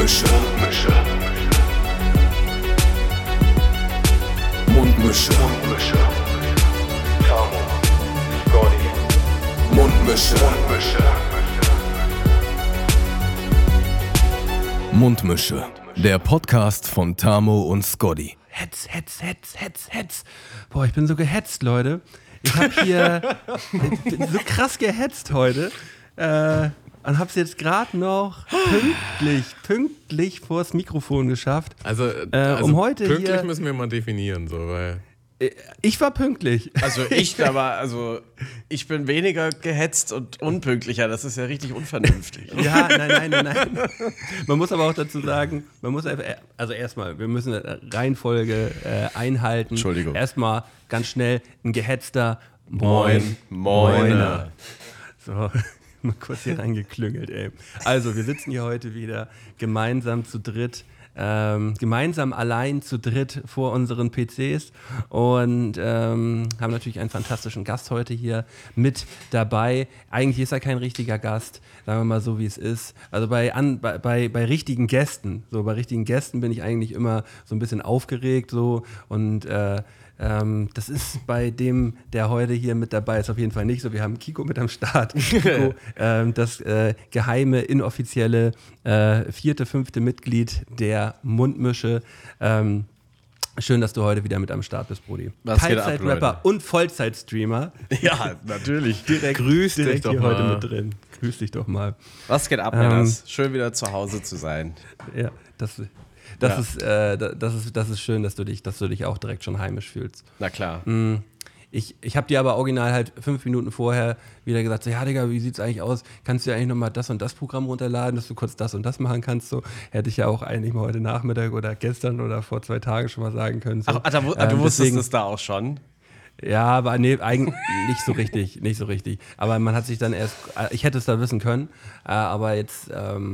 Mundmische. Mundmische. Tamo, Scotty. Mundmische. Mundmische. Der Podcast von Tamo und Scotty. Hetz. Boah, ich bin so gehetzt, Leute. Ich hab hier bin so krass gehetzt heute. Und hab's jetzt gerade noch pünktlich vors Mikrofon geschafft. Also um heute pünktlich hier, müssen wir mal definieren, so, weil ich war pünktlich. Ich bin weniger gehetzt und unpünktlicher. Das ist ja richtig unvernünftig. Ja, nein. Man muss aber auch dazu sagen, erstmal, wir müssen eine Reihenfolge einhalten. Entschuldigung. Erstmal ganz schnell ein gehetzter Moiner. So, mal kurz hier reingeklüngelt, ey. Also, wir sitzen hier heute wieder gemeinsam zu dritt. Gemeinsam allein zu dritt vor unseren PCs und haben natürlich einen fantastischen Gast heute hier mit dabei. Eigentlich ist er kein richtiger Gast, sagen wir mal so, wie es ist. Also bei richtigen Gästen, bin ich eigentlich immer so ein bisschen aufgeregt so und das ist bei dem, der heute hier mit dabei ist, auf jeden Fall nicht so. Wir haben Kiko mit am Start. Kiko, das geheime, inoffizielle 4., 5. Mitglied der Mundmische. Schön, dass du heute wieder mit am Start bist, Brudi. Teilzeit-Rapper und Vollzeit-Streamer. Ja, natürlich. Grüß dich doch hier mal. heute mit drin. Grüß dich doch mal. Was geht ab, Männers? Schön wieder zu Hause zu sein. Ja, das ist schön, dass du dich auch direkt schon heimisch fühlst. Na klar. Ich habe dir aber original halt 5 Minuten vorher wieder gesagt, so, ja Digga, wie sieht's eigentlich aus? Kannst du ja eigentlich nochmal das und das Programm runterladen, dass du kurz das und das machen kannst? So hätte ich ja auch eigentlich mal heute Nachmittag oder gestern oder vor 2 Tagen schon mal sagen können. So. Du wusstest es da auch schon? Ja, aber nee, eigentlich nicht so richtig. Aber man hat sich dann ich hätte es da wissen können, aber jetzt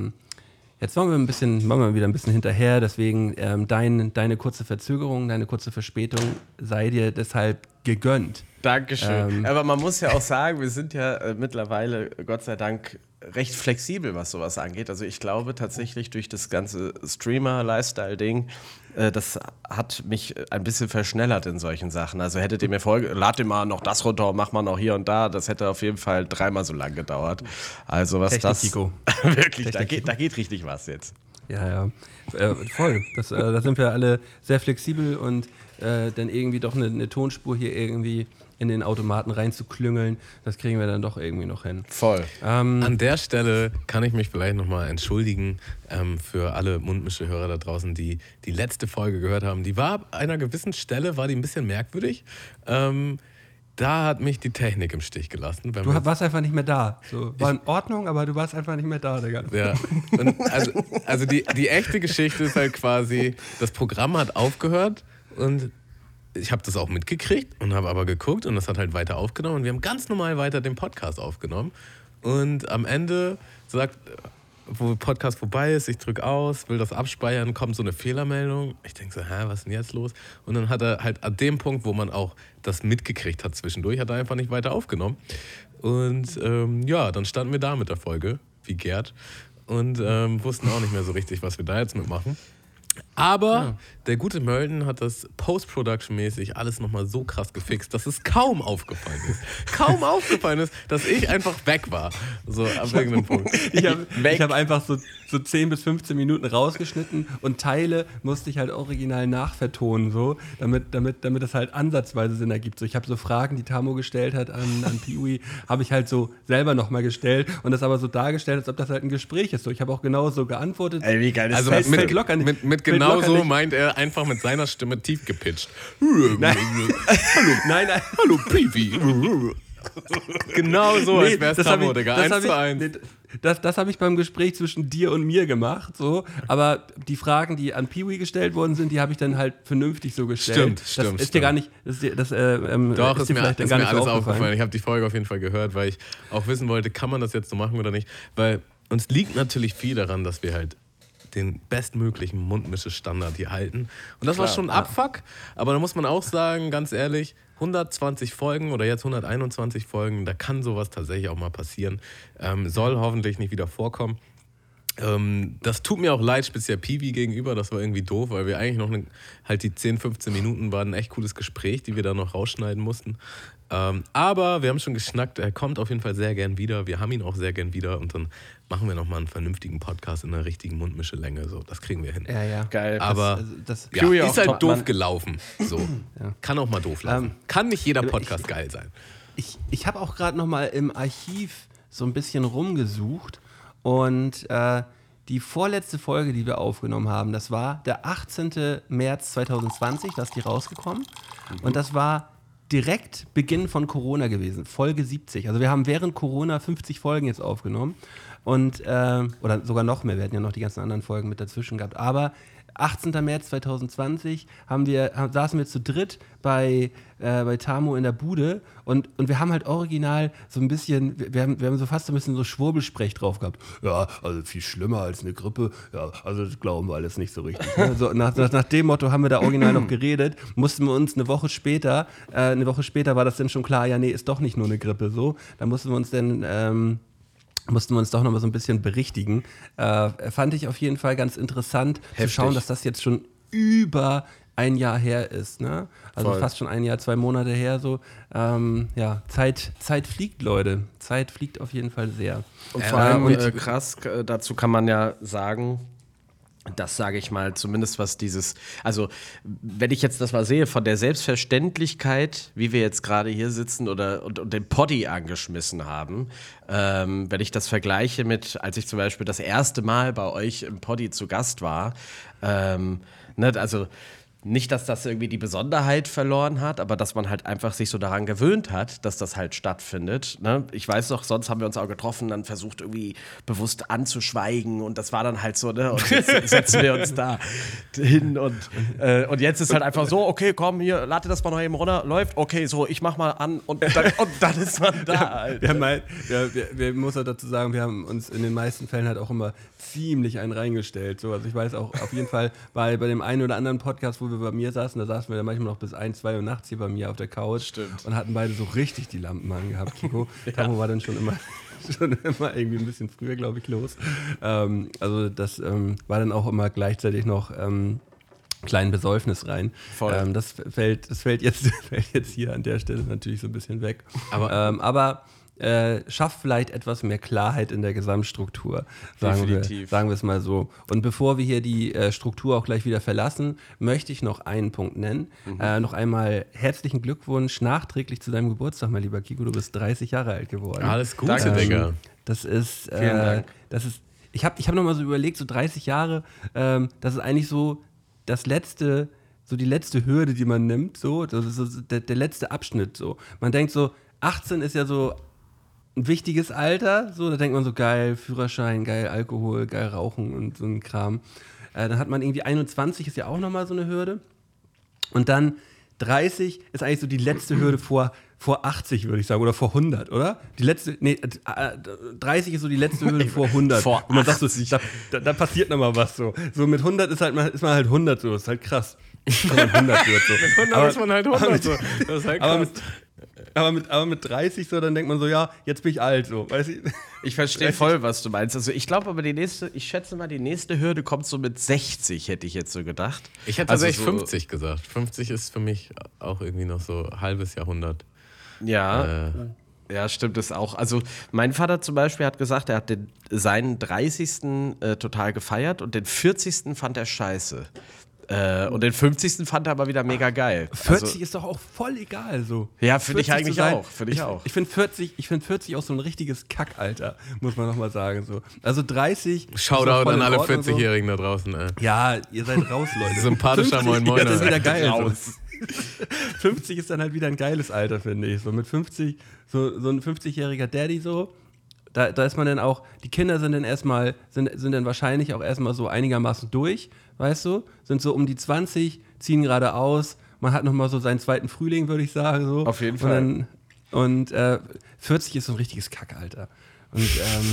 machen wir wieder ein bisschen hinterher, deswegen deine kurze Verzögerung, deine kurze Verspätung sei dir deshalb gegönnt. Dankeschön. Aber man muss ja auch sagen, wir sind ja mittlerweile, Gott sei Dank, recht flexibel, was sowas angeht. Also ich glaube tatsächlich durch das ganze Streamer-Lifestyle-Ding, das hat mich ein bisschen verschnellert in solchen Sachen. Also hättet ihr mir lad dir mal noch das runter, mach mal noch hier und da, das hätte auf jeden Fall 3-mal so lang gedauert. Also was Technik, das... Kiko. Wirklich, da geht richtig was jetzt. Ja. Voll. Da sind wir alle sehr flexibel und dann irgendwie doch eine Tonspur hier irgendwie in den Automaten reinzuklüngeln, das kriegen wir dann doch irgendwie noch hin. Voll. an der Stelle kann ich mich vielleicht nochmal entschuldigen für alle Mundmische-Hörer da draußen, die die letzte Folge gehört haben. Die war ab einer gewissen Stelle, war die ein bisschen merkwürdig. Da hat mich die Technik im Stich gelassen. Du warst einfach nicht mehr da. So, war in Ordnung, aber du warst einfach nicht mehr da, Digga. Ja, und also die echte Geschichte ist halt quasi, das Programm hat aufgehört und ich habe das auch mitgekriegt und habe aber geguckt und das hat halt weiter aufgenommen und wir haben ganz normal weiter den Podcast aufgenommen und am Ende wo der Podcast vorbei ist, ich drücke aus, will das abspeichern, kommt so eine Fehlermeldung. Ich denke so, was ist denn jetzt los? Und dann hat er halt an dem Punkt, wo man auch das mitgekriegt hat zwischendurch, hat er einfach nicht weiter aufgenommen. Und dann standen wir da mit der Folge, wie Gerd, und wussten auch nicht mehr so richtig, was wir da jetzt mitmachen. Aber der gute Mölden hat das Post-Production-mäßig alles nochmal so krass gefixt, dass es kaum aufgefallen ist, dass ich einfach weg war. So ab irgendeinem Punkt. Ich hab einfach so 10 bis 15 Minuten rausgeschnitten und Teile musste ich halt original nachvertonen, so, damit das halt ansatzweise Sinn ergibt. So, ich habe so Fragen, die Tamo gestellt hat an Piwi, habe ich halt so selber nochmal gestellt und das aber so dargestellt, als ob das halt ein Gespräch ist. So, ich habe auch genau so geantwortet. Ey, wie geil ist Also das? mit locker nicht. mit genau so meint er einfach mit seiner Stimme tief gepitcht. Nein. Hallo, Piwi. Genau so, als wär's Tamo, Digga. 1:1. Das habe ich beim Gespräch zwischen dir und mir gemacht, so. Aber die Fragen, die an Piwi gestellt worden sind, die habe ich dann halt vernünftig so gestellt. Stimmt. Das ist dir gar nicht, Doch, ist ist dir mir gar nicht alles so aufgefallen. Ich habe die Folge auf jeden Fall gehört, weil ich auch wissen wollte, kann man das jetzt so machen oder nicht. Weil uns liegt natürlich viel daran, dass wir halt den bestmöglichen Mundmische-Standard hier halten. Und das war schon ein Abfuck, aber da muss man auch sagen, ganz ehrlich, 120 Folgen oder jetzt 121 Folgen, da kann sowas tatsächlich auch mal passieren. Soll hoffentlich nicht wieder vorkommen. Das tut mir auch leid, speziell Piwi gegenüber, das war irgendwie doof, weil wir eigentlich noch halt die 10, 15 Minuten waren ein echt cooles Gespräch, die wir da noch rausschneiden mussten. Aber wir haben schon geschnackt, er kommt auf jeden Fall sehr gern wieder, wir haben ihn auch sehr gern wieder und dann machen wir nochmal einen vernünftigen Podcast in der richtigen Mundmischelänge, so, das kriegen wir hin. Ja. Geil. Aber das ist halt doof gelaufen, so. Kann auch mal doof laufen. Kann nicht jeder Podcast geil sein. Ich habe auch gerade noch mal im Archiv so ein bisschen rumgesucht und die vorletzte Folge, die wir aufgenommen haben, das war der 18. März 2020, da ist die rausgekommen. Und das war direkt Beginn von Corona gewesen, Folge 70. Also wir haben während Corona 50 Folgen jetzt aufgenommen. Und, oder sogar noch mehr, wir hatten ja noch die ganzen anderen Folgen mit dazwischen gehabt. Aber 18. März 2020 saßen wir zu dritt bei Tamo in der Bude und wir haben halt original so ein bisschen, wir haben so fast ein bisschen so Schwurbelsprech drauf gehabt. Ja, also viel schlimmer als eine Grippe. Ja, also das glauben wir alles nicht so richtig. Ne? So, nach dem Motto haben wir da original noch geredet, mussten wir uns eine Woche später war das dann schon klar, ja nee, ist doch nicht nur eine Grippe so. Da mussten wir uns doch noch mal so ein bisschen berichtigen. Fand ich auf jeden Fall ganz interessant zu schauen, dass das jetzt schon über ein Jahr her ist. Ne? Also fast schon ein Jahr, 2 Monate her. So. Zeit fliegt, Leute. Zeit fliegt auf jeden Fall sehr. Und vor allem krass, dazu kann man ja sagen, das sage ich mal, zumindest was also wenn ich jetzt das mal sehe, von der Selbstverständlichkeit, wie wir jetzt gerade hier sitzen und den Poddy angeschmissen haben, wenn ich das vergleiche mit, als ich zum Beispiel das erste Mal bei euch im Poddy zu Gast war, also nicht, dass das irgendwie die Besonderheit verloren hat, aber dass man halt einfach sich so daran gewöhnt hat, dass das halt stattfindet. Ne? Ich weiß noch, sonst haben wir uns auch getroffen, dann versucht irgendwie bewusst anzuschweigen und das war dann halt so, ne? Und jetzt setzen wir uns da hin und jetzt ist halt einfach so, okay, komm, hier, lade das mal noch eben runter, läuft, okay, so, ich mach mal an und dann ist man da. Halt. Wir muss halt dazu sagen, wir haben uns in den meisten Fällen halt auch immer ziemlich einen reingestellt. So, also ich weiß auch auf jeden Fall bei dem einen oder anderen Podcast, wo wir bei mir saßen, da saßen wir dann manchmal noch bis 1, 2 Uhr nachts hier bei mir auf der Couch. Stimmt. Und hatten beide so richtig die Lampen angehabt, Kiko. Tamo war dann schon immer irgendwie ein bisschen früher, glaube ich, los. Also das war dann auch immer gleichzeitig noch kleinen Besäufnis rein. Voll. Das fällt jetzt hier an der Stelle natürlich so ein bisschen weg. Aber schafft vielleicht etwas mehr Klarheit in der Gesamtstruktur, sagen wir es mal so. Und bevor wir hier die Struktur auch gleich wieder verlassen, möchte ich noch einen Punkt nennen. Noch einmal herzlichen Glückwunsch nachträglich zu deinem Geburtstag, mein lieber Kiko. Du bist 30 Jahre alt geworden. Alles Gute, Digga. Das ist, vielen Dank. Ich hab noch mal so überlegt, so 30 Jahre, das ist eigentlich so die letzte Hürde, die man nimmt, so, das ist so der letzte Abschnitt, so. Man denkt so, 18 ist ja so ein wichtiges Alter, so, da denkt man so, geil, Führerschein, geil, Alkohol, geil, Rauchen und so ein Kram. Dann hat man irgendwie 21, ist ja auch nochmal so eine Hürde. Und dann 30 ist eigentlich so die letzte Hürde vor 80, würde ich sagen, oder vor 100, oder? 30 ist so die letzte Hürde vor 100. Vor und man sagt so, da passiert nochmal was so. So mit 100 ist man halt 100 so, ist halt krass. Wenn man 100 wird so. Mit 100 ist man halt 100 so. Das ist halt krass. Aber mit 30 so, dann denkt man so, ja, jetzt bin ich alt, so. Weißt du? Ich verstehe voll, was du meinst. Also ich glaube aber ich schätze mal, die nächste Hürde kommt so mit 60, hätte ich jetzt so gedacht. Ich hätte tatsächlich 50 gesagt. 50 ist für mich auch irgendwie noch so ein halbes Jahrhundert. Ja. Ja, stimmt es auch. Also mein Vater zum Beispiel hat gesagt, er hat seinen 30. Total gefeiert und den 40. fand er scheiße. Und den 50. fand er aber wieder mega geil. 40 ist doch auch voll egal so. Ja, finde ich eigentlich auch. Ich finde 40 auch so ein richtiges Kackalter, muss man nochmal sagen. So. Also 30. Shoutout an alle 40-Jährigen da draußen. Ja, ihr seid raus, Leute. Sympathischer Moin Moin. Das ist wieder geil. So. 50 ist dann halt wieder ein geiles Alter, finde ich. So mit 50, so ein 50-jähriger Daddy so. Da ist man dann auch, die Kinder sind dann wahrscheinlich auch erstmal so einigermaßen durch, weißt du? Sind so um die 20, ziehen gerade aus. Man hat nochmal so seinen zweiten Frühling, würde ich sagen. So. Auf jeden Fall. Und 40 ist so ein richtiges Kackalter. Und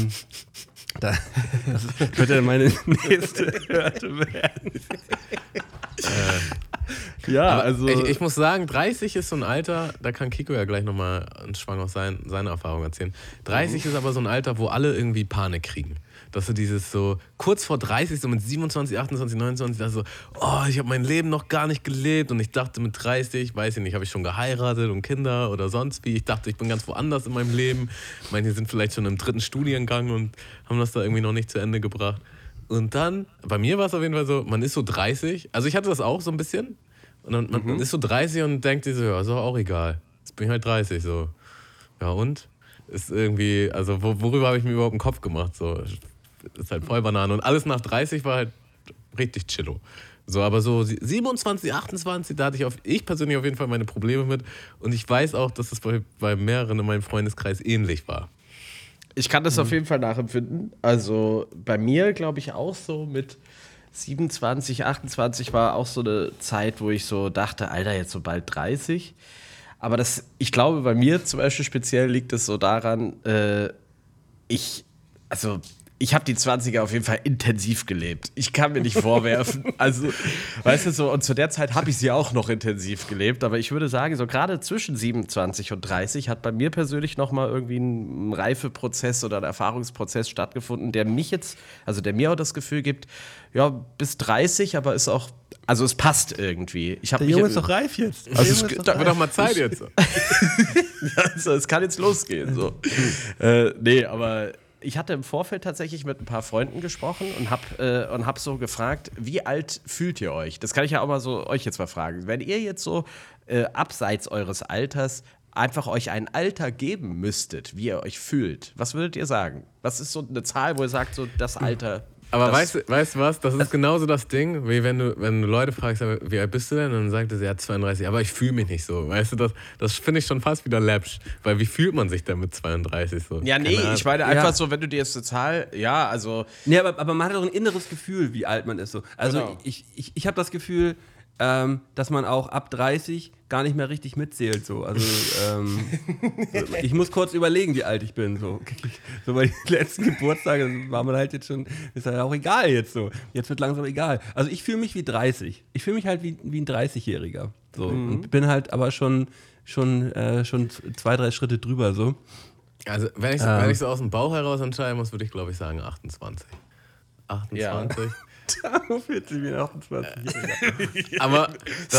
das könnte meine nächste Hürde werden. Ja, Aber also. ich muss sagen, 30 ist so ein Alter, da kann Kiko ja gleich nochmal einen Schwang auf seine Erfahrung erzählen. 30 ist aber so ein Alter, wo alle irgendwie Panik kriegen. Dass du dieses so kurz vor 30, so mit 27, 28, 29, da so, oh, ich habe mein Leben noch gar nicht gelebt und ich dachte mit 30, weiß ich nicht, habe ich schon geheiratet und Kinder oder sonst wie. Ich dachte, ich bin ganz woanders in meinem Leben. Manche sind vielleicht schon im 3. Studiengang und haben das da irgendwie noch nicht zu Ende gebracht. Und dann, bei mir war es auf jeden Fall so, man ist so 30, also ich hatte das auch so ein bisschen. Und dann, man ist so 30 und denkt sich so, ja, ist doch auch egal. Jetzt bin ich halt 30, so. Ja und? Ist irgendwie, also worüber habe ich mir überhaupt einen Kopf gemacht? So, ist halt voll Banane. Und alles nach 30 war halt richtig chillo. So, aber so 27, 28, da hatte ich persönlich auf jeden Fall meine Probleme mit. Und ich weiß auch, dass es bei mehreren in meinem Freundeskreis ähnlich war. Ich kann das auf jeden Fall nachempfinden. Also bei mir glaube ich auch so mit 27, 28 war auch so eine Zeit, wo ich so dachte, Alter, jetzt so bald 30. Aber ich glaube, bei mir zum Beispiel speziell liegt es so daran, ich habe die 20er auf jeden Fall intensiv gelebt. Ich kann mir nicht vorwerfen. Also, weißt du so, und zu der Zeit habe ich sie auch noch intensiv gelebt. Aber ich würde sagen, so gerade zwischen 27 und 30 hat bei mir persönlich nochmal irgendwie ein Reifeprozess oder ein Erfahrungsprozess stattgefunden, der mir auch das Gefühl gibt, ja, bis 30, aber ist auch, also es passt irgendwie. Der Junge ist doch reif jetzt. Also Wird doch mal Zeit jetzt. also, es kann jetzt losgehen. So. Nee, aber ich hatte im Vorfeld tatsächlich mit ein paar Freunden gesprochen und hab so gefragt, wie alt fühlt ihr euch? Das kann ich ja auch mal so euch jetzt mal fragen. Wenn ihr jetzt so abseits eures Alters einfach euch ein Alter geben müsstet, wie ihr euch fühlt, was würdet ihr sagen? Was ist so eine Zahl, wo ihr sagt, so das Alter? Aber weißt du was? Das ist genauso das Ding, wie wenn du Leute fragst, wie alt bist du denn? Und dann sagt er, ja, 32, aber ich fühle mich nicht so. Weißt du, das finde ich schon fast wieder läppsch. Weil wie fühlt man sich denn mit 32 so? Ja, nee, ich meine einfach so, wenn du dir jetzt eine Zahl, ja, also. Nee, aber man hat doch ein inneres Gefühl, wie alt man ist. So. Also Genau. ich habe das Gefühl, dass man auch ab 30 gar nicht mehr richtig mitzählt. So. Also ich muss kurz überlegen, wie alt ich bin. So bei den letzten Geburtstagen war man halt jetzt schon, ist halt auch egal jetzt so. Jetzt wird langsam egal. Also ich fühle mich wie 30. Ich fühle mich halt wie ein 30-Jähriger. So. Und bin halt aber schon 2, 3 Schritte drüber. So. Also wenn ich so aus dem Bauch heraus entscheiden muss, würde ich glaube ich sagen 28. 28. Ja. Da fühlt sich wie ein 28-Jähriger. Aber das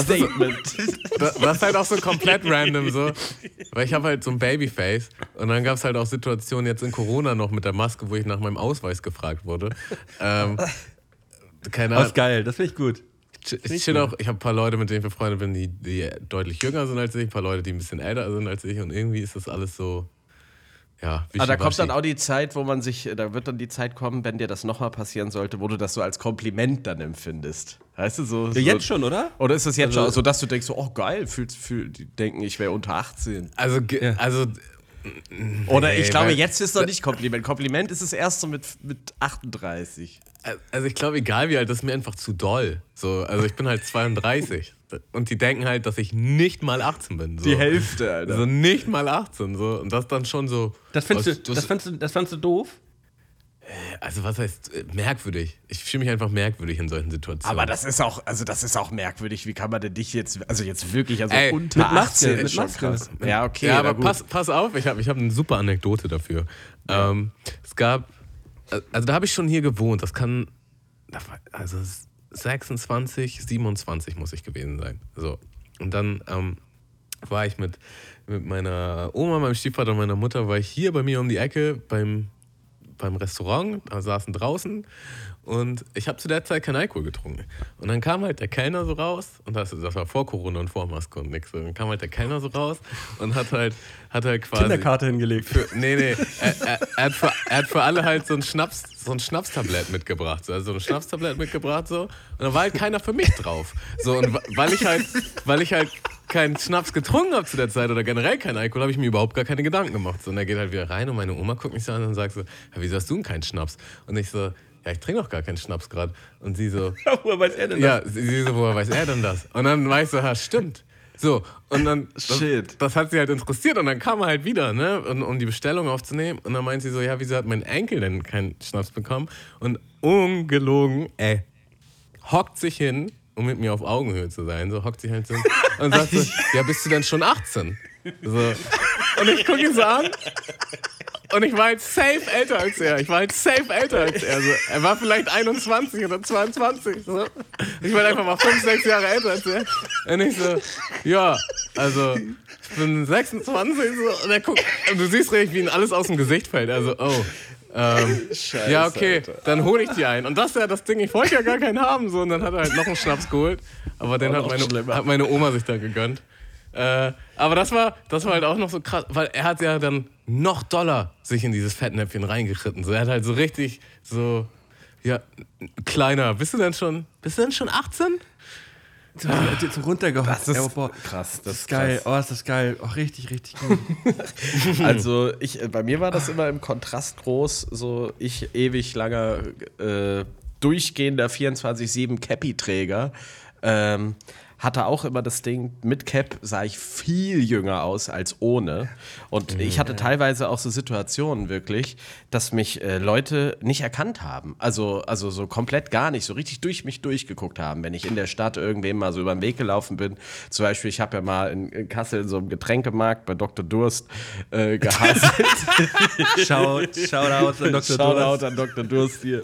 ist halt auch so komplett random so, weil ich habe halt so ein Babyface und dann gab es halt auch Situationen jetzt in Corona noch mit der Maske, wo ich nach meinem Ausweis gefragt wurde. Keine Ahnung. Das ist geil, das finde ich gut. Ich habe ein paar Leute, mit denen ich befreundet bin, die deutlich jünger sind als ich, ein paar Leute, die ein bisschen älter sind als ich und irgendwie ist das alles so, ja, Aber da kommt dann auch die Zeit, da wird dann die Zeit kommen, wenn dir das nochmal passieren sollte, wo du das so als Kompliment dann empfindest. Weißt du, so. Ja, jetzt schon, oder? Oder ist das jetzt schon so, dass du denkst, so, oh geil, die denken, ich wäre unter 18. Oder ich glaube, jetzt ist noch nicht Kompliment. Kompliment ist es erst so mit 38. Also ich glaube, egal wie alt, das ist mir einfach zu doll. So, also ich bin halt 32 und die denken halt, dass ich nicht mal 18 bin. So. Die Hälfte, Alter. Also nicht mal 18 so und das dann schon so. Das fandst du doof? Also was heißt merkwürdig? Ich fühle mich einfach merkwürdig in solchen Situationen. Aber das ist auch merkwürdig. Wie kann man denn dich jetzt wirklich, Ey, unter mit Maske, 18 ist schon krass. Ja, okay. Ja, aber pass auf, ich hab eine super Anekdote dafür. Ja. Es gab, also da habe ich schon hier gewohnt. Das kann, also 26, 27 muss ich gewesen sein. So. Und dann war ich mit meiner Oma, meinem Stiefvater und meiner Mutter, war ich hier bei mir um die Ecke beim Restaurant, da saßen draußen und ich habe zu der Zeit keinen Alkohol getrunken. Und dann kam halt der Kellner so raus, und das war vor Corona und vor Maske und nix. Und dann kam halt der Kellner so raus und hat halt quasi... Kinderkarte hingelegt. Er hat für alle halt so ein Schnapstablett mitgebracht. So. Also so ein Schnapstablett mitgebracht so. Und da war halt keiner für mich drauf. So, und weil ich halt keinen Schnaps getrunken habe zu der Zeit oder generell keinen Alkohol, habe ich mir überhaupt gar keine Gedanken gemacht. So, und er geht halt wieder rein und meine Oma guckt mich so an und sagt so, ja, wieso hast du denn keinen Schnaps? Und ich so, ja, ich trinke doch gar keinen Schnaps gerade. Und sie so, woher weiß er denn das? Ja, sie so, woher weiß er denn das? Und dann war ich so, ja, stimmt. So, und dann, das hat sie halt interessiert und dann kam er halt wieder, ne, um die Bestellung aufzunehmen und dann meint sie so, ja, wieso hat mein Enkel denn keinen Schnaps bekommen? Und ungelogen, hockt sich hin um mit mir auf Augenhöhe zu sein. So hockt sich halt so und sagt so, ja, bist du denn schon 18? So. Und ich gucke ihn so an und ich war halt safe älter als er. So, er war vielleicht 21 oder 22. So. Ich war einfach mal 5, 6 Jahre älter als er. Und ich so, ja, also ich bin 26. So. Und er guckt, und du siehst richtig, wie ihm alles aus dem Gesicht fällt. Also, oh. Scheiße, ja, okay, Alter. dann hole ich die ein. Und das ist ja das Ding, ich wollte ja gar keinen haben. So. Und dann hat er halt noch einen Schnaps geholt. Aber den hat meine Oma sich da gegönnt. Aber das war halt auch noch so krass, weil er hat ja dann noch doller sich in dieses Fettnäpfchen reingeritten. So, er hat halt so richtig so, ja, kleiner. Bist du denn schon 18? So runtergehauen. Das ist boah, krass. Das ist geil. Oh, ist das geil. Oh, richtig, richtig gut. Also bei mir war das immer im Kontrast groß. So ich ewig langer durchgehender 24/7 Cappy-Träger. Hatte auch immer das Ding, mit Cap sah ich viel jünger aus als ohne. Und ich hatte teilweise auch so Situationen wirklich, dass mich Leute nicht erkannt haben. Also so komplett gar nicht, so richtig durch mich durchgeguckt haben. Wenn ich in der Stadt irgendwem mal so über den Weg gelaufen bin. Zum Beispiel, ich habe ja mal in Kassel in so einem Getränkemarkt bei Dr. Durst gehasselt. Shoutout an Dr. Durst. Shoutout an Dr. Durst hier.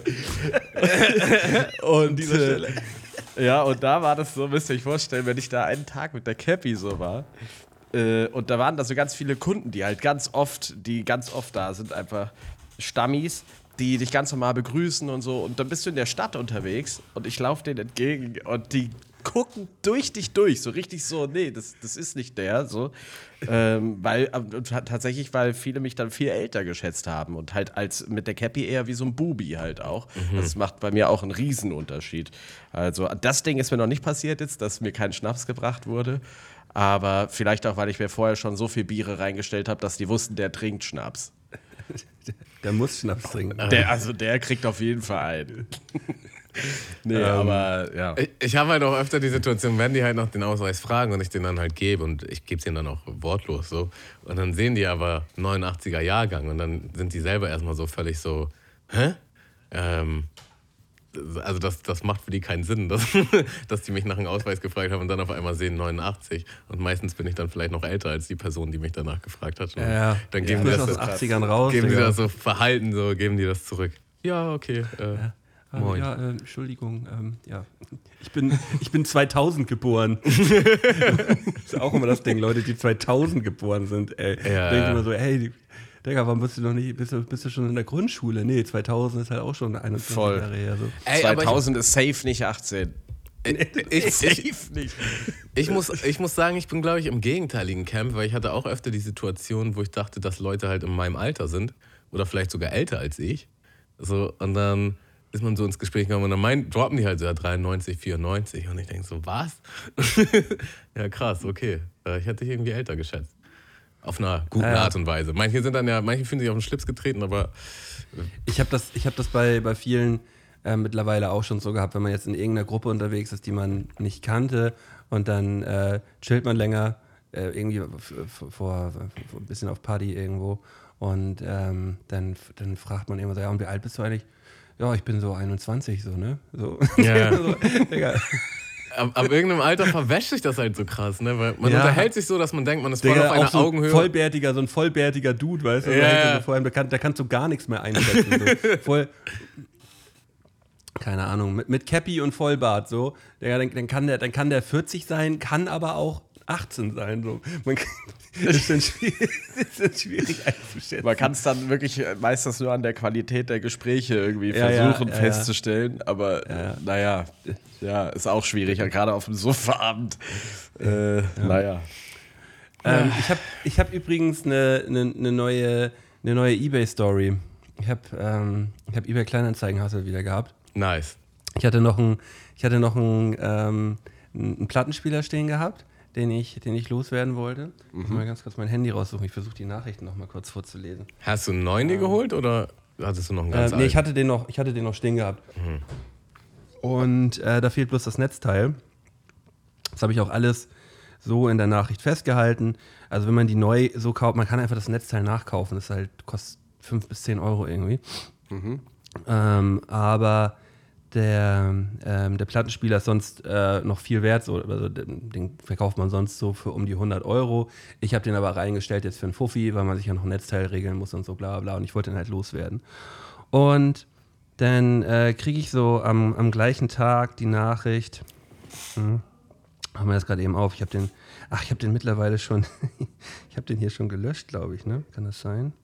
Und dieser Stelle. Ja, und da war das so, müsst ihr euch vorstellen, wenn ich da einen Tag mit der Cappy so war und da waren da so ganz viele Kunden, die ganz oft da sind, einfach Stammis, die dich ganz normal begrüßen und so. Und dann bist du in der Stadt unterwegs und ich laufe denen entgegen und die gucken durch dich durch, so richtig so, nee, das ist nicht der, so. Tatsächlich, weil viele mich dann viel älter geschätzt haben und halt als mit der Cappy eher wie so ein Bubi halt auch. Das macht bei mir auch einen Riesenunterschied. Also das Ding ist mir noch nicht passiert jetzt, dass mir kein Schnaps gebracht wurde, aber vielleicht auch, weil ich mir vorher schon so viel Biere reingestellt habe, dass die wussten, der trinkt Schnaps. Der muss Schnaps trinken. Der kriegt auf jeden Fall einen. Nee, aber ja. Ich habe halt auch öfter die Situation, wenn die halt nach den Ausweis fragen und ich den dann halt gebe und ich gebe den dann auch wortlos so und dann sehen die aber 89er Jahrgang und dann sind die selber erstmal so völlig so, hä? Also das macht für die keinen Sinn, dass die mich nach einem Ausweis gefragt haben und dann auf einmal sehen 89 und meistens bin ich dann vielleicht noch älter als die Person, die mich danach gefragt hat. Ja. Dann geben die das aus so, den 80ern raus. geben die das so verhalten, so geben die das zurück. Ja, okay. Moin. Ja, Entschuldigung, ja. Ich bin 2000 geboren. Das ist auch immer das Ding, Leute, die 2000 geboren sind, ey. Ja. Denke immer so, hey, Digga, warum bist du schon in der Grundschule? Nee, 2000 ist halt auch schon 21 Voll. Jahre her. So. Ey, 2000 ist safe nicht 18. Ich muss sagen, ich bin, glaube ich, im gegenteiligen Camp, weil ich hatte auch öfter die Situation, wo ich dachte, dass Leute halt in meinem Alter sind oder vielleicht sogar älter als ich. So, und dann ist man so ins Gespräch gekommen und dann droppen die halt so 93, 94 und ich denke so, was? Ja, krass, okay. Ich hätte dich irgendwie älter geschätzt. Auf einer guten Art und Weise. Manche fühlen sich auf den Schlips getreten, aber Ich hab das bei vielen mittlerweile auch schon so gehabt, wenn man jetzt in irgendeiner Gruppe unterwegs ist, die man nicht kannte und dann chillt man länger irgendwie vor ein bisschen auf Party irgendwo und dann fragt man immer so, ja, und wie alt bist du eigentlich? Ja, ich bin so 21, so, ne? So. Ja. So, Digga. ab irgendeinem Alter verwäscht sich das halt so krass, ne? Weil man Ja. unterhält sich so, dass man denkt, man ist voll Digga, auf einer auch so Augenhöhe. so ein vollbärtiger Dude, weißt du? Ja. Vor allem, da kannst du gar nichts mehr einschätzen. So. Voll, keine Ahnung, mit Cappy und Vollbart, so. Digga, dann kann der 40 sein, kann aber auch 18 sein. So. Das ist dann schwierig einzuschätzen. Man kann es dann wirklich meistens nur an der Qualität der Gespräche irgendwie Ja, versuchen ja. festzustellen. Aber naja, ja, ist auch schwierig, gerade auf dem Sofaabend. Naja. Ich hab übrigens eine neue eBay-Story. Ich hab eBay Kleinanzeigen-Hustle wieder gehabt. Nice. Ich hatte noch einen Plattenspieler stehen gehabt, den ich loswerden wollte. Ich muss mal ganz kurz mein Handy raussuchen. Ich versuche die Nachrichten noch mal kurz vorzulesen. Hast du einen neuen dir geholt oder hattest du noch einen ganz Nee, alten? ich hatte den noch stehen gehabt. Und da fehlt bloß das Netzteil. Das habe ich auch alles so in der Nachricht festgehalten. Also wenn man die neu so kauft, man kann einfach das Netzteil nachkaufen. Das kostet 5 bis 10 Euro irgendwie. Aber der Plattenspieler ist sonst noch viel wert, so, also den verkauft man sonst so für um die 100 Euro. Ich habe den aber reingestellt jetzt für einen Fuffi, weil man sich ja noch ein Netzteil regeln muss und so bla bla, und ich wollte den halt loswerden. Und dann kriege ich so am gleichen Tag die Nachricht, haben wir das gerade eben auf, ich habe den mittlerweile schon, ich habe den hier schon gelöscht, glaube ich, ne? Kann das sein?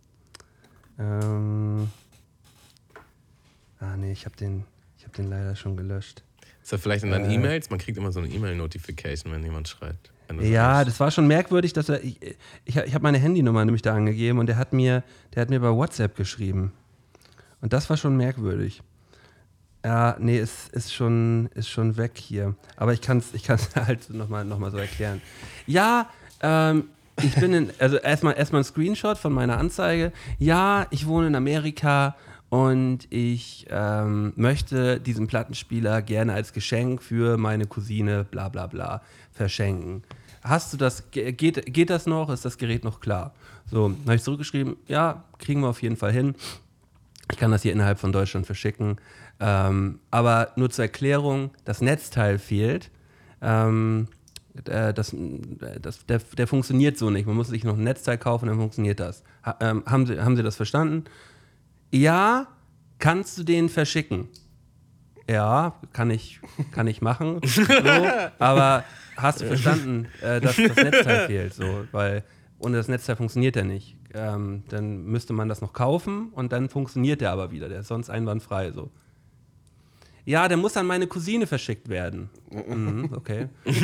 Nee, ich habe den leider schon gelöscht. Ist das vielleicht in deinen E-Mails? Man kriegt immer so eine E-Mail-Notification, wenn jemand schreibt. Ja, das war schon merkwürdig, dass ich habe meine Handynummer nämlich da angegeben und der hat mir bei WhatsApp geschrieben. Und das war schon merkwürdig. Ja, nee, ist schon weg hier. Aber ich kann's halt noch mal so erklären. Ja, ich bin also erstmal ein Screenshot von meiner Anzeige. Ja, ich wohne in Amerika und ich möchte diesen Plattenspieler gerne als Geschenk für meine Cousine bla bla bla verschenken. Hast du das, geht das noch? Ist das Gerät noch klar? So, habe ich zurückgeschrieben, ja, kriegen wir auf jeden Fall hin. Ich kann das hier innerhalb von Deutschland verschicken. Aber nur zur Erklärung, das Netzteil fehlt. Der funktioniert so nicht. Man muss sich noch ein Netzteil kaufen, dann funktioniert das. Haben Sie das verstanden? Ja, kannst du den verschicken? Ja, kann ich machen. So, aber hast du verstanden, dass das Netzteil fehlt? So, weil ohne das Netzteil funktioniert der nicht. Dann müsste man das noch kaufen und dann funktioniert der aber wieder. Der ist sonst einwandfrei. So. Ja, der muss an meine Cousine verschickt werden. Okay.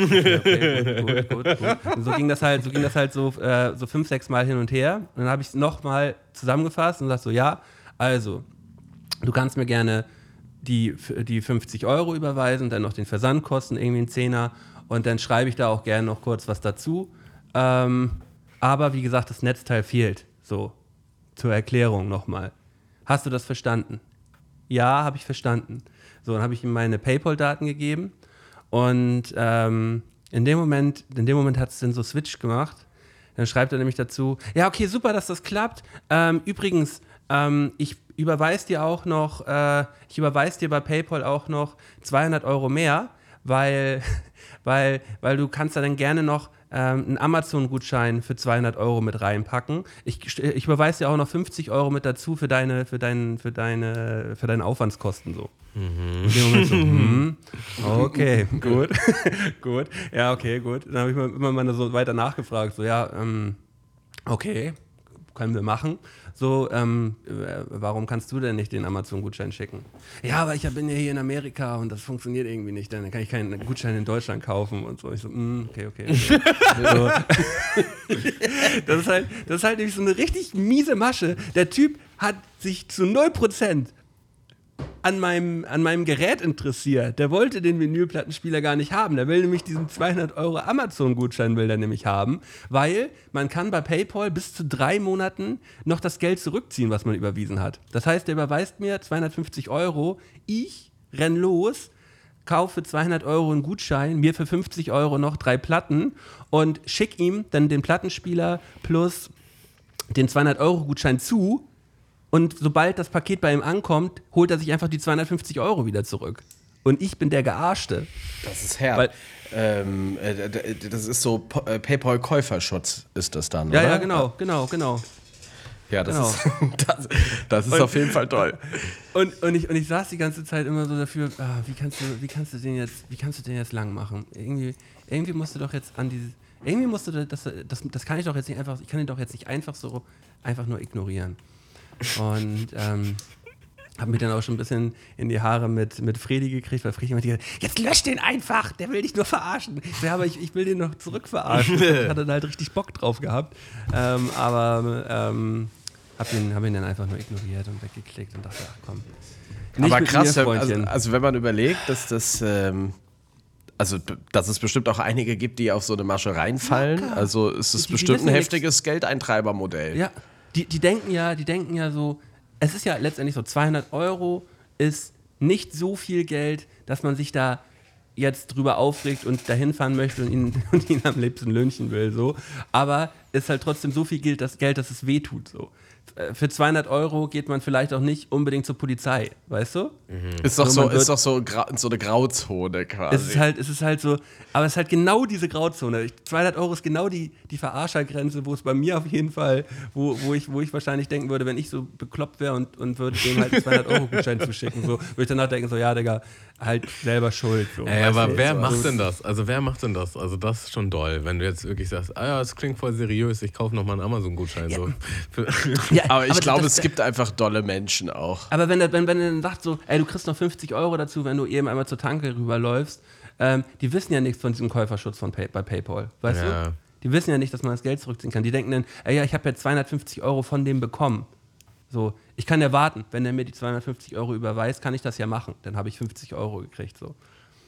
Gut. Und so ging das halt so 5-6 Mal hin und her. Und dann habe ich es nochmal zusammengefasst und gesagt so, ja, also, du kannst mir gerne die 50 Euro überweisen, dann noch den Versandkosten, irgendwie einen Zehner, und dann schreibe ich da auch gerne noch kurz was dazu. Aber wie gesagt, das Netzteil fehlt. So, zur Erklärung nochmal. Hast du das verstanden? Ja, habe ich verstanden. So, dann habe ich ihm meine PayPal-Daten gegeben und in dem Moment hat es dann so Switch gemacht. Dann schreibt er nämlich dazu, ja, okay, super, dass das klappt. Übrigens, ich überweise dir bei PayPal auch noch 200 Euro mehr, weil du kannst da dann gerne noch einen Amazon-Gutschein für 200 Euro mit reinpacken. Ich überweise dir auch noch 50 Euro mit dazu für deine Aufwandskosten so. Okay, gut. Gut. Ja, okay, gut. Dann habe ich immer mal so weiter nachgefragt. So, ja, okay, können wir machen. So, warum kannst du denn nicht den Amazon-Gutschein schicken? Ja, aber ich bin ja hier in Amerika und das funktioniert irgendwie nicht. Dann kann ich keinen Gutschein in Deutschland kaufen und so. Ich so, okay. So. Das ist halt nämlich so eine richtig miese Masche. Der Typ hat sich zu 0% an meinem Gerät interessiert. Der wollte den Vinylplattenspieler gar nicht haben. Der will nämlich diesen 200 Euro Amazon-Gutschein will der nämlich haben, weil man kann bei PayPal bis zu 3 Monaten noch das Geld zurückziehen, was man überwiesen hat. Das heißt, der überweist mir 250 Euro, ich renn los, kaufe 200 Euro einen Gutschein, mir für 50 Euro noch 3 Platten und schick ihm dann den Plattenspieler plus den 200 Euro Gutschein zu. Und sobald das Paket bei ihm ankommt, holt er sich einfach die 250 Euro wieder zurück. Und ich bin der Gearschte. Das ist herb. Das ist so PayPal-Käuferschutz ist das dann, oder? Ja, genau. Ja, Genau. Das ist auf jeden Fall toll. Und ich saß die ganze Zeit immer so dafür, wie kannst du den jetzt lang machen? Irgendwie musst du doch jetzt an dieses, irgendwie musst du das kann ich doch jetzt nicht einfach, ich kann ihn doch jetzt nicht einfach nur ignorieren. Und habe mich dann auch schon ein bisschen in die Haare mit Fredi gekriegt, weil Fredi immer gesagt, jetzt lösch den einfach, der will dich nur verarschen. Ja, aber ich will den noch zurückverarschen. Ich hatte da halt richtig Bock drauf gehabt. Hab ihn dann einfach nur ignoriert und weggeklickt und dachte, ach komm. Aber krass, also wenn man überlegt, dass es bestimmt auch einige gibt, die auf so eine Masche reinfallen. Ja, also es ist bestimmt ein heftiges Geldeintreibermodell. Ja. Die denken ja so, es ist ja letztendlich so, 200 Euro ist nicht so viel Geld, dass man sich da jetzt drüber aufregt und dahin fahren möchte und ihn am liebsten lynchen will, so. Aber es ist halt trotzdem so viel Geld, dass es wehtut, so. für 200 € geht man vielleicht auch nicht unbedingt zur Polizei, weißt du? Ist doch so eine Grauzone quasi. Es ist halt so, aber es ist halt genau diese Grauzone. 200 € ist genau die Verarschergrenze, wo es bei mir auf jeden Fall, wo ich wahrscheinlich denken würde, wenn ich so bekloppt wäre und würde dem halt einen 200-€ Gutschein zuschicken, so, würde ich danach denken, so, ja, Digga, halt selber schuld. So, aber wer macht denn das? Also wer macht denn das? Also das ist schon doll, wenn du jetzt wirklich sagst, das klingt voll seriös, ich kaufe nochmal einen Amazon-Gutschein. Ja. So. Aber ich glaube, es gibt einfach dolle Menschen auch. Aber wenn er dann sagt so, ey, du kriegst noch 50 € dazu, wenn du eben einmal zur Tanke rüberläufst, die wissen ja nichts von diesem Käuferschutz bei PayPal, weißt du? Die wissen ja nicht, dass man das Geld zurückziehen kann. Die denken dann, ey, ja, ich habe ja 250 € von dem bekommen. So, ich kann ja warten, wenn er mir die 250 € überweist, kann ich das ja machen. Dann habe ich 50 € gekriegt, so.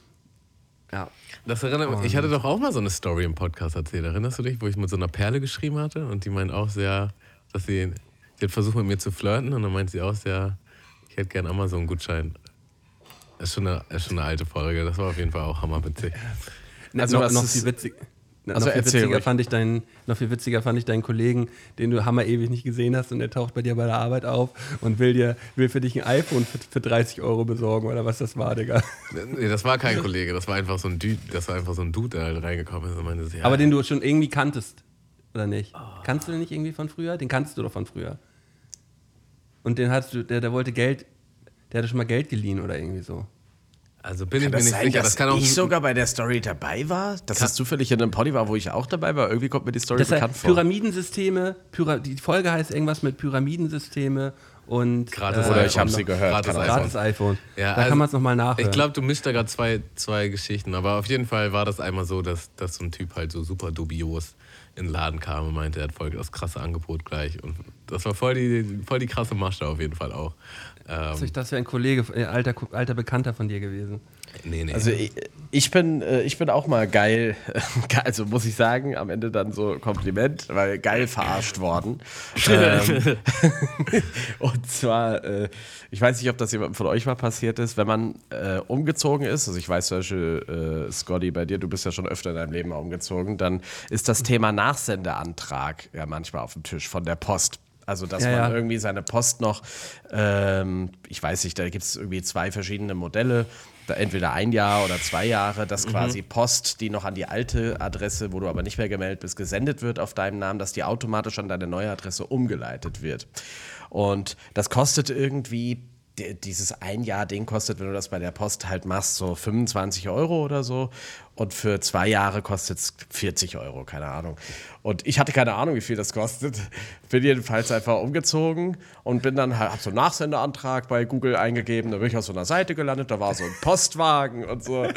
Ja. Das erinnert mich, ich hatte doch auch mal so eine Story im Podcast erzählt. Erinnerst du dich, wo ich mit so einer Perle geschrieben hatte und die meint auch sehr, dass sie hat versucht mit mir zu flirten und dann meint sie auch sehr, ich hätte gern Amazon-Gutschein. Ist schon eine alte Folge, das war auf jeden Fall auch hammerwitzig. Also noch viel witziger fand ich deinen Kollegen, den du hammer ewig nicht gesehen hast und der taucht bei dir bei der Arbeit auf und will für dich ein iPhone für 30 € besorgen oder was das war, Digga. Nee, das war kein Kollege, das war einfach so ein Dude, der halt reingekommen ist und meinte, ja. Aber den du schon irgendwie kanntest, oder nicht? Kannst du den nicht irgendwie von früher? Den kanntest du doch von früher. Und den der wollte Geld, der hatte schon mal Geld geliehen oder irgendwie so. Also bin ich mir nicht sicher. Das kann auch ich sogar bei der Story dabei war, dass es zufällig in einem Poddy war, wo ich auch dabei war. Irgendwie kommt mir die Story bekannt vor. Pyramidensysteme, die Folge heißt irgendwas mit Pyramidensysteme und oder ich habe sie gehört. Gratis iPhone. Ja, da kann man es nochmal nachhören. Ich glaube, du mischst da gerade zwei Geschichten, aber auf jeden Fall war das einmal so, dass so ein Typ halt so super dubios in den Laden kam und meinte, er hat voll das krasse Angebot gleich. Und das war voll die krasse Masche auf jeden Fall auch. Das wäre ein Kollege, alter Bekannter von dir gewesen. Nee. Also ich bin auch mal geil, also muss ich sagen, am Ende dann so Kompliment, weil geil verarscht worden. Und zwar, ich weiß nicht, ob das jemandem von euch mal passiert ist, wenn man umgezogen ist, also ich weiß zum Beispiel, Scotty, bei dir, du bist ja schon öfter in deinem Leben umgezogen, dann ist das Thema Nachsendeantrag ja manchmal auf dem Tisch von der Post. Also, dass man irgendwie seine Post noch, ich weiß nicht, da gibt es irgendwie 2 verschiedene Modelle, entweder 1 Jahr oder 2 Jahre, dass quasi Post, die noch an die alte Adresse, wo du aber nicht mehr gemeldet bist, gesendet wird auf deinem Namen, dass die automatisch an deine neue Adresse umgeleitet wird. Und das kostet irgendwie, dieses 1-Jahr-Ding kostet, wenn du das bei der Post halt machst, so 25 € oder so. Und für 2 Jahre kostet es 40 €, keine Ahnung. Und ich hatte keine Ahnung, wie viel das kostet. Bin jedenfalls einfach umgezogen und bin dann halt, hab so einen Nachsendeantrag bei Google eingegeben. Da bin ich auf so einer Seite gelandet, da war so ein Postwagen und so.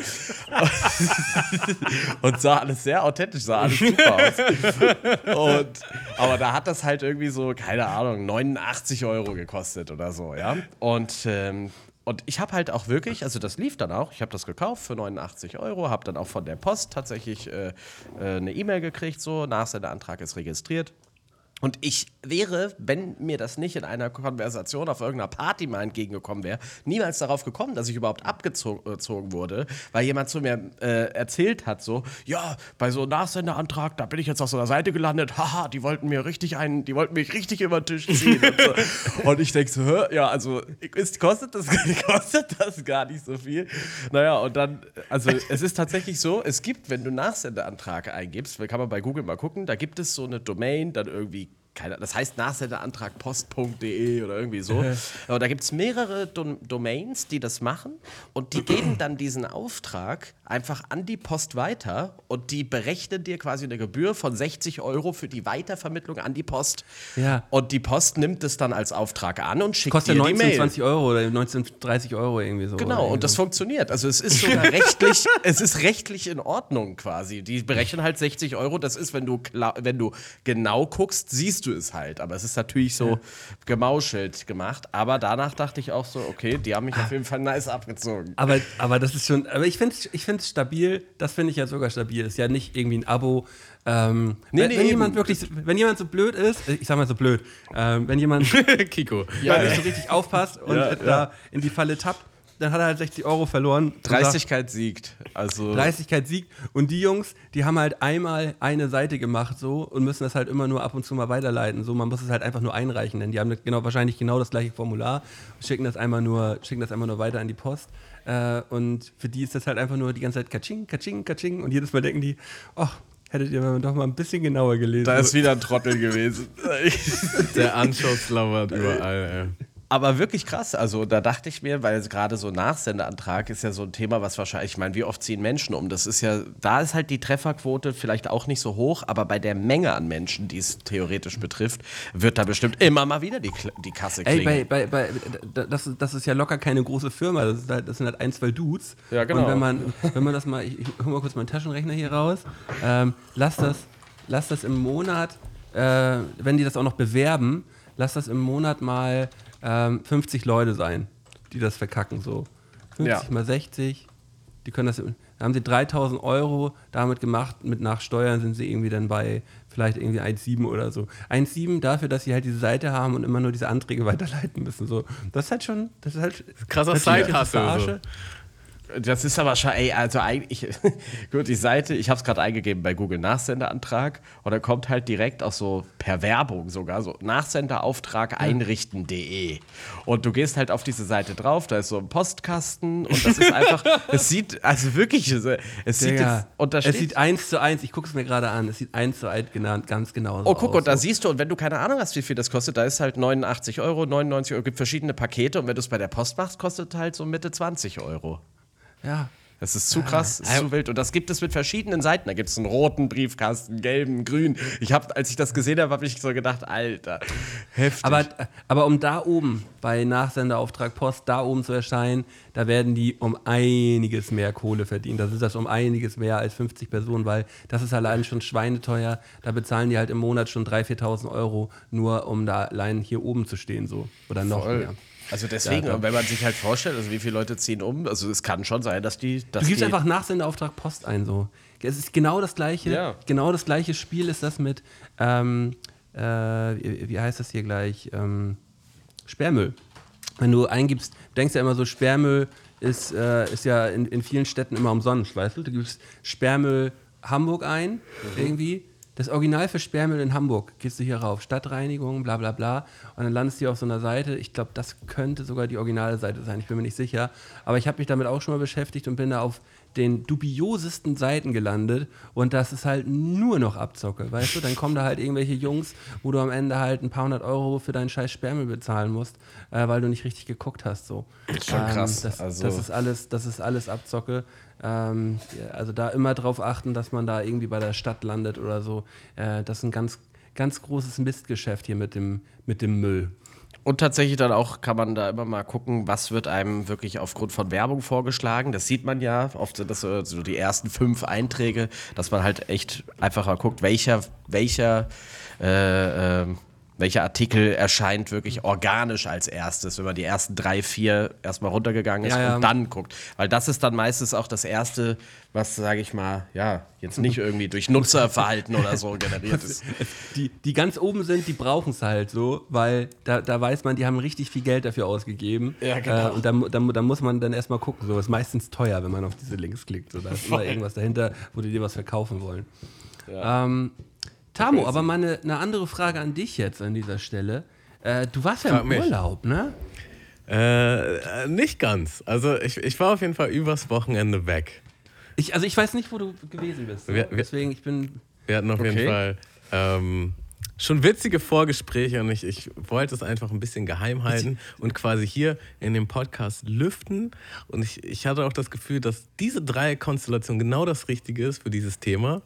Und sah alles sehr authentisch, sah alles super aus. Aber da hat das halt irgendwie so, keine Ahnung, 89 € gekostet oder so, ja. Und ich habe halt auch wirklich, also das lief dann auch, ich habe das gekauft für 89 €, habe dann auch von der Post tatsächlich eine E-Mail gekriegt, so, Nachsendeantrag ist registriert. Und ich wäre, wenn mir das nicht in einer Konversation auf irgendeiner Party mal entgegengekommen wäre, niemals darauf gekommen, dass ich überhaupt abgezogen wurde, weil jemand zu mir erzählt hat, so, ja, bei so einem Nachsendeantrag, da bin ich jetzt auf so einer Seite gelandet, haha, die wollten mich richtig über den Tisch ziehen. Und ich denke so, ja, also kostet das gar nicht so viel. Naja, und dann, also es ist tatsächlich so, es gibt, wenn du Nachsendeantrag eingibst, kann man bei Google mal gucken, da gibt es so eine Domain, dann irgendwie, das heißt Nachsendeantrag post.de oder irgendwie so. Aber da gibt es mehrere Domains, die das machen und die geben dann diesen Auftrag einfach an die Post weiter und die berechnen dir quasi eine Gebühr von 60 € für die Weitervermittlung an die Post. Ja. Und die Post nimmt es dann als Auftrag an und schickt dir die Mail. Kostet 20 € oder 30 € irgendwie so. Genau, und das funktioniert. Also es ist sogar rechtlich in Ordnung quasi. Die berechnen halt 60 €. Das ist, wenn du genau guckst, siehst du es halt. Aber es ist natürlich so gemauschelt gemacht. Aber danach dachte ich auch so, okay, die haben mich auf jeden Fall nice abgezogen. Aber das ist schon, aber ich finde es stabil, das finde ich ja sogar stabil. Ist ja nicht irgendwie ein Abo. Wenn jemand so blöd ist, ich sag mal so blöd, wenn jemand Kiko. nicht so richtig aufpasst und da in die Falle tappt, dann hat er halt 60 Euro verloren. Dreistigkeit siegt. Also Dreistigkeit siegt. Und die Jungs, die haben halt einmal eine Seite gemacht so und müssen das halt immer nur ab und zu mal weiterleiten. So, man muss es halt einfach nur einreichen, denn die haben wahrscheinlich genau das gleiche Formular, schicken das einmal nur weiter an die Post. Und für die ist das halt einfach nur die ganze Zeit Katsching, Katsching, Katsching. Und jedes Mal denken die, ach, hättet ihr doch mal ein bisschen genauer gelesen. Da ist wieder ein Trottel gewesen. Der Anschuss lauert überall, ey. Aber wirklich krass, also da dachte ich mir, weil gerade so Nachsendeantrag ist ja so ein Thema, was wahrscheinlich, ich meine, wie oft ziehen Menschen um? Das ist ja, da ist halt die Trefferquote vielleicht auch nicht so hoch, aber bei der Menge an Menschen, die es theoretisch betrifft, wird da bestimend immer mal wieder die Kasse klingen. Das ist ja locker keine große Firma, das sind halt 1, 2 Dudes. Ja, genau. Und wenn man das mal, ich hol mal kurz meinen Taschenrechner hier raus, lass das im Monat, wenn die das auch noch bewerben, lass das im Monat mal 50 Leute sein, die das verkacken so. 50 mal 60, die können das, da haben sie 3.000 Euro damit gemacht, mit nach Steuern sind sie irgendwie dann bei vielleicht irgendwie 1,7 oder so. 1,7 dafür, dass sie halt diese Seite haben und immer nur diese Anträge weiterleiten müssen. So. Das ist halt krasser Side-Hustle. Das ist aber schon, also eigentlich, gut, die Seite, ich habe es gerade eingegeben bei Google, Nachsenderantrag, und da kommt halt direkt auch so per Werbung sogar so Nachsenderauftrag einrichten.de. Und du gehst halt auf diese Seite drauf, da ist so ein Postkasten und das ist einfach, es sieht, also wirklich, es sieht jetzt, und da steht, es sieht 1:1, ich gucke es mir gerade an, es sieht 1:1 ganz genau so oh, guck, aus. und da siehst du, und wenn du keine Ahnung hast, wie viel das kostet, da ist halt 89 Euro, 99 Euro, gibt verschiedene Pakete, und wenn du es bei der Post machst, kostet halt so Mitte 20 Euro. Ja. Das ist zu krass, ist zu wild. Und das gibt es mit verschiedenen Seiten. Da gibt es einen roten Briefkasten, gelben, grün. Als ich das gesehen habe, habe ich so gedacht, Alter, heftig. Aber um da oben bei Nachsenderauftrag Post da oben zu erscheinen, da werden die um einiges mehr Kohle verdienen. Das ist um einiges mehr als 50 Personen, weil das ist allein schon schweineteuer. Da bezahlen die halt im Monat schon 3.000, 4.000 Euro, nur um da allein hier oben zu stehen. So. Oder noch mehr. Also deswegen, wenn man sich halt vorstellt, also wie viele Leute ziehen um, also es kann schon sein, dass die... Du gibst einfach Nachsenderauftrag Post ein, so. Es ist genau das gleiche, genau das gleiche Spiel ist das mit, wie heißt das hier gleich, Sperrmüll. Wenn du eingibst, du denkst ja immer so, Sperrmüll ist ja in vielen Städten immer umsonst, weißt du? Du gibst Sperrmüll Hamburg ein, irgendwie. Das Original für Sperrmüll in Hamburg, gehst du hier rauf, Stadtreinigung, bla bla bla, und dann landest du auf so einer Seite, ich glaube, das könnte sogar die originale Seite sein, ich bin mir nicht sicher, aber ich habe mich damit auch schon mal beschäftigt und bin da auf den dubiosesten Seiten gelandet und das ist halt nur noch Abzocke, weißt du, dann kommen da halt irgendwelche Jungs, wo du am Ende halt ein paar 100 Euro für deinen scheiß Sperrmüll bezahlen musst, weil du nicht richtig geguckt hast, so. Schon krass. Das ist alles Abzocke. Also da immer drauf achten, dass man da irgendwie bei der Stadt landet oder so. Das ist ein ganz, ganz großes Mistgeschäft hier mit dem Müll. Und tatsächlich dann auch kann man da immer mal gucken, was wird einem wirklich aufgrund von Werbung vorgeschlagen. Das sieht man ja, oft sind das so die ersten 5 Einträge, dass man halt echt einfach mal guckt, welcher Artikel erscheint wirklich organisch als erstes, wenn man die ersten 3, 4 erstmal runtergegangen ist und dann guckt. Weil das ist dann meistens auch das Erste, was, sage ich mal, jetzt nicht irgendwie durch Nutzerverhalten oder so generiert ist. Die ganz oben sind, die brauchen es halt so, weil da weiß man, die haben richtig viel Geld dafür ausgegeben. Ja, genau. Und da muss man dann erstmal gucken. So ist meistens teuer, wenn man auf diese Links klickt. So, da ist immer irgendwas dahinter, wo die dir was verkaufen wollen. Ja. Tamo, aber mal eine andere Frage an dich jetzt an dieser Stelle. Du warst ja im Urlaub, ne? Nicht ganz. Also ich war auf jeden Fall übers Wochenende weg. Ich weiß nicht, wo du gewesen bist. So. Deswegen, wir hatten auf jeden Fall schon witzige Vorgespräche und ich wollte es einfach ein bisschen geheim halten und quasi hier in dem Podcast lüften. Und ich hatte auch das Gefühl, dass diese Dreierkonstellation genau das Richtige ist für dieses Thema.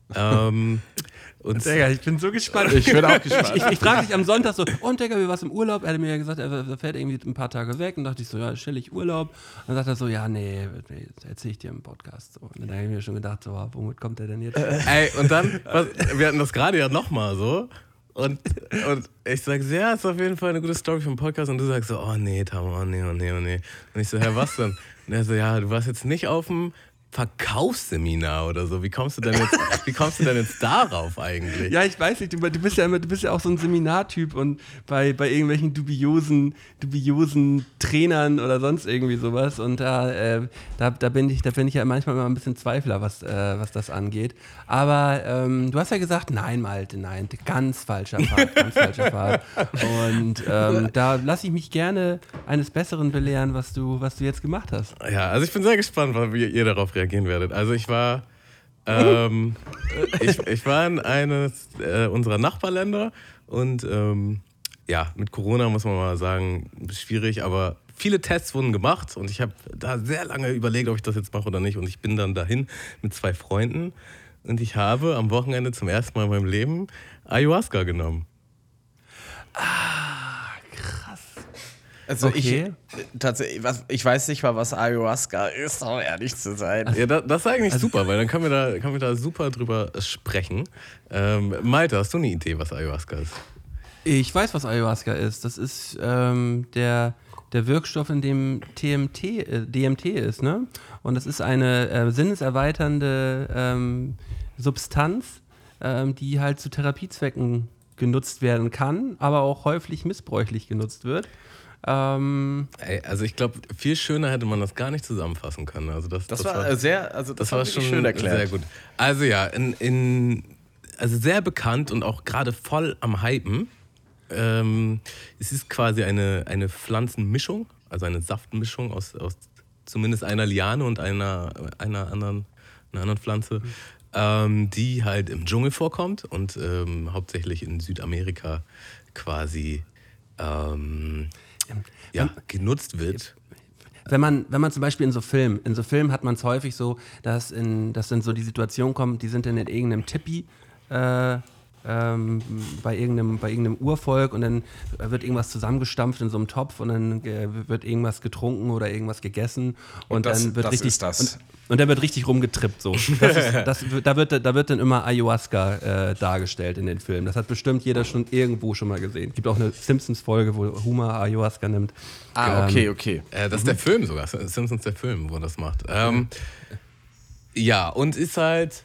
Und Digga, ich bin so gespannt. Ich bin auch gespannt. Ich frage dich am Sonntag so, und Digga, wie war's im Urlaub? Er hatte mir ja gesagt, er fährt irgendwie ein paar Tage weg. Und dachte ich so, ja, chillig Urlaub. Und dann sagt er so, ja, nee, das erzähl ich dir im Podcast. So. Und dann habe ich mir schon gedacht, so, womit kommt er denn jetzt? Und dann, wir hatten das gerade ja nochmal so. Und ich sag so, ja, ist auf jeden Fall eine gute Story für den Podcast. Und du sagst so, oh nee, Tamo, oh nee. Und ich so, was denn? Und er so, ja, du warst jetzt nicht auf dem Verkaufsseminar oder so. Wie kommst du denn jetzt darauf eigentlich? Ja, ich weiß nicht, du bist ja auch so ein Seminartyp und bei irgendwelchen dubiosen Trainern oder sonst irgendwie sowas und da bin ich ja manchmal immer ein bisschen Zweifler, was das angeht. Aber du hast ja gesagt, nein, Malte, nein, ganz falscher Pfad. Und da lasse ich mich gerne eines Besseren belehren, was du jetzt gemacht hast. Ja, also ich bin sehr gespannt, wie ihr darauf reagieren werdet. Also ich war ich war in eines unserer Nachbarländer und mit Corona muss man mal sagen, schwierig, aber viele Tests wurden gemacht und ich habe da sehr lange überlegt, ob ich das jetzt mache oder nicht und ich bin dann dahin mit 2 Freunden und ich habe am Wochenende zum ersten Mal in meinem Leben Ayahuasca genommen. Krass. Also okay. ich weiß nicht mal, was Ayahuasca ist, um ehrlich zu sein. Ja, das ist eigentlich super, weil dann können wir da super drüber sprechen. Malte, hast du eine Idee, was Ayahuasca ist? Ich weiß, was Ayahuasca ist. Das ist der Wirkstoff, in dem DMT ist, ne? Und das ist eine sinneserweiternde Substanz, die halt zu Therapiezwecken genutzt werden kann, aber auch häufig missbräuchlich genutzt wird. Also ich glaube, viel schöner hätte man das gar nicht zusammenfassen können. Also das war schon schön erklärt. Sehr gut. Also ja, also sehr bekannt und auch gerade voll am Hypen. Es ist quasi eine Pflanzenmischung, also eine Saftmischung aus zumindest einer Liane und einer anderen Pflanze, die halt im Dschungel vorkommt und hauptsächlich in Südamerika quasi genutzt wird. Wenn man zum Beispiel in so Filmen hat man es häufig so, dass dann so die Situation kommt, die sind in irgendeinem Tipi bei irgendeinem Urvolk und dann wird irgendwas zusammengestampft in so einem Topf und dann wird irgendwas getrunken oder irgendwas gegessen und dann wird richtig und der wird richtig rumgetrippt so. Da wird dann immer Ayahuasca dargestellt in den Filmen. Das hat bestimmt jeder schon irgendwo schon mal gesehen. Gibt auch eine Simpsons-Folge, wo Homer Ayahuasca nimmt. Okay. Das ist der Film sogar, Simpsons der Film, wo das macht. Und ist halt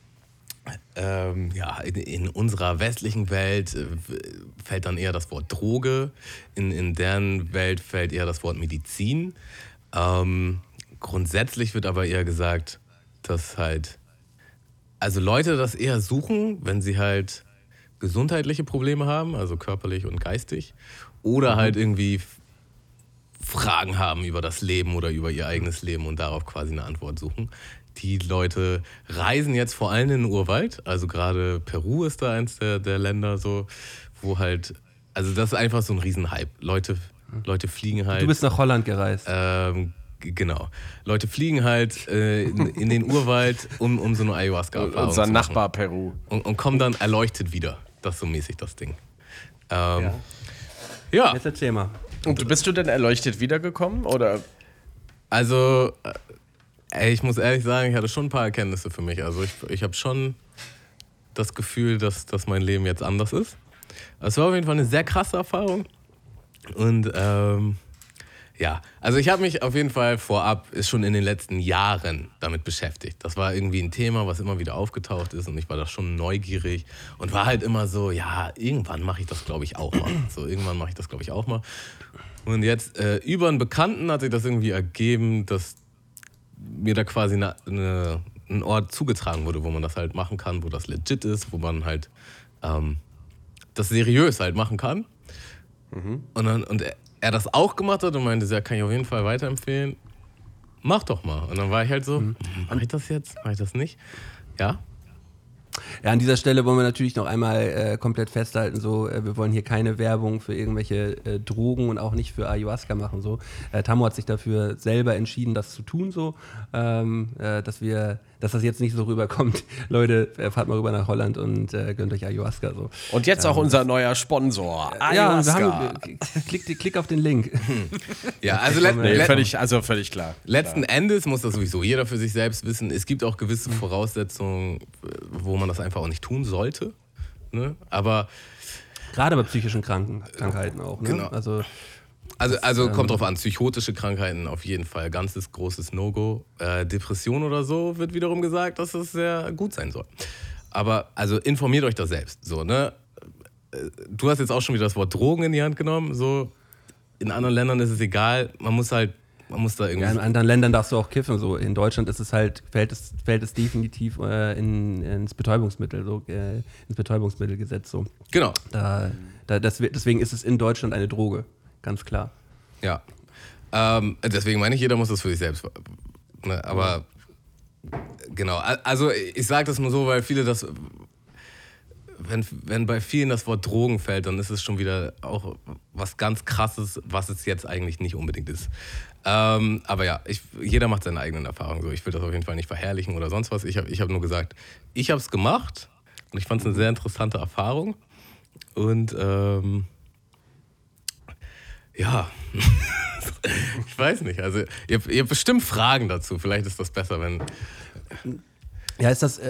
in unserer westlichen Welt fällt dann eher das Wort Droge, in deren Welt fällt eher das Wort Medizin. Grundsätzlich wird aber eher gesagt, dass halt Leute das eher suchen, wenn sie halt gesundheitliche Probleme haben, also körperlich und geistig, oder halt irgendwie Fragen haben über das Leben oder über ihr eigenes Leben und darauf quasi eine Antwort suchen. Die Leute reisen jetzt vor allem in den Urwald, also gerade Peru ist da eins der Länder so, wo halt, also das ist einfach so ein Riesenhype. Leute fliegen halt. Du bist nach Holland gereist. Genau. Leute fliegen halt in den Urwald, um so eine Ayahuasca-Erfahrung zu machen. Unser Nachbar Peru. Und kommen dann erleuchtet wieder. Das ist so mäßig das Ding. Ja. Jetzt erzähl mal. Und bist du denn erleuchtet wiedergekommen, oder? Also, ich muss ehrlich sagen, ich hatte schon ein paar Erkenntnisse für mich. Also ich habe schon das Gefühl, dass mein Leben jetzt anders ist. Es war auf jeden Fall eine sehr krasse Erfahrung. Und also ich habe mich auf jeden Fall vorab schon in den letzten Jahren damit beschäftigt. Das war irgendwie ein Thema, was immer wieder aufgetaucht ist und ich war da schon neugierig und war halt immer so, ja, irgendwann mache ich das, glaube ich, auch mal. Und jetzt über einen Bekannten hat sich das irgendwie ergeben, dass mir da quasi ein Ort zugetragen wurde, wo man das halt machen kann, wo das legit ist, wo man halt das seriös halt machen kann. Mhm. Und er das auch gemacht hat und meinte, ja, kann ich auf jeden Fall weiterempfehlen. Mach doch mal. Und dann war ich halt so, mach ich das jetzt? Mach ich das nicht? Ja. Ja, an dieser Stelle wollen wir natürlich noch einmal komplett festhalten, so, wir wollen hier keine Werbung für irgendwelche Drogen und auch nicht für Ayahuasca machen. So. Tammo hat sich dafür selber entschieden, das zu tun, so, dass das jetzt nicht so rüberkommt. Leute, fahrt mal rüber nach Holland und gönnt euch Ayahuasca. So. Und jetzt auch unser neuer Sponsor, Ayahuasca. Ja, klick auf den Link. Ja, also völlig klar. Letzten Endes muss das sowieso jeder für sich selbst wissen. Es gibt auch gewisse Voraussetzungen, wo man das einfach auch nicht tun sollte. Ne? Aber gerade bei psychischen Krankheiten auch. Ne? Genau. Also Also kommt drauf an, psychotische Krankheiten auf jeden Fall, ganzes großes No-Go. Depression oder so wird wiederum gesagt, dass es sehr gut sein soll. Aber also informiert euch da selbst. So, ne? Du hast jetzt auch schon wieder das Wort Drogen in die Hand genommen. So, in anderen Ländern ist es egal, man muss da irgendwie... Ja, in anderen Ländern darfst du auch kiffen. So. In Deutschland ist es halt, fällt es definitiv ins Betäubungsmittel, ins Betäubungsmittelgesetz. So. Genau. Deswegen ist es in Deutschland eine Droge, ganz klar. Ja. Deswegen meine ich, jeder muss das für sich selbst. Ne, aber genau, also ich sage das nur so, weil viele das... Wenn bei vielen das Wort Drogen fällt, dann ist es schon wieder auch was ganz Krasses, was es jetzt eigentlich nicht unbedingt ist. Aber ja, jeder macht seine eigenen Erfahrungen. So. Ich will das auf jeden Fall nicht verherrlichen oder sonst was. Ich hab nur gesagt, ich habe es gemacht und ich fand es eine sehr interessante Erfahrung. Und ja, ich weiß nicht. Also ihr habt bestimmt Fragen dazu. Vielleicht ist das besser, wenn... Ja, ist das...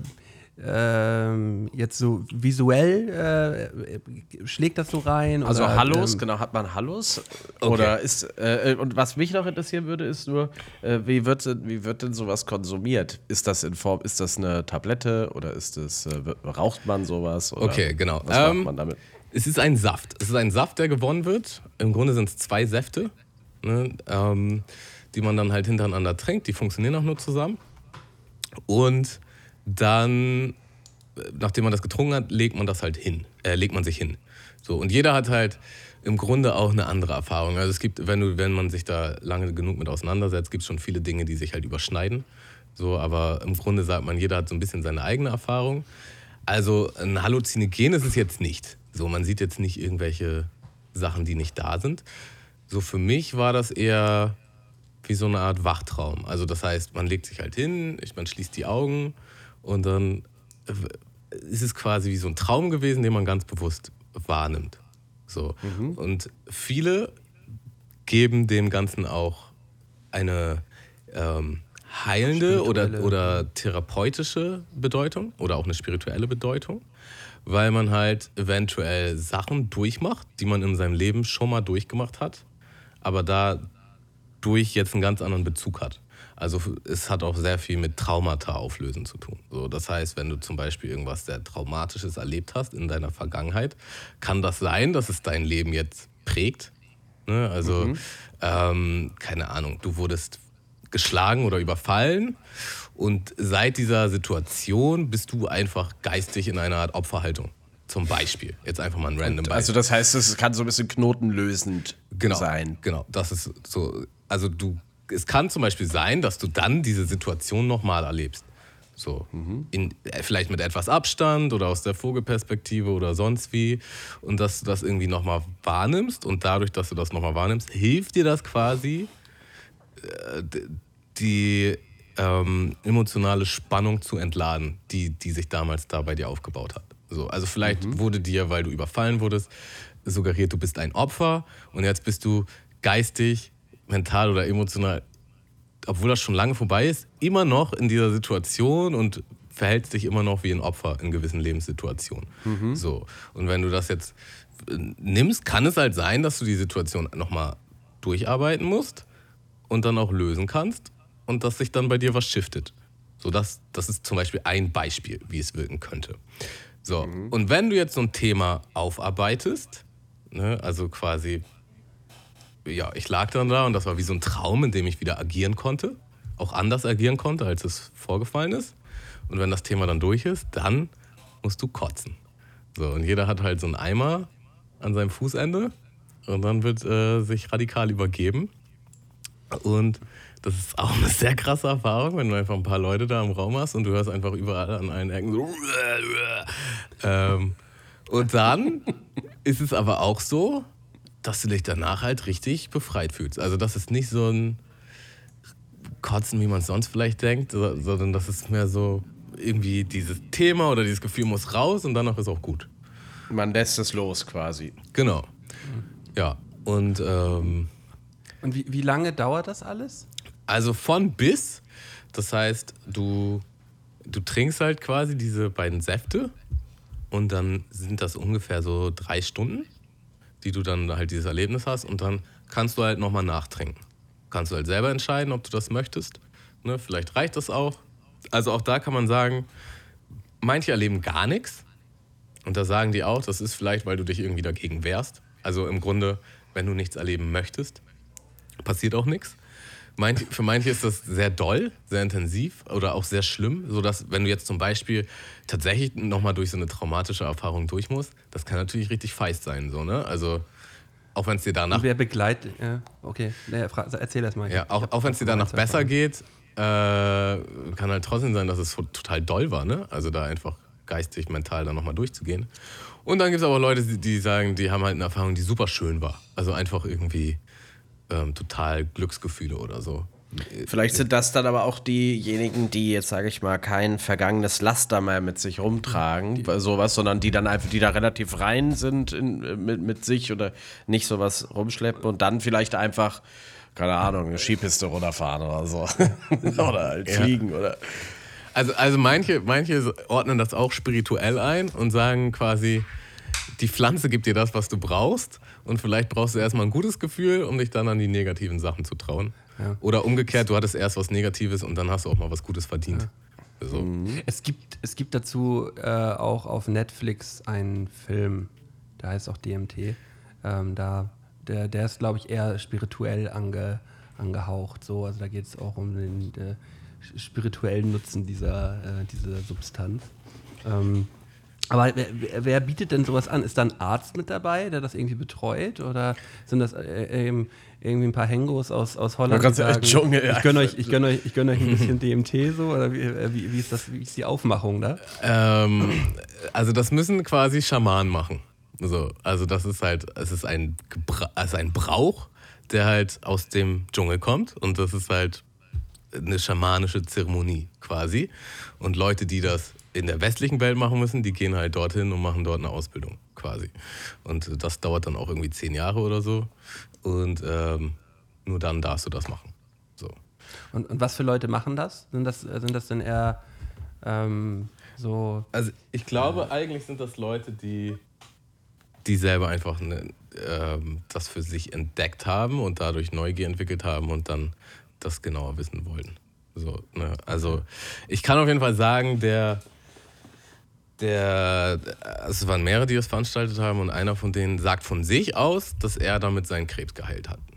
jetzt so visuell schlägt das so rein? Also oder, Hallos, genau, hat man Hallos? Okay. Oder ist, und was mich noch interessieren würde, ist nur, wie wird denn sowas konsumiert? Ist das eine Tablette oder raucht man sowas? Oder Okay, genau. Was macht man damit? Es ist ein Saft. Es ist ein Saft, der gewonnen wird. Im Grunde sind es 2 Säfte, ne, die man dann halt hintereinander trinkt. Die funktionieren auch nur zusammen. Und dann, nachdem man das getrunken hat, legt man sich hin. So, und jeder hat halt im Grunde auch eine andere Erfahrung. Also es gibt, wenn man sich da lange genug mit auseinandersetzt, gibt es schon viele Dinge, die sich halt überschneiden. So, aber im Grunde sagt man, jeder hat so ein bisschen seine eigene Erfahrung. Also ein Halluzinogen ist es jetzt nicht. So, man sieht jetzt nicht irgendwelche Sachen, die nicht da sind. So, für mich war das eher wie so eine Art Wachtraum. Also das heißt, man legt sich halt hin, man schließt die Augen und dann ist es quasi wie so ein Traum gewesen, den man ganz bewusst wahrnimmt. So. Und viele geben dem Ganzen auch eine heilende oder therapeutische Bedeutung oder auch eine spirituelle Bedeutung, weil man halt eventuell Sachen durchmacht, die man in seinem Leben schon mal durchgemacht hat, aber dadurch jetzt einen ganz anderen Bezug hat. Also es hat auch sehr viel mit Traumata auflösen zu tun. So, das heißt, wenn du zum Beispiel irgendwas sehr Traumatisches erlebt hast in deiner Vergangenheit, kann das sein, dass es dein Leben jetzt prägt. Ne? Also, keine Ahnung, du wurdest geschlagen oder überfallen und seit dieser Situation bist du einfach geistig in einer Art Opferhaltung. Zum Beispiel. Jetzt einfach mal ein random Beispiel. Also das heißt, es kann so ein bisschen knotenlösend sein. Genau, das ist so. Also es kann zum Beispiel sein, dass du dann diese Situation nochmal erlebst. So, vielleicht mit etwas Abstand oder aus der Vogelperspektive oder sonst wie. Und dass du das irgendwie nochmal wahrnimmst. Und dadurch, dass du das nochmal wahrnimmst, hilft dir das quasi, die emotionale Spannung zu entladen, die sich damals da bei dir aufgebaut hat. So, also vielleicht wurde dir, weil du überfallen wurdest, suggeriert, du bist ein Opfer und jetzt bist du geistig, mental oder emotional, obwohl das schon lange vorbei ist, immer noch in dieser Situation und verhältst dich immer noch wie ein Opfer in gewissen Lebenssituationen. So. Und wenn du das jetzt nimmst, kann es halt sein, dass du die Situation nochmal durcharbeiten musst und dann auch lösen kannst und dass sich dann bei dir was shiftet. So, das ist zum Beispiel ein Beispiel, wie es wirken könnte. So, und wenn du jetzt so ein Thema aufarbeitest, ne, also quasi, ja, ich lag dann da und das war wie so ein Traum, in dem ich wieder agieren konnte, auch anders agieren konnte, als es vorgefallen ist. Und wenn das Thema dann durch ist, dann musst du kotzen. So, und jeder hat halt so einen Eimer an seinem Fußende und dann wird sich radikal übergeben. Und das ist auch eine sehr krasse Erfahrung, wenn du einfach ein paar Leute da im Raum hast und du hörst einfach überall an allen Ecken so. Und dann ist es aber auch so, dass du dich danach halt richtig befreit fühlst. Also das ist nicht so ein Kotzen, wie man es sonst vielleicht denkt, sondern das ist mehr so irgendwie dieses Thema oder dieses Gefühl muss raus und danach ist auch gut. Man lässt es los quasi. Genau. Ja, und wie lange dauert das alles? also von bis, das heißt, du trinkst halt quasi diese beiden Säfte und dann sind das ungefähr so 3 Stunden. die du dann halt dieses Erlebnis hast und dann kannst du halt nochmal nachtrinken. Kannst du halt selber entscheiden, ob du das möchtest. Ne? Vielleicht reicht das auch. Also auch da kann man sagen, manche erleben gar nichts. Und da sagen die auch, das ist vielleicht, weil du dich irgendwie dagegen wehrst. Also im Grunde, wenn du nichts erleben möchtest, passiert auch nichts. Für manche ist das sehr doll, sehr intensiv oder auch sehr schlimm, sodass, wenn du jetzt zum Beispiel tatsächlich nochmal durch so eine traumatische Erfahrung durch musst, das kann natürlich richtig feist sein. So, ne? Also auch wenn es dir danach... Und wer begleitet... Ja, okay, erzähl erst mal. Ja, auch wenn es dir danach besser geht, kann halt trotzdem sein, dass es total doll war. Ne? Also da einfach geistig, mental da nochmal durchzugehen. Und dann gibt es aber Leute, die sagen, die haben halt eine Erfahrung, die super schön war. Also einfach irgendwie... total Glücksgefühle oder so. Vielleicht sind das dann aber auch diejenigen, die jetzt, sage ich mal, kein vergangenes Laster mehr mit sich rumtragen, sowas, sondern die dann einfach, die da relativ rein sind mit sich oder nicht sowas rumschleppen und dann vielleicht einfach, keine Ahnung, eine Skipiste runterfahren oder so. Oder halt fliegen oder... Also manche ordnen das auch spirituell ein und sagen quasi, die Pflanze gibt dir das, was du brauchst. Und vielleicht brauchst du erstmal ein gutes Gefühl, um dich dann an die negativen Sachen zu trauen. Ja. Oder umgekehrt, du hattest erst was Negatives und dann hast du auch mal was Gutes verdient. Ja. So. Es gibt dazu auch auf Netflix einen Film, der heißt auch DMT. Der ist, glaube ich, eher spirituell angehaucht. So. Also da geht es auch um den spirituellen Nutzen dieser Substanz. Aber wer bietet denn sowas an? Ist da ein Arzt mit dabei, der das irgendwie betreut? Oder sind das irgendwie ein paar Hengos aus Holland, die sagen, Dschungel, ich gönne euch ein bisschen DMT so? Oder wie ist die Aufmachung da? Also das müssen quasi Schamanen machen. So, also das ist halt, es ist ein Brauch, der halt aus dem Dschungel kommt. Und das ist halt eine schamanische Zeremonie quasi. Und Leute, die das in der westlichen Welt machen müssen, die gehen halt dorthin und machen dort eine Ausbildung quasi. Und das dauert dann auch irgendwie 10 Jahre oder so. Und nur dann darfst du das machen. So. Und was für Leute machen das? Sind das denn eher so... Also ich glaube, eigentlich sind das Leute, die selber einfach das für sich entdeckt haben und dadurch Neugier entwickelt haben und dann das genauer wissen wollten. So, ne? Also ich kann auf jeden Fall sagen, es waren mehrere, die das veranstaltet haben und einer von denen sagt von sich aus, dass er damit seinen Krebs geheilt hat.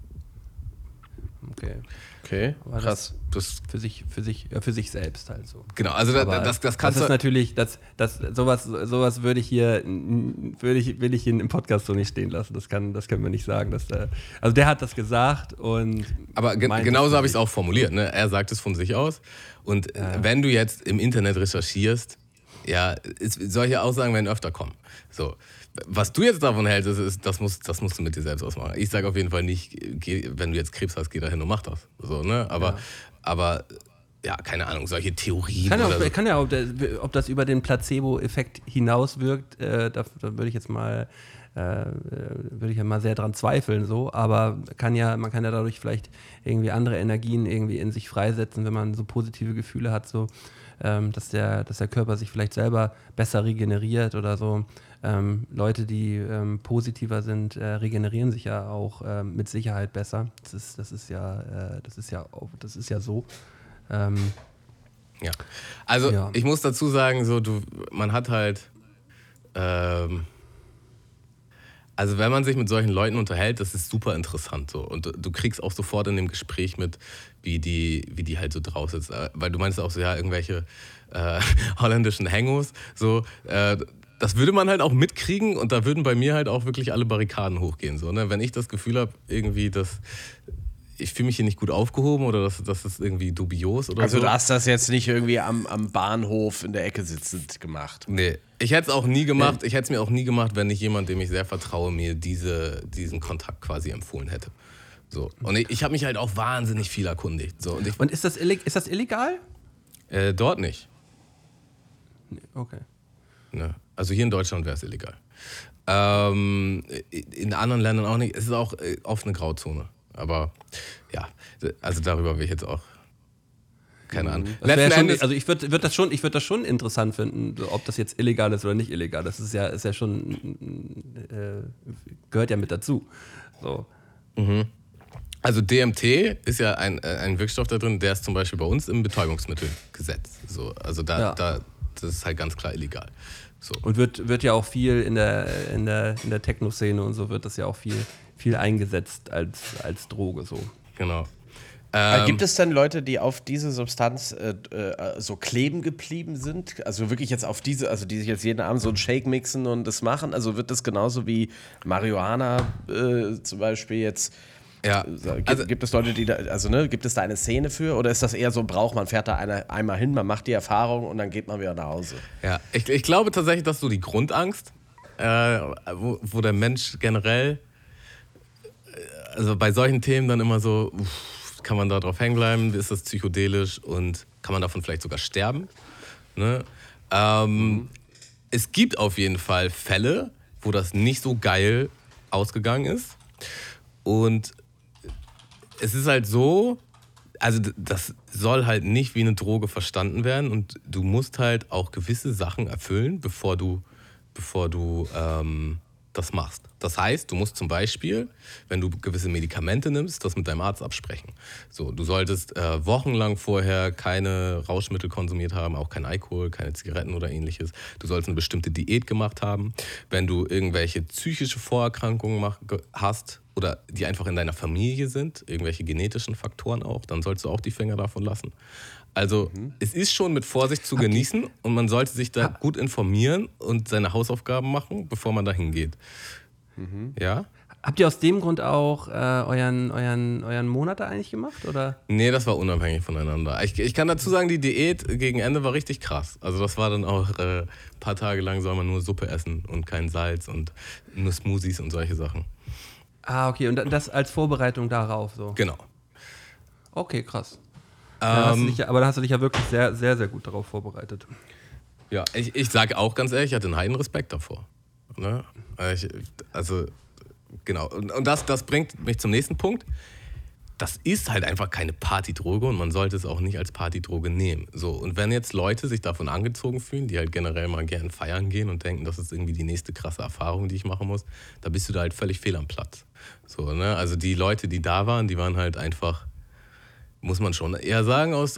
Okay, aber krass. Das für sich selbst halt so. Genau, also das kannst das ist natürlich, sowas will ich hier im Podcast so nicht stehen lassen. Das können wir nicht sagen, also der hat das gesagt und... Aber genauso habe ich es auch formuliert, ne? Er sagt es von sich aus und wenn du jetzt im Internet recherchierst, ja, solche Aussagen werden öfter kommen. So. Was du jetzt davon hältst, ist, das musst du mit dir selbst ausmachen. Ich sage auf jeden Fall nicht, wenn du jetzt Krebs hast, geh dahin und mach das. So, ne? Aber ja, keine Ahnung, solche Theorien. Kann ja, ob das über den Placebo-Effekt hinaus wirkt, da würde ich jetzt mal sehr dran zweifeln, so, aber man kann ja dadurch vielleicht irgendwie andere Energien irgendwie in sich freisetzen, wenn man so positive Gefühle hat, so, dass der Körper sich vielleicht selber besser regeneriert oder so. Leute, die positiver sind, regenerieren sich ja auch mit Sicherheit besser. Das ist ja so. Ja, also ja. Ich muss dazu sagen, so man hat halt, also wenn man sich mit solchen Leuten unterhält, das ist super interessant so und du kriegst auch sofort in dem Gespräch mit, wie die halt so drauf sitzt, weil du meinst auch so, ja, irgendwelche holländischen Hengos, so, das würde man halt auch mitkriegen und da würden bei mir halt auch wirklich alle Barrikaden hochgehen, so, ne? Wenn ich das Gefühl habe, irgendwie, dass ich fühle mich hier nicht gut aufgehoben oder das ist irgendwie dubios oder also so. du hast das jetzt nicht irgendwie am Bahnhof in der Ecke sitzend gemacht? Nee, ich hätte es auch nie gemacht. Ich hätte es mir auch nie gemacht, wenn nicht jemand, dem ich sehr vertraue, mir diesen Kontakt quasi empfohlen hätte. So. Und ich habe mich halt auch wahnsinnig viel erkundigt. So. Und ist das illegal? Dort nicht. Okay. Ne. Also hier in Deutschland wäre es illegal. In anderen Ländern auch nicht. Es ist auch oft eine Grauzone. Aber ja, also darüber will ich jetzt auch keine Ahnung. Das wär schon, also ich würd das schon interessant finden, ob das jetzt illegal ist oder nicht illegal. Das ist ja schon, gehört ja mit dazu. So. Also DMT ist ja ein Wirkstoff da drin, der ist zum Beispiel bei uns im Betäubungsmittelgesetz. So, also das ist halt ganz klar illegal. So. Und wird ja auch viel in der Techno-Szene und so wird das ja auch viel eingesetzt als Droge. So. Genau. Gibt es denn Leute, die auf diese Substanz so kleben geblieben sind? Also wirklich jetzt auf diese, also die sich jetzt jeden Abend so einen Shake mixen und das machen? Also wird das genauso wie Marihuana zum Beispiel jetzt? Ja. Gibt es Leute, die da, gibt es da eine Szene für? Oder ist das eher so, man fährt da einmal hin, man macht die Erfahrung und dann geht man wieder nach Hause? Ja, ich glaube tatsächlich, dass so die Grundangst, wo der Mensch generell, also bei solchen Themen dann immer so, kann man da drauf hängen bleiben, ist das psychedelisch und kann man davon vielleicht sogar sterben? Ne? Es gibt auf jeden Fall Fälle, wo das nicht so geil ausgegangen ist. Und es ist halt so, also das soll halt nicht wie eine Droge verstanden werden und du musst halt auch gewisse Sachen erfüllen, bevor du das machst. Das heißt, du musst zum Beispiel, wenn du gewisse Medikamente nimmst, das mit deinem Arzt absprechen. So, du solltest wochenlang vorher keine Rauschmittel konsumiert haben, auch kein Alkohol, keine Zigaretten oder ähnliches. Du sollst eine bestimmte Diät gemacht haben. Wenn du irgendwelche psychische Vorerkrankungen hast oder die einfach in deiner Familie sind, irgendwelche genetischen Faktoren auch, dann sollst du auch die Finger davon lassen. Also es ist schon mit Vorsicht zu genießen und man sollte sich da gut informieren und seine Hausaufgaben machen, bevor man da hingeht. Ja? Habt ihr aus dem Grund auch euren Monat da eigentlich gemacht? Oder? Nee, das war unabhängig voneinander. Ich kann dazu sagen, die Diät gegen Ende war richtig krass. Also das war dann auch ein paar Tage lang soll man nur Suppe essen und kein Salz und nur Smoothies und solche Sachen. Ah, okay. Und das als Vorbereitung darauf so? Genau. Okay, krass. Aber da hast du dich ja wirklich sehr, sehr, sehr gut darauf vorbereitet. Ja, ich sage auch ganz ehrlich, ich hatte einen Heidenrespekt davor. Ne? Genau. Und das bringt mich zum nächsten Punkt. Das ist halt einfach keine Partydroge und man sollte es auch nicht als Partydroge nehmen. So, und wenn jetzt Leute sich davon angezogen fühlen, die halt generell mal gern feiern gehen und denken, das ist irgendwie die nächste krasse Erfahrung, die ich machen muss, da bist du da halt völlig fehl am Platz. So, ne? Also die Leute, die da waren, die waren halt einfach, muss man schon eher sagen, aus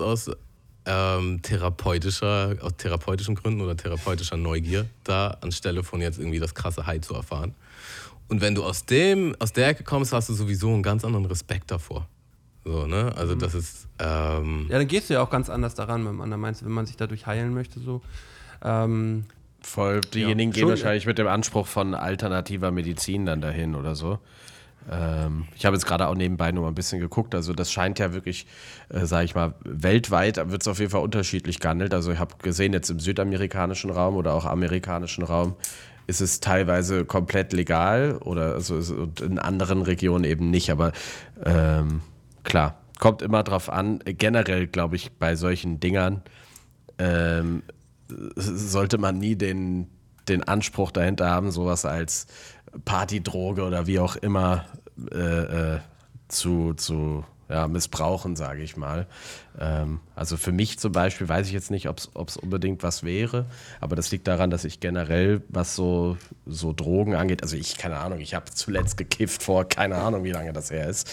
therapeutischen Gründen oder therapeutischer Neugier da, anstelle von jetzt irgendwie das krasse High zu erfahren. Und wenn du aus der Ecke kommst, hast du sowieso einen ganz anderen Respekt davor. So, ne? Also das ist... Ja, dann gehst du ja auch ganz anders daran, wenn man sich dadurch heilen möchte. So. Voll, diejenigen gehen wahrscheinlich mit dem Anspruch von alternativer Medizin dann dahin oder so. Ich habe jetzt gerade auch nebenbei nur mal ein bisschen geguckt, also das scheint ja wirklich, sage ich mal, weltweit wird es auf jeden Fall unterschiedlich gehandelt. Also ich habe gesehen, jetzt im südamerikanischen Raum oder auch amerikanischen Raum ist es teilweise komplett legal oder also in anderen Regionen eben nicht, aber klar, kommt immer drauf an. Generell, glaube ich, bei solchen Dingern sollte man nie den Anspruch dahinter haben, sowas als Partydroge oder wie auch immer zu missbrauchen, sage ich mal. Also für mich zum Beispiel weiß ich jetzt nicht, ob es unbedingt was wäre, aber das liegt daran, dass ich generell, was so Drogen angeht, also keine Ahnung, ich habe zuletzt gekifft vor, keine Ahnung, wie lange das her ist.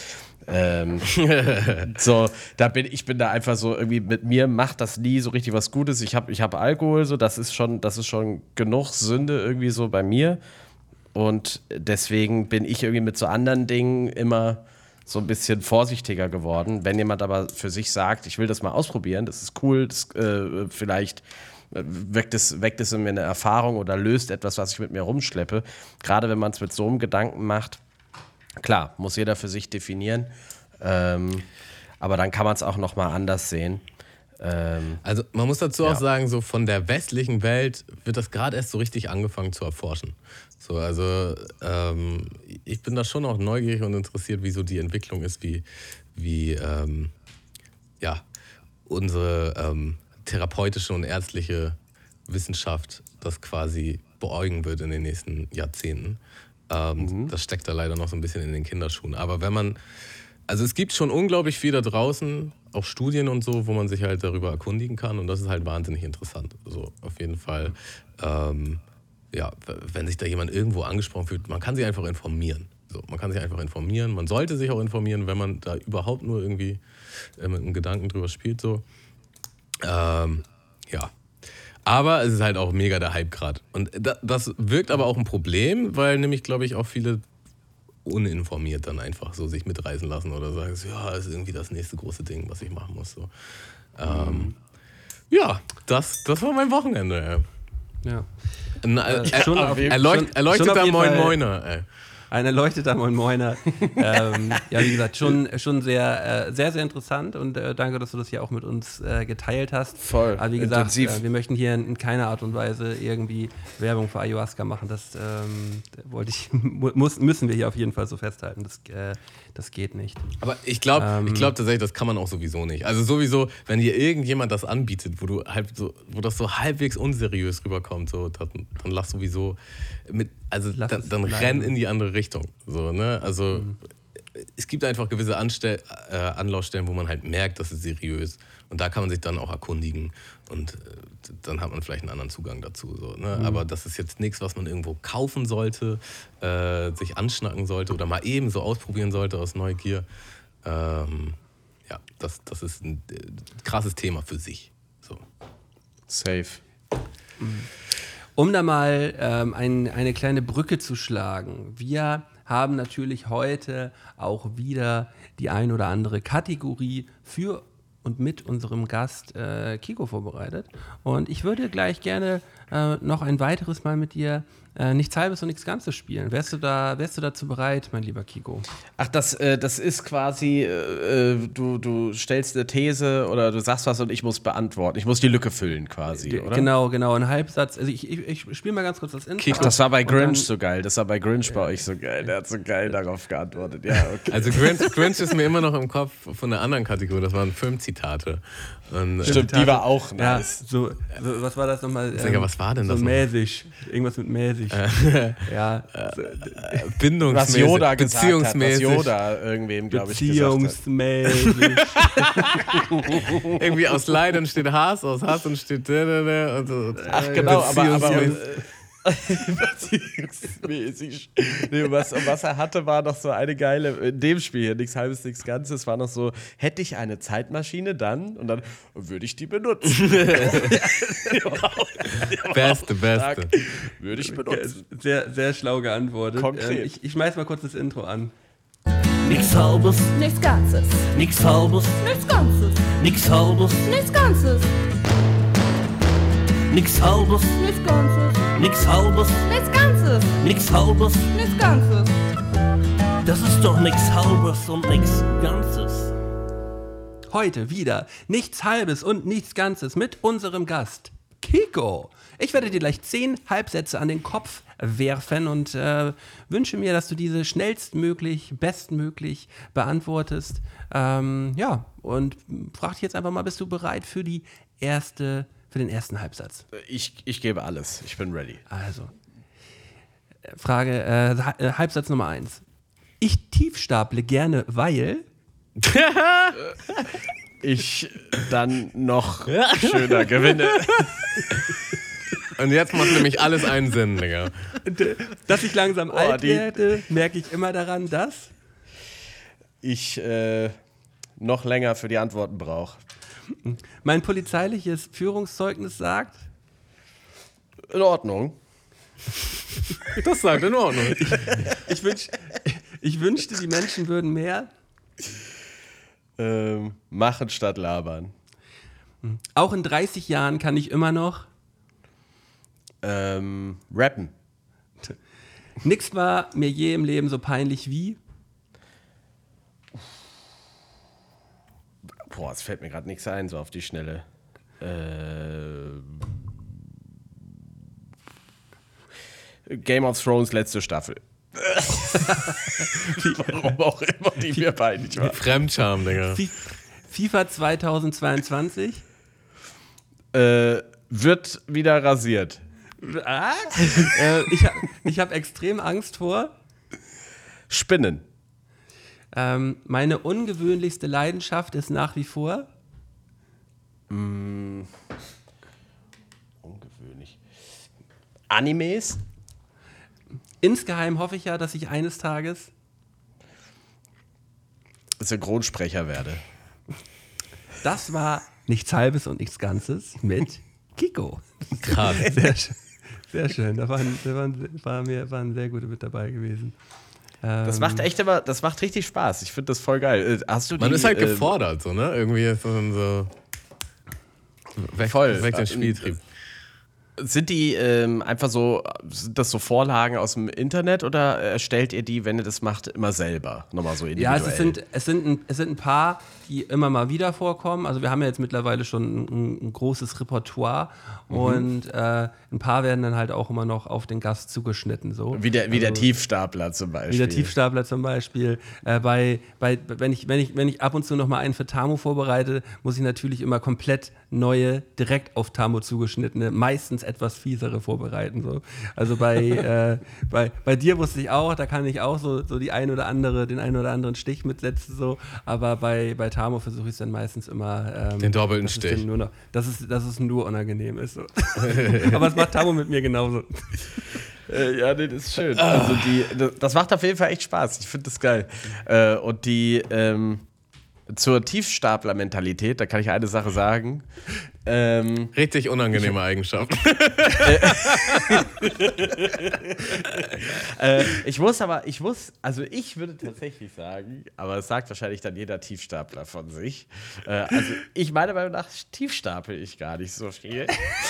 Ich bin da einfach so irgendwie, mit mir macht das nie so richtig was Gutes. Ich hab Alkohol, so, das ist schon genug Sünde irgendwie so bei mir. Und deswegen bin ich irgendwie mit so anderen Dingen immer so ein bisschen vorsichtiger geworden. Wenn jemand aber für sich sagt, ich will das mal ausprobieren, das ist cool, vielleicht weckt es in mir eine Erfahrung oder löst etwas, was ich mit mir rumschleppe. Gerade wenn man es mit so einem Gedanken macht, klar, muss jeder für sich definieren, aber dann kann man es auch nochmal anders sehen. Also man muss dazu auch sagen, so von der westlichen Welt wird das gerade erst so richtig angefangen zu erforschen. So, also ich bin da schon auch neugierig und interessiert, wie so die Entwicklung ist, wie unsere therapeutische und ärztliche Wissenschaft das quasi beäugen wird in den nächsten Jahrzehnten. Das steckt da leider noch so ein bisschen in den Kinderschuhen. Aber wenn man Also es gibt schon unglaublich viel da draußen, auch Studien und so, wo man sich halt darüber erkundigen kann und das ist halt wahnsinnig interessant. So, auf jeden Fall, ja, wenn sich da jemand irgendwo angesprochen fühlt, man kann sich einfach informieren. So, man kann sich einfach informieren, man sollte sich auch informieren, wenn man da überhaupt nur irgendwie mit einem Gedanken drüber spielt. So. Ja. Aber es ist halt auch mega der Hype gerade. Und das wirkt aber auch ein Problem, weil nämlich, glaube ich, auch viele uninformiert dann einfach so sich mitreißen lassen oder sagen, ja, das ist irgendwie das nächste große Ding, was ich machen muss. So. Ja, das war mein Wochenende. Ja. Erleuchteter Moin-Moiner. Ein erleuchteter Moin-Moiner. Ja, wie gesagt, schon sehr, sehr interessant und danke, dass du das hier auch mit uns geteilt hast. Voll. Aber wie gesagt, wir möchten hier in keiner Art und Weise irgendwie Werbung für Ayahuasca machen. Das müssen wir hier auf jeden Fall so festhalten. Das geht nicht. Aber ich glaube tatsächlich, das kann man auch sowieso nicht. Also sowieso, wenn dir irgendjemand das anbietet, wo das so halbwegs unseriös rüberkommt, so, dann lass sowieso dann renn in die andere Richtung. So, ne? Also es gibt einfach gewisse Anlaufstellen, wo man halt merkt, das ist seriös. Und da kann man sich dann auch erkundigen und dann hat man vielleicht einen anderen Zugang dazu. So, ne? Aber das ist jetzt nichts, was man irgendwo kaufen sollte, sich anschnacken sollte oder mal eben so ausprobieren sollte aus Neugier. Ja, das ist ein krasses Thema für sich. So. Safe. Um da mal eine kleine Brücke zu schlagen. Wir haben natürlich heute auch wieder die ein oder andere Kategorie für und mit unserem Gast Kiko vorbereitet. Und ich würde gleich gerne noch ein weiteres Mal mit dir nichts Halbes und nichts Ganzes spielen. Wärst du dazu bereit, mein lieber Kiko? Ach, das ist quasi, du stellst eine These oder du sagst was und ich muss beantworten. Ich muss die Lücke füllen quasi, oder? Genau, ein Halbsatz. Also ich spiele mal ganz kurz das Intro. Ach, das war bei Grinch so geil. Das war bei Grinch bei euch so geil. Der hat so geil darauf geantwortet. Ja, okay. Also Grinch ist mir immer noch im Kopf von einer anderen Kategorie. Das waren Filmzitate. Und, stimmt, die war auch nice. Ja, so, was war das nochmal? Was war denn das? So mäßig. Irgendwas mit mäßig. Ja. Was Yoda gesagt hat, beziehungsmäßig. was Yoda irgendwem, glaube ich, Beziehungsmäßig. Irgendwie aus Leid entsteht Hass, aus Hass entsteht und so. Ach genau, aber beziehungsmäßig. Nee, was er hatte, war noch so eine geile, in dem Spiel hier, nichts Halbes, nichts Ganzes, war noch so, hätte ich eine Zeitmaschine dann, und dann würde ich die benutzen. Beste. Würde ich benutzen. Sehr, sehr schlau geantwortet. Konkret. Ich schmeiß mal kurz das Intro an. Nix Halbes, Nichts Ganzes. nix Halbes, Nichts Ganzes. nix Halbes, Nichts Ganzes. nix Halbes, Nichts Ganzes. nix Halbes, Nichts Ganzes. nix Halbes. Nichts Ganzes. Das ist doch nix Halbes und nix Ganzes. Heute wieder nichts Halbes und nichts Ganzes mit unserem Gast Kiko. Ich werde dir gleich 10 Halbsätze an den Kopf werfen und wünsche mir, dass du diese schnellstmöglich, bestmöglich beantwortest. Ja, und frag dich jetzt einfach mal, bist du bereit für den ersten Halbsatz? Ich gebe alles. Ich bin ready. Also, Halbsatz Nummer 1. Ich tiefstaple gerne, weil... Ich dann noch schöner gewinne. Und jetzt macht nämlich alles einen Sinn, Digga. Dass ich langsam alt werde, merke ich immer daran, dass... Ich noch länger für die Antworten brauche. Mein polizeiliches Führungszeugnis sagt... In Ordnung. Das sagt in Ordnung. Ich wünschte, die Menschen würden mehr... Machen statt labern. Auch in 30 Jahren kann ich immer noch... Rappen. Nix war mir je im Leben so peinlich wie... Boah, es fällt mir gerade nichts ein, so auf die Schnelle. Game of Thrones letzte Staffel. Warum auch immer die mir peinlich war. Fremdscham, Digga. FIFA 2022. Wird wieder rasiert. Ich hab extrem Angst vor... Spinnen. Meine ungewöhnlichste Leidenschaft ist nach wie vor... Ungewöhnlich. Animes? Insgeheim hoffe ich ja, dass ich eines Tages Synchronsprecher werde. Das war nichts Halbes und nichts Ganzes mit Kiko. Krass. Sehr schön. Da waren sehr gute mit dabei gewesen. Das macht richtig Spaß. Ich finde das voll geil. Man ist halt gefordert, so, ne? Irgendwie ist man so weg den Spieltrieb. Sind die einfach so, sind das so Vorlagen aus dem Internet oder erstellt ihr die, wenn ihr das macht, immer selber? Nochmal so individuell? Ja, es sind ein paar, die immer mal wieder vorkommen. Also wir haben ja jetzt mittlerweile schon ein großes Repertoire und ein paar werden dann halt auch immer noch auf den Gast zugeschnitten. So. Wie der Tiefstapler zum Beispiel. Wie der Tiefstapler zum Beispiel. Wenn ich ab und zu noch mal einen für Tamo vorbereite, muss ich natürlich immer komplett neue, direkt auf Tamo zugeschnittene, meistens etwas fiesere vorbereiten. So. Also bei dir wusste ich auch, da kann ich auch so den einen oder anderen Stich mitsetzen. So. Aber bei Tamo versuche ich es dann meistens immer den doppelten Stich. Dass es nur unangenehm ist. So. Aber es macht Tamo mit mir genauso. Ja, nee, das ist schön. Also das macht auf jeden Fall echt Spaß. Ich finde das geil. Und die zur Tiefstapler-Mentalität, da kann ich eine Sache sagen. Richtig unangenehme Eigenschaft. Ich würde tatsächlich sagen, aber es sagt wahrscheinlich dann jeder Tiefstapler von sich. Also ich meiner Meinung nach tiefstapel ich gar nicht so viel.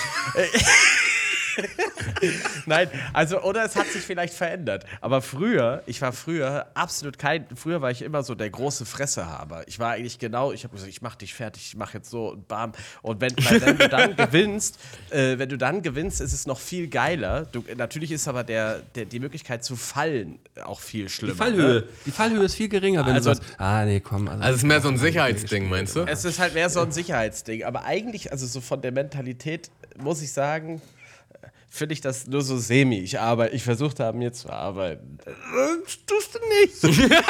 Nein, also, oder es hat sich vielleicht verändert. Aber früher war ich immer so der große Fressehaber. Ich war eigentlich ich habe gesagt, ich mach dich fertig, ich mach jetzt so und bam. Und wenn du dann gewinnst, ist es noch viel geiler. Natürlich ist aber die Möglichkeit zu fallen auch viel schlimmer. Die Fallhöhe ist viel geringer, wenn du sagst, nee, komm. Also es ist mehr so ein Sicherheitsding, meinst du? Es ist halt mehr so ein Sicherheitsding. Aber eigentlich, also so von der Mentalität, muss ich sagen, finde ich das nur so semi. Ich versuche da an mir zu arbeiten. Das tust du nicht.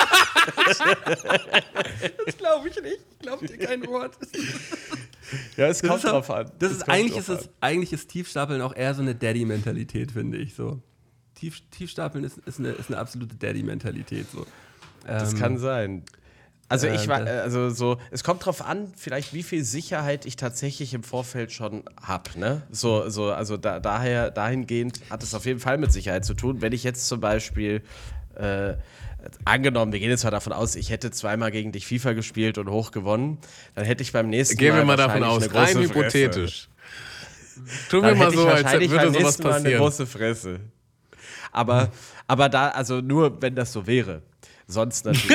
Das glaube ich nicht. Ich glaube dir kein Wort. Ja, es kommt drauf an. Eigentlich ist Tiefstapeln auch eher so eine Daddy-Mentalität, finde ich. So. Tiefstapeln ist eine absolute Daddy-Mentalität. So. Das kann sein. Also es kommt drauf an, vielleicht wie viel Sicherheit ich tatsächlich im Vorfeld schon habe, ne? Dahingehend hat es auf jeden Fall mit Sicherheit zu tun. Wenn ich jetzt zum Beispiel angenommen, wir gehen jetzt mal davon aus, ich hätte zweimal gegen dich FIFA gespielt und hoch gewonnen, dann hätte ich beim nächsten Mal Gehen wir mal davon aus, rein hypothetisch. Tun wir mal so, als würde sowas passieren. Eine große Fresse. Aber da, also nur wenn das so wäre. Sonst natürlich.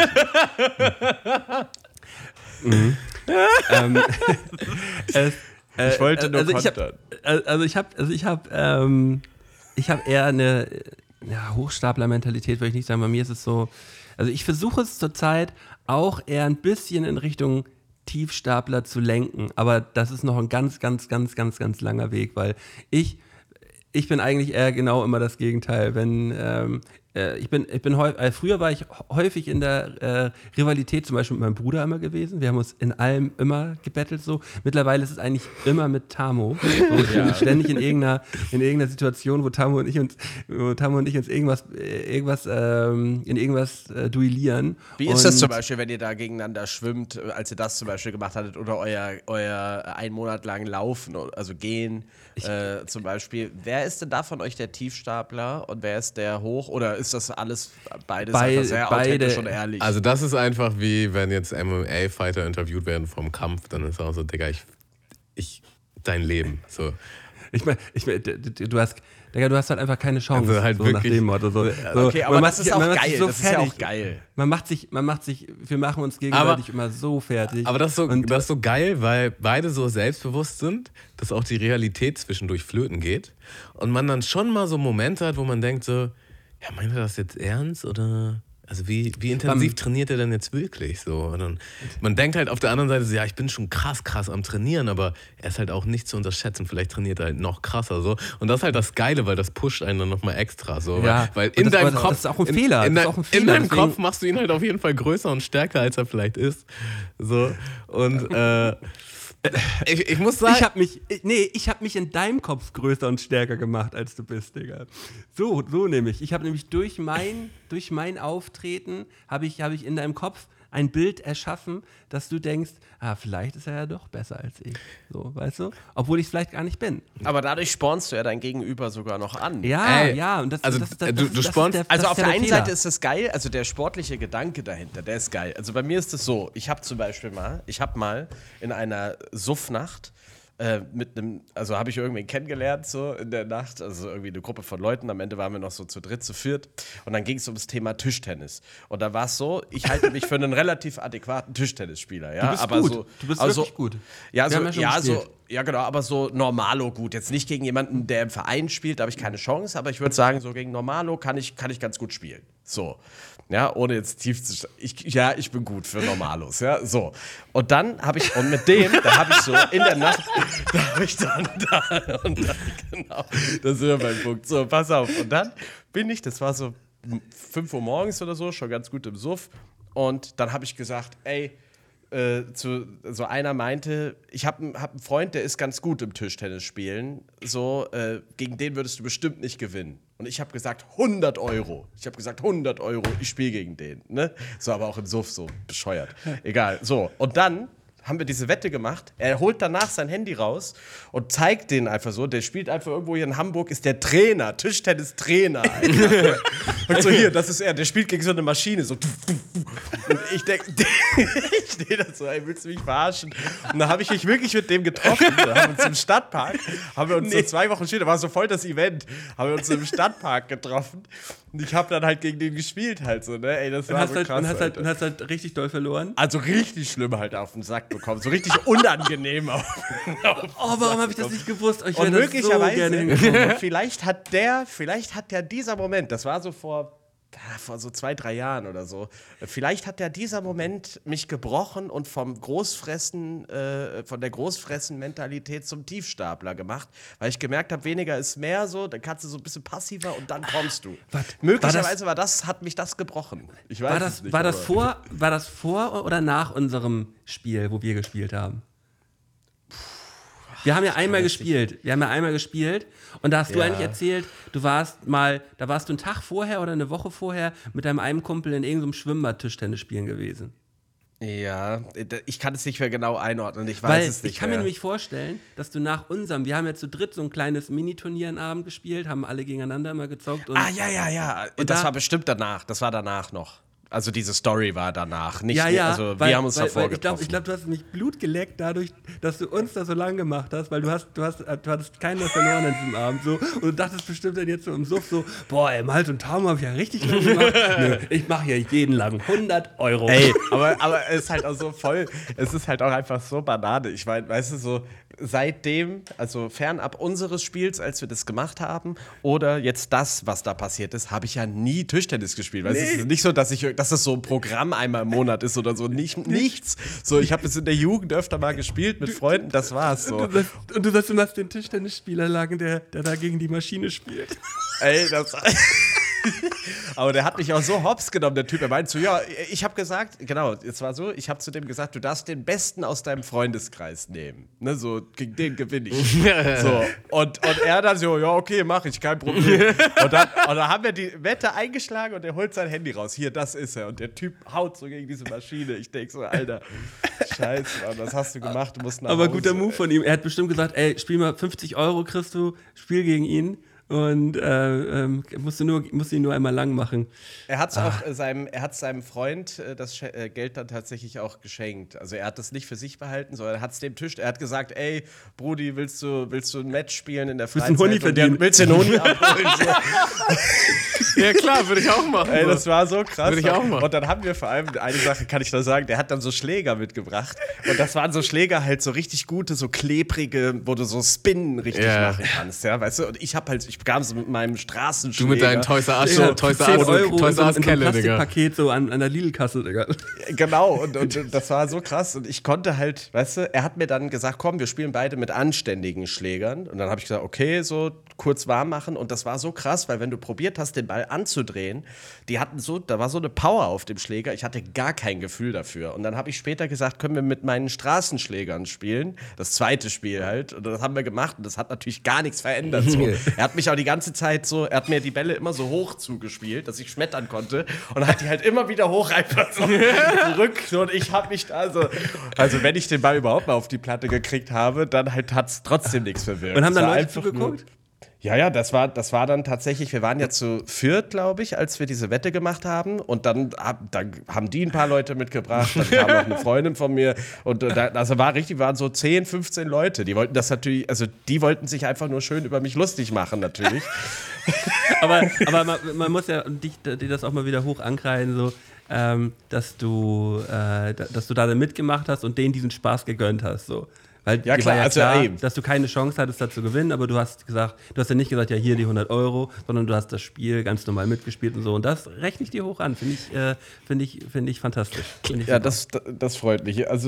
Ich wollte nur kontern. Ich habe eher eine Hochstapler-Mentalität, würde ich nicht sagen. Bei mir ist es so, also ich versuche es zurzeit auch eher ein bisschen in Richtung Tiefstapler zu lenken, aber das ist noch ein ganz, ganz, ganz, ganz, ganz langer Weg, weil ich bin eigentlich eher genau immer das Gegenteil. Wenn früher war ich häufig in der Rivalität zum Beispiel mit meinem Bruder immer gewesen. Wir haben uns in allem immer gebettelt so. Mittlerweile ist es eigentlich immer mit Tamo. So, ich bin ständig in irgendeiner Situation, wo Tamo und ich uns irgendwas duellieren. Wie ist das zum Beispiel, wenn ihr da gegeneinander schwimmt, als ihr das zum Beispiel gemacht hattet, oder euer 1 Monat lang Laufen, also Gehen zum Beispiel. Wer ist denn da von euch der Tiefstapler und wer ist der Hoch? Oder ist das alles beides einfach sehr authentisch und ehrlich? Also das ist einfach wie, wenn jetzt MMA-Fighter interviewt werden vom Kampf, dann ist auch so, Digga, ich dein Leben. So. Ich meine, du hast halt einfach keine Chance. Also halt so wirklich, nach dem Motto. So. Okay, aber das ist auch geil. Das ist ja auch geil. Wir machen uns gegenseitig immer so fertig. Aber das ist so geil, weil beide so selbstbewusst sind, dass auch die Realität zwischendurch flöten geht. Und man dann schon mal so Momente hat, wo man denkt so, ja, meint er das jetzt ernst oder Also wie intensiv trainiert er denn jetzt wirklich? So? Und dann, man denkt halt auf der anderen Seite so, ja, ich bin schon krass am Trainieren, aber er ist halt auch nicht zu unterschätzen. Vielleicht trainiert er halt noch krasser so. Und das ist halt das Geile, weil das pusht einen dann nochmal extra so. Ja, weil in deinem Kopf, das ist auch ein Fehler. In Das ist auch ein Fehler, in deinem deswegen- Kopf machst du ihn halt auf jeden Fall größer und stärker, als er vielleicht ist. So. Und ich muss sagen, Ich hab mich in deinem Kopf größer und stärker gemacht, als du bist, Digga. So nämlich. Ich habe nämlich durch mein Auftreten habe ich in deinem Kopf ein Bild erschaffen, dass du denkst, vielleicht ist er ja doch besser als ich. So, weißt du? Obwohl ich es vielleicht gar nicht bin. Aber dadurch spornst du ja dein Gegenüber sogar noch an. Ja, und das, also das du ist spornst- der, Also das auf ist der ja einen Fehler. Seite ist das geil, also der sportliche Gedanke dahinter, der ist geil. Also bei mir ist es so, ich habe zum Beispiel mal in einer Suffnacht also habe ich irgendwen kennengelernt so in der Nacht, also irgendwie eine Gruppe von Leuten, am Ende waren wir noch so zu dritt, zu viert und dann ging es ums Thema Tischtennis und da war es so, ich halte mich für einen relativ adäquaten Tischtennisspieler, ja, Du bist aber gut. so, Du bist also, wirklich gut. Ja, Wir so, haben ja schon gespielt. ja, genau, aber so Normalo gut. Jetzt nicht gegen jemanden, der im Verein spielt, da habe ich keine Chance, aber ich würde sagen, so gegen Normalo kann ich ganz gut spielen. So. Ja, ohne jetzt tief zu ich bin gut für Normalos, ja, so. Und dann habe ich, und mit dem, da habe ich so in der Nacht, genau, das ist ja mein Punkt. So, pass auf. Und dann das war so 5 Uhr morgens oder so, schon ganz gut im Suff. Und dann habe ich gesagt, ey, so einer meinte, ich hab einen Freund, der ist ganz gut im Tischtennis spielen, so, gegen den würdest du bestimmt nicht gewinnen. Und ich habe gesagt, 100 Euro. Ich spiele gegen den. Ne? So, aber auch im Suff, so bescheuert. Egal, so. Und dann haben wir diese Wette gemacht. Er holt danach sein Handy raus und zeigt den einfach so. Der spielt einfach irgendwo hier in Hamburg, ist der Trainer, Tischtennis-Trainer. Und so, hier, das ist er. Der spielt gegen so eine Maschine. So. Und ich denke, ich stehe da so, ey, willst du mich verarschen? Und dann habe ich mich wirklich mit dem getroffen. Da haben wir uns im Stadtpark, so 2 Wochen später, war so voll das Event, haben wir uns im Stadtpark getroffen. Und ich habe dann halt gegen den gespielt halt so, ne? Ey, das war so krass, und hast halt richtig doll verloren. also richtig schlimm halt auf den Sack bekommen. So richtig unangenehm auf Warum habe ich das nicht gewusst? Ich Und wäre das so gerne hingekommen. möglicherweise, vielleicht hat der dieser Moment, das war so vor so 2-3 Jahren oder so, vielleicht hat dieser Moment mich gebrochen und von der Großfressen-Mentalität zum Tiefstapler gemacht, weil ich gemerkt habe, weniger ist mehr so, dann kannst du so ein bisschen passiver und dann kommst du. Möglicherweise hat mich das gebrochen. Ich weiß es nicht. War das vor oder nach unserem Spiel, wo wir gespielt haben? Wir haben ja einmal gespielt. Und da hast du eigentlich erzählt, da warst du einen Tag vorher oder eine Woche vorher mit deinem einen Kumpel in irgendeinem Schwimmbad Tischtennis spielen gewesen. Ja, ich kann es nicht mehr genau einordnen. Ich weiß Weil es nicht ich kann mir mehr. nämlich vorstellen, dass du nach unserem, wir haben ja zu dritt so ein kleines Miniturnier am Abend gespielt, haben alle gegeneinander immer gezockt. Und Ja. Und Das da- war bestimmt danach. Das war danach noch. Also diese Story war danach. Nicht, ja, also weil, wir haben uns davor ich getroffen. glaube, du hast nicht Blut geleckt dadurch, dass du uns das so lang gemacht hast, weil du hattest keinen mehr verloren an diesem Abend so und du dachtest bestimmt dann jetzt so im Suff so, boah, ey, Malt und Taum habe ich ja richtig lang gemacht. Nö, ich mache hier jeden lang 100 Euro. Ey, aber es ist halt auch so voll, es ist halt auch einfach so Banane. Ich meine, weißt du, so seitdem, also fernab unseres Spiels, als wir das gemacht haben, oder jetzt das, was da passiert ist, habe ich ja nie Tischtennis gespielt. Weißt du, es ist nicht so, dass das so ein Programm einmal im Monat ist oder so. Nichts. So, ich habe es in der Jugend öfter mal gespielt mit Freunden, das war's so. Und du sagst, du hast den Tischtennisspieler lagen, der da gegen die Maschine spielt. Ey, das. Aber der hat mich auch so hops genommen, der Typ. Er meinte so, ja, ich habe gesagt, genau, es war so, ich habe zu dem gesagt, du darfst den Besten aus deinem Freundeskreis nehmen. Ne, so, gegen den gewinne ich. So, und er dann so, ja, okay, mach ich, kein Problem. Und dann haben wir die Wette eingeschlagen und er holt sein Handy raus. Hier, das ist er. Und der Typ haut so gegen diese Maschine. Ich denk so, Alter, scheiße, Mann, was hast du gemacht? Du musst nach Aber Hause. guter Move von ihm. Er hat bestimmt gesagt, ey, spiel mal 50 Euro, kriegst du, spiel gegen ihn. Und musst ihn nur einmal lang machen. Er hat seinem Freund das Geld dann tatsächlich auch geschenkt. Also er hat das nicht für sich behalten, sondern er hat es dem Tisch. Er hat gesagt, ey, Brudi, willst du ein Match spielen in der Willst du Freizeit? einen Huni verdienen? Willst du einen Huni abholen? So. ja klar, würde ich auch machen. Ey, das war so krass. Würde ich auch machen. Und dann haben wir vor allem, eine Sache kann ich da sagen, der hat dann so Schläger mitgebracht. Und das waren so Schläger halt so richtig gute, so klebrige, wo du so Spinnen richtig machen kannst. Ja, weißt du? Und ich kam so mit meinem Straßenschläger. Du mit deinen Toys R Us, Ja, Toys 10 R Us, Euro Toys R Us in so einem Kelle, Digga. Plastikpaket so an der Lidl-Kasse, Digga. Genau, und das war so krass. Und ich konnte halt, weißt du, er hat mir dann gesagt, komm, wir spielen beide mit anständigen Schlägern. Und dann habe ich gesagt, okay, so kurz warm machen. Und das war so krass, weil wenn du probiert hast, den Ball anzudrehen, da war so eine Power auf dem Schläger. Ich hatte gar kein Gefühl dafür. Und dann habe ich später gesagt, können wir mit meinen Straßenschlägern spielen. Das zweite Spiel halt. Und das haben wir gemacht. Und das hat natürlich gar nichts verändert. So. Er hat mich auch die ganze Zeit so, er hat mir die Bälle immer so hoch zugespielt, dass ich schmettern konnte. Und hat die halt immer wieder hoch einfach so zurück. Und ich habe mich da so, also wenn ich den Ball überhaupt mal auf die Platte gekriegt habe, dann halt hat es trotzdem nichts bewirkt. Und haben dann Es war Leute einfach zugeguckt? Ja, das war dann tatsächlich, wir waren ja zu viert, glaube ich, als wir diese Wette gemacht haben. Und dann haben die ein paar Leute mitgebracht, dann kam noch eine Freundin von mir. Und waren so 10, 15 Leute. Die wollten das natürlich, also die wollten sich einfach nur schön über mich lustig machen, natürlich. Aber man muss ja dir das auch mal wieder hoch ankreiden, so, dass du da mitgemacht hast und denen diesen Spaß gegönnt hast. So. Weil Ja, dir klar, war ja also klar, eben. dass du keine Chance hattest, da zu gewinnen, aber du hast ja nicht gesagt, ja, hier die 100 Euro, sondern du hast das Spiel ganz normal mitgespielt und so. Und das rechne ich dir hoch an. Finde ich fantastisch. Ja, das freut mich. Also,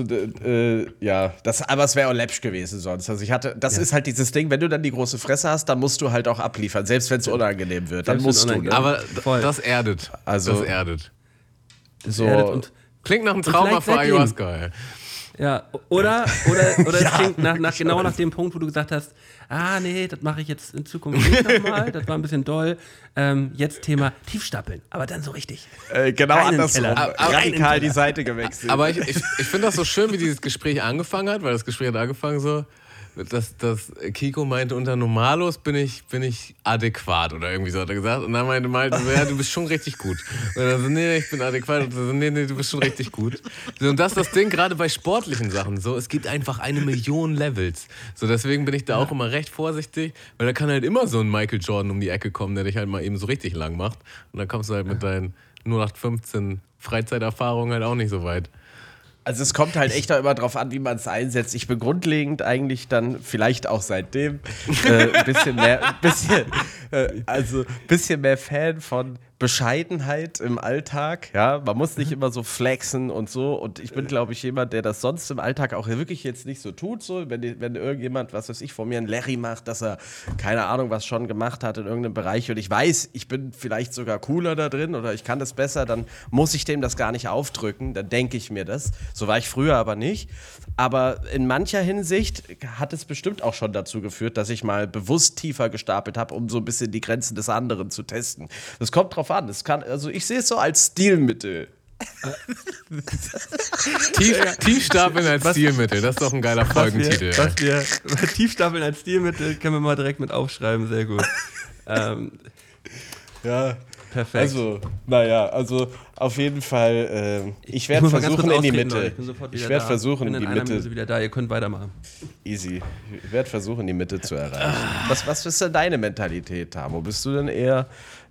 aber es wäre auch läppsch gewesen sonst. Also ist halt dieses Ding, wenn du dann die große Fresse hast, dann musst du halt auch abliefern, selbst wenn es unangenehm wird. Dann Selbst musst wenn's du. unangenehm Ne? Aber Voll. das erdet. Also- das erdet. So, Und Klingt nach einem Trauma vielleicht für seitdem. Ayahuasca, ey. ja, oder es klingt genau nach dem Punkt, wo du gesagt hast, nee, das mache ich jetzt in Zukunft nicht nochmal, das war ein bisschen doll. Jetzt Thema Tiefstapeln, aber dann so richtig. genau Rein in den andersrum. Keller. Rein in den Radikal die Keller. Seite gewechselt. Aber ich finde das so schön, wie dieses Gespräch angefangen hat, weil das Gespräch hat angefangen so, dass Kiko meinte, unter Normalos bin ich adäquat oder irgendwie so hat er gesagt. Und dann meinte Malte so, ja, du bist schon richtig gut. Und er so, nee, ich bin adäquat. Und so, nee, du bist schon richtig gut. So, und das ist das Ding, gerade bei sportlichen Sachen so, es gibt einfach 1 Million Levels. So, deswegen bin ich da auch immer recht vorsichtig, weil da kann halt immer so ein Michael Jordan um die Ecke kommen, der dich halt mal eben so richtig lang macht. Und dann kommst du halt mit deinen 0815 Freizeiterfahrungen halt auch nicht so weit. Also es kommt halt echt auch immer drauf an, wie man es einsetzt. Ich bin grundlegend eigentlich dann, vielleicht auch seitdem, bisschen mehr Fan von Bescheidenheit im Alltag. Ja, man muss nicht immer so flexen und so. Und ich bin, glaube ich, jemand, der das sonst im Alltag auch wirklich jetzt nicht so tut. So, wenn irgendjemand, was weiß ich, von mir ein Larry macht, dass er, keine Ahnung, was schon gemacht hat in irgendeinem Bereich und ich weiß, ich bin vielleicht sogar cooler da drin oder ich kann das besser, dann muss ich dem das gar nicht aufdrücken. Dann denke ich mir das. So war ich früher aber nicht. Aber in mancher Hinsicht hat es bestimmt auch schon dazu geführt, dass ich mal bewusst tiefer gestapelt habe, um so ein bisschen die Grenzen des anderen zu testen. Das kommt drauf an. Also ich sehe es so als Stilmittel. Tiefstapeln als Stilmittel, das ist doch ein geiler Folgentitel. Was wir Tiefstapeln als Stilmittel können wir mal direkt mit aufschreiben, sehr gut. Ja. Perfekt. Also auf jeden Fall, ich werde muss mal ganz versuchen kurz in die austreten, Leute. Mitte. Ich bin sofort wieder Ich werde da. versuchen Bin in die einer Minute Mitte. wieder da, ihr könnt weitermachen. Easy. Ich werde versuchen, die Mitte zu erreichen. Was ist denn deine Mentalität, Tamo? Bist du denn eher,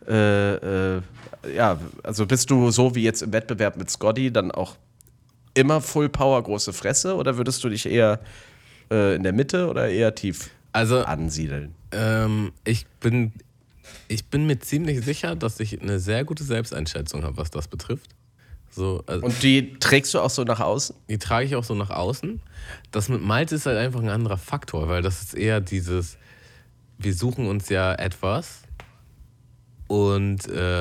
also bist du so wie jetzt im Wettbewerb mit Scotty dann auch immer Full Power, große Fresse? Oder würdest du dich eher in der Mitte oder eher tief ansiedeln? Ich bin mir ziemlich sicher, dass ich eine sehr gute Selbsteinschätzung habe, was das betrifft. So, also Und die trägst du auch so nach außen? die trage ich auch so nach außen. Das mit Malte ist halt einfach ein anderer Faktor, weil das ist eher dieses, wir suchen uns ja etwas und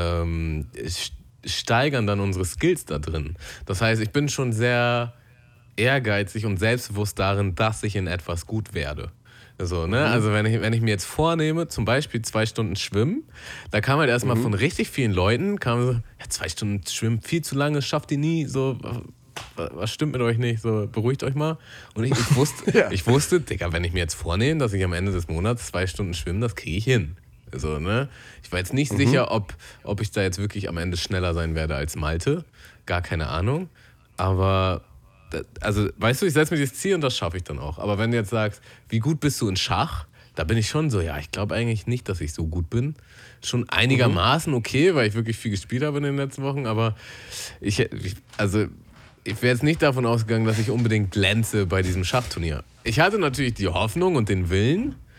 steigern dann unsere Skills da drin. Das heißt, ich bin schon sehr ehrgeizig und selbstbewusst darin, dass ich in etwas gut werde. So, ne? Also wenn ich mir jetzt vornehme, zum Beispiel 2 Stunden schwimmen, da kam halt erstmal von richtig vielen Leuten, so, ja, 2 Stunden schwimmen, viel zu lange, schafft ihr nie, so, was stimmt mit euch nicht, so, beruhigt euch mal. Und ich wusste, Digga, wenn ich mir jetzt vornehme, dass ich am Ende des Monats 2 Stunden schwimme, das kriege ich hin. So, ne? Ich war jetzt nicht sicher, ob ich da jetzt wirklich am Ende schneller sein werde als Malte, gar keine Ahnung, aber also, weißt du, ich setze mir dieses Ziel und das schaffe ich dann auch. Aber wenn du jetzt sagst, wie gut bist du in Schach, da bin ich schon so, ja, ich glaube eigentlich nicht, dass ich so gut bin. Schon einigermaßen okay, weil ich wirklich viel gespielt habe in den letzten Wochen, aber ich wäre jetzt nicht davon ausgegangen, dass ich unbedingt glänze bei diesem Schachturnier. Ich hatte natürlich die Hoffnung und den Willen,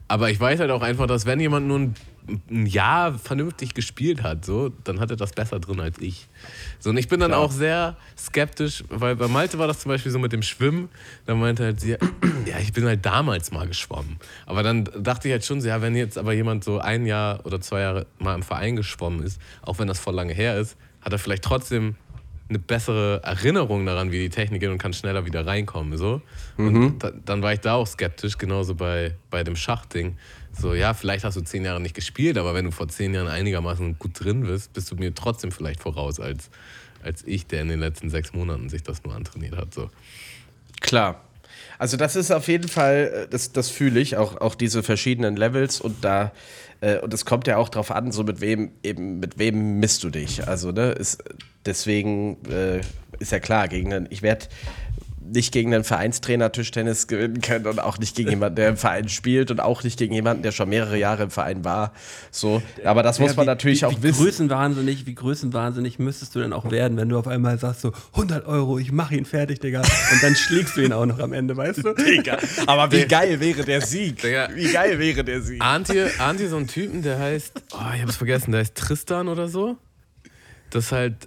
Aber ich weiß halt auch einfach, dass wenn jemand nur ein Jahr vernünftig gespielt hat, so, dann hat er das besser drin als ich. So, und ich bin dann auch sehr skeptisch, weil bei Malte war das zum Beispiel so mit dem Schwimmen, da meinte halt sie, ja, ich bin halt damals mal geschwommen. Aber dann dachte ich halt schon, ja, wenn jetzt aber jemand so 1 Jahr oder 2 Jahre mal im Verein geschwommen ist, auch wenn das voll lange her ist, hat er vielleicht trotzdem eine bessere Erinnerung daran, wie die Technik geht und kann schneller wieder reinkommen. So. Und dann war ich da auch skeptisch, genauso bei dem Schachding. So, ja, vielleicht hast du 10 Jahre nicht gespielt, aber wenn du vor 10 Jahren einigermaßen gut drin bist du mir trotzdem vielleicht voraus als ich, der in den letzten 6 Monaten sich das nur antrainiert hat. So. Klar. Also das ist auf jeden Fall, das fühle ich, auch diese verschiedenen Levels und und es kommt ja auch drauf an, so mit wem misst du dich. Also, ne, deswegen ist ja klar, ich werde nicht gegen einen Vereinstrainer Tischtennis gewinnen können und auch nicht gegen jemanden, der im Verein spielt und auch nicht gegen jemanden, der schon mehrere Jahre im Verein war. So, aber das muss man natürlich auch wissen. Wie größenwahnsinnig müsstest du denn auch werden, wenn du auf einmal sagst so 100 €, ich mach ihn fertig, Digga. Und dann schlägst du ihn auch noch am Ende, weißt du? Digga, aber wie geil wäre der Sieg? Digga. Wie geil wäre der Sieg? Ahnt ihr so einen Typen, der heißt, ich hab's vergessen, der heißt Tristan oder so? Das ist halt,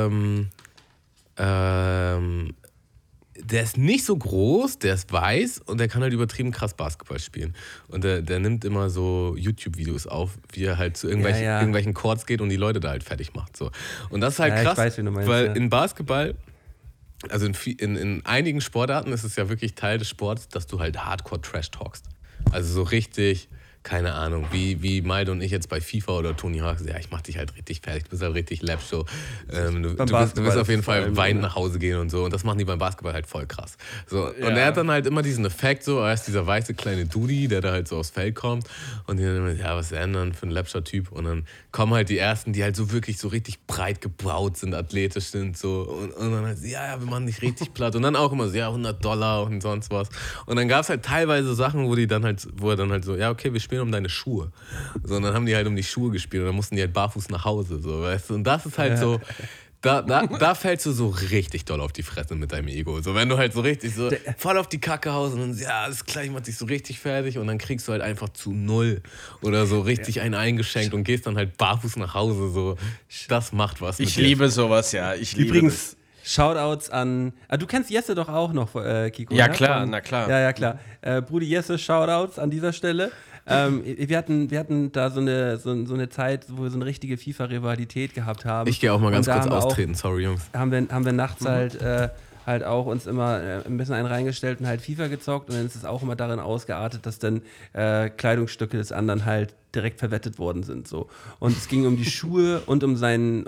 der ist nicht so groß, der ist weiß und der kann halt übertrieben krass Basketball spielen. Und der nimmt immer so YouTube-Videos auf, wie er halt zu irgendwelchen Courts geht und die Leute da halt fertig macht. So. Und das ist halt krass, ich weiß, wie du meinst, weil in Basketball, also in einigen Sportarten ist es ja wirklich Teil des Sports, dass du halt Hardcore Trash talkst. Also so richtig, keine Ahnung, wie Malte und ich jetzt bei FIFA oder Tony Hawk, ja, ich mach dich halt richtig fertig, du bist halt richtig läppisch, so. Du wirst auf jeden Fall weinend nach Hause gehen und so. Und das machen die beim Basketball halt voll krass. So. Und er hat dann halt immer diesen Effekt, so, er ist dieser weiße kleine Dudi, der da halt so aufs Feld kommt und die dann immer, ja, was ist er denn für ein läppscher Typ? Und dann kommen halt die Ersten, die halt so wirklich so richtig breit gebaut sind, athletisch sind, so. Und dann halt, ja, wir machen dich richtig platt. Und dann auch immer so, ja, $100 und sonst was. Und dann gab es halt teilweise Sachen, wo er dann halt so, ja, okay, wir spielen um deine Schuhe. So, und dann haben die halt um die Schuhe gespielt und dann mussten die halt barfuß nach Hause, so, weißt du. Und das ist halt so, da fällst du so richtig doll auf die Fresse mit deinem Ego. So, wenn du halt so richtig so voll auf die Kacke haust und dann, ja, alles klar, ich mach dich so richtig fertig und dann kriegst du halt einfach zu 0 oder so richtig einen eingeschenkt und gehst dann halt barfuß nach Hause, so. Das macht was mit Ich liebe sowas, ja. Übrigens, Shoutouts an. Du kennst Jesse doch auch noch, Kiko. Ja, klar, na klar. Ja, klar. Brudi Jesse, Shoutouts an dieser Stelle. Wir hatten da so eine Zeit, wo wir so eine richtige FIFA-Rivalität gehabt haben. Ich gehe auch mal ganz kurz austreten, sorry Jungs. Haben wir nachts halt auch uns immer ein bisschen einen reingestellt und halt FIFA gezockt und dann ist es auch immer darin ausgeartet, dass dann Kleidungsstücke des anderen halt direkt verwettet worden sind. So. Und es ging um die Schuhe und um seinen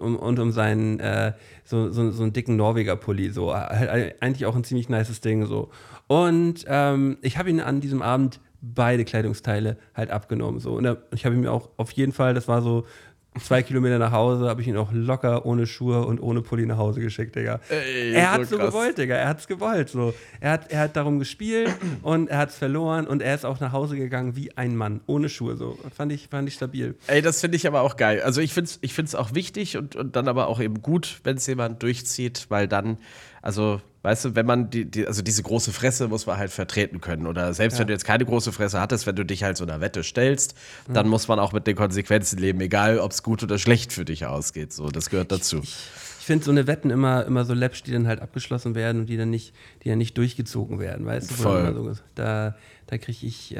so einen dicken Norweger-Pulli. So. Halt eigentlich auch ein ziemlich nices Ding. So. Und ich habe ihn an diesem Abend beide Kleidungsteile halt abgenommen. So. Und ich habe ihn mir auch auf jeden Fall, das war so 2 Kilometer nach Hause, habe ich ihn auch locker ohne Schuhe und ohne Pulli nach Hause geschickt, Digga. Er hat so gewollt, Digga. Er hat's gewollt. So. Er hat darum gespielt und er hat's verloren und er ist auch nach Hause gegangen wie ein Mann, ohne Schuhe. So. Fand ich stabil. Ey, das finde ich aber auch geil. Also ich find's auch wichtig und dann aber auch eben gut, wenn es jemand durchzieht, weil dann, also weißt du, wenn man also diese große Fresse muss man halt vertreten können. Oder selbst wenn du jetzt keine große Fresse hattest, wenn du dich halt so einer Wette stellst, dann muss man auch mit den Konsequenzen leben, egal ob es gut oder schlecht für dich ausgeht. So, das gehört dazu. Ich finde so eine Wetten immer so läppsch, die dann halt abgeschlossen werden und die dann nicht durchgezogen werden, weißt du? Voll. Da kriege ich,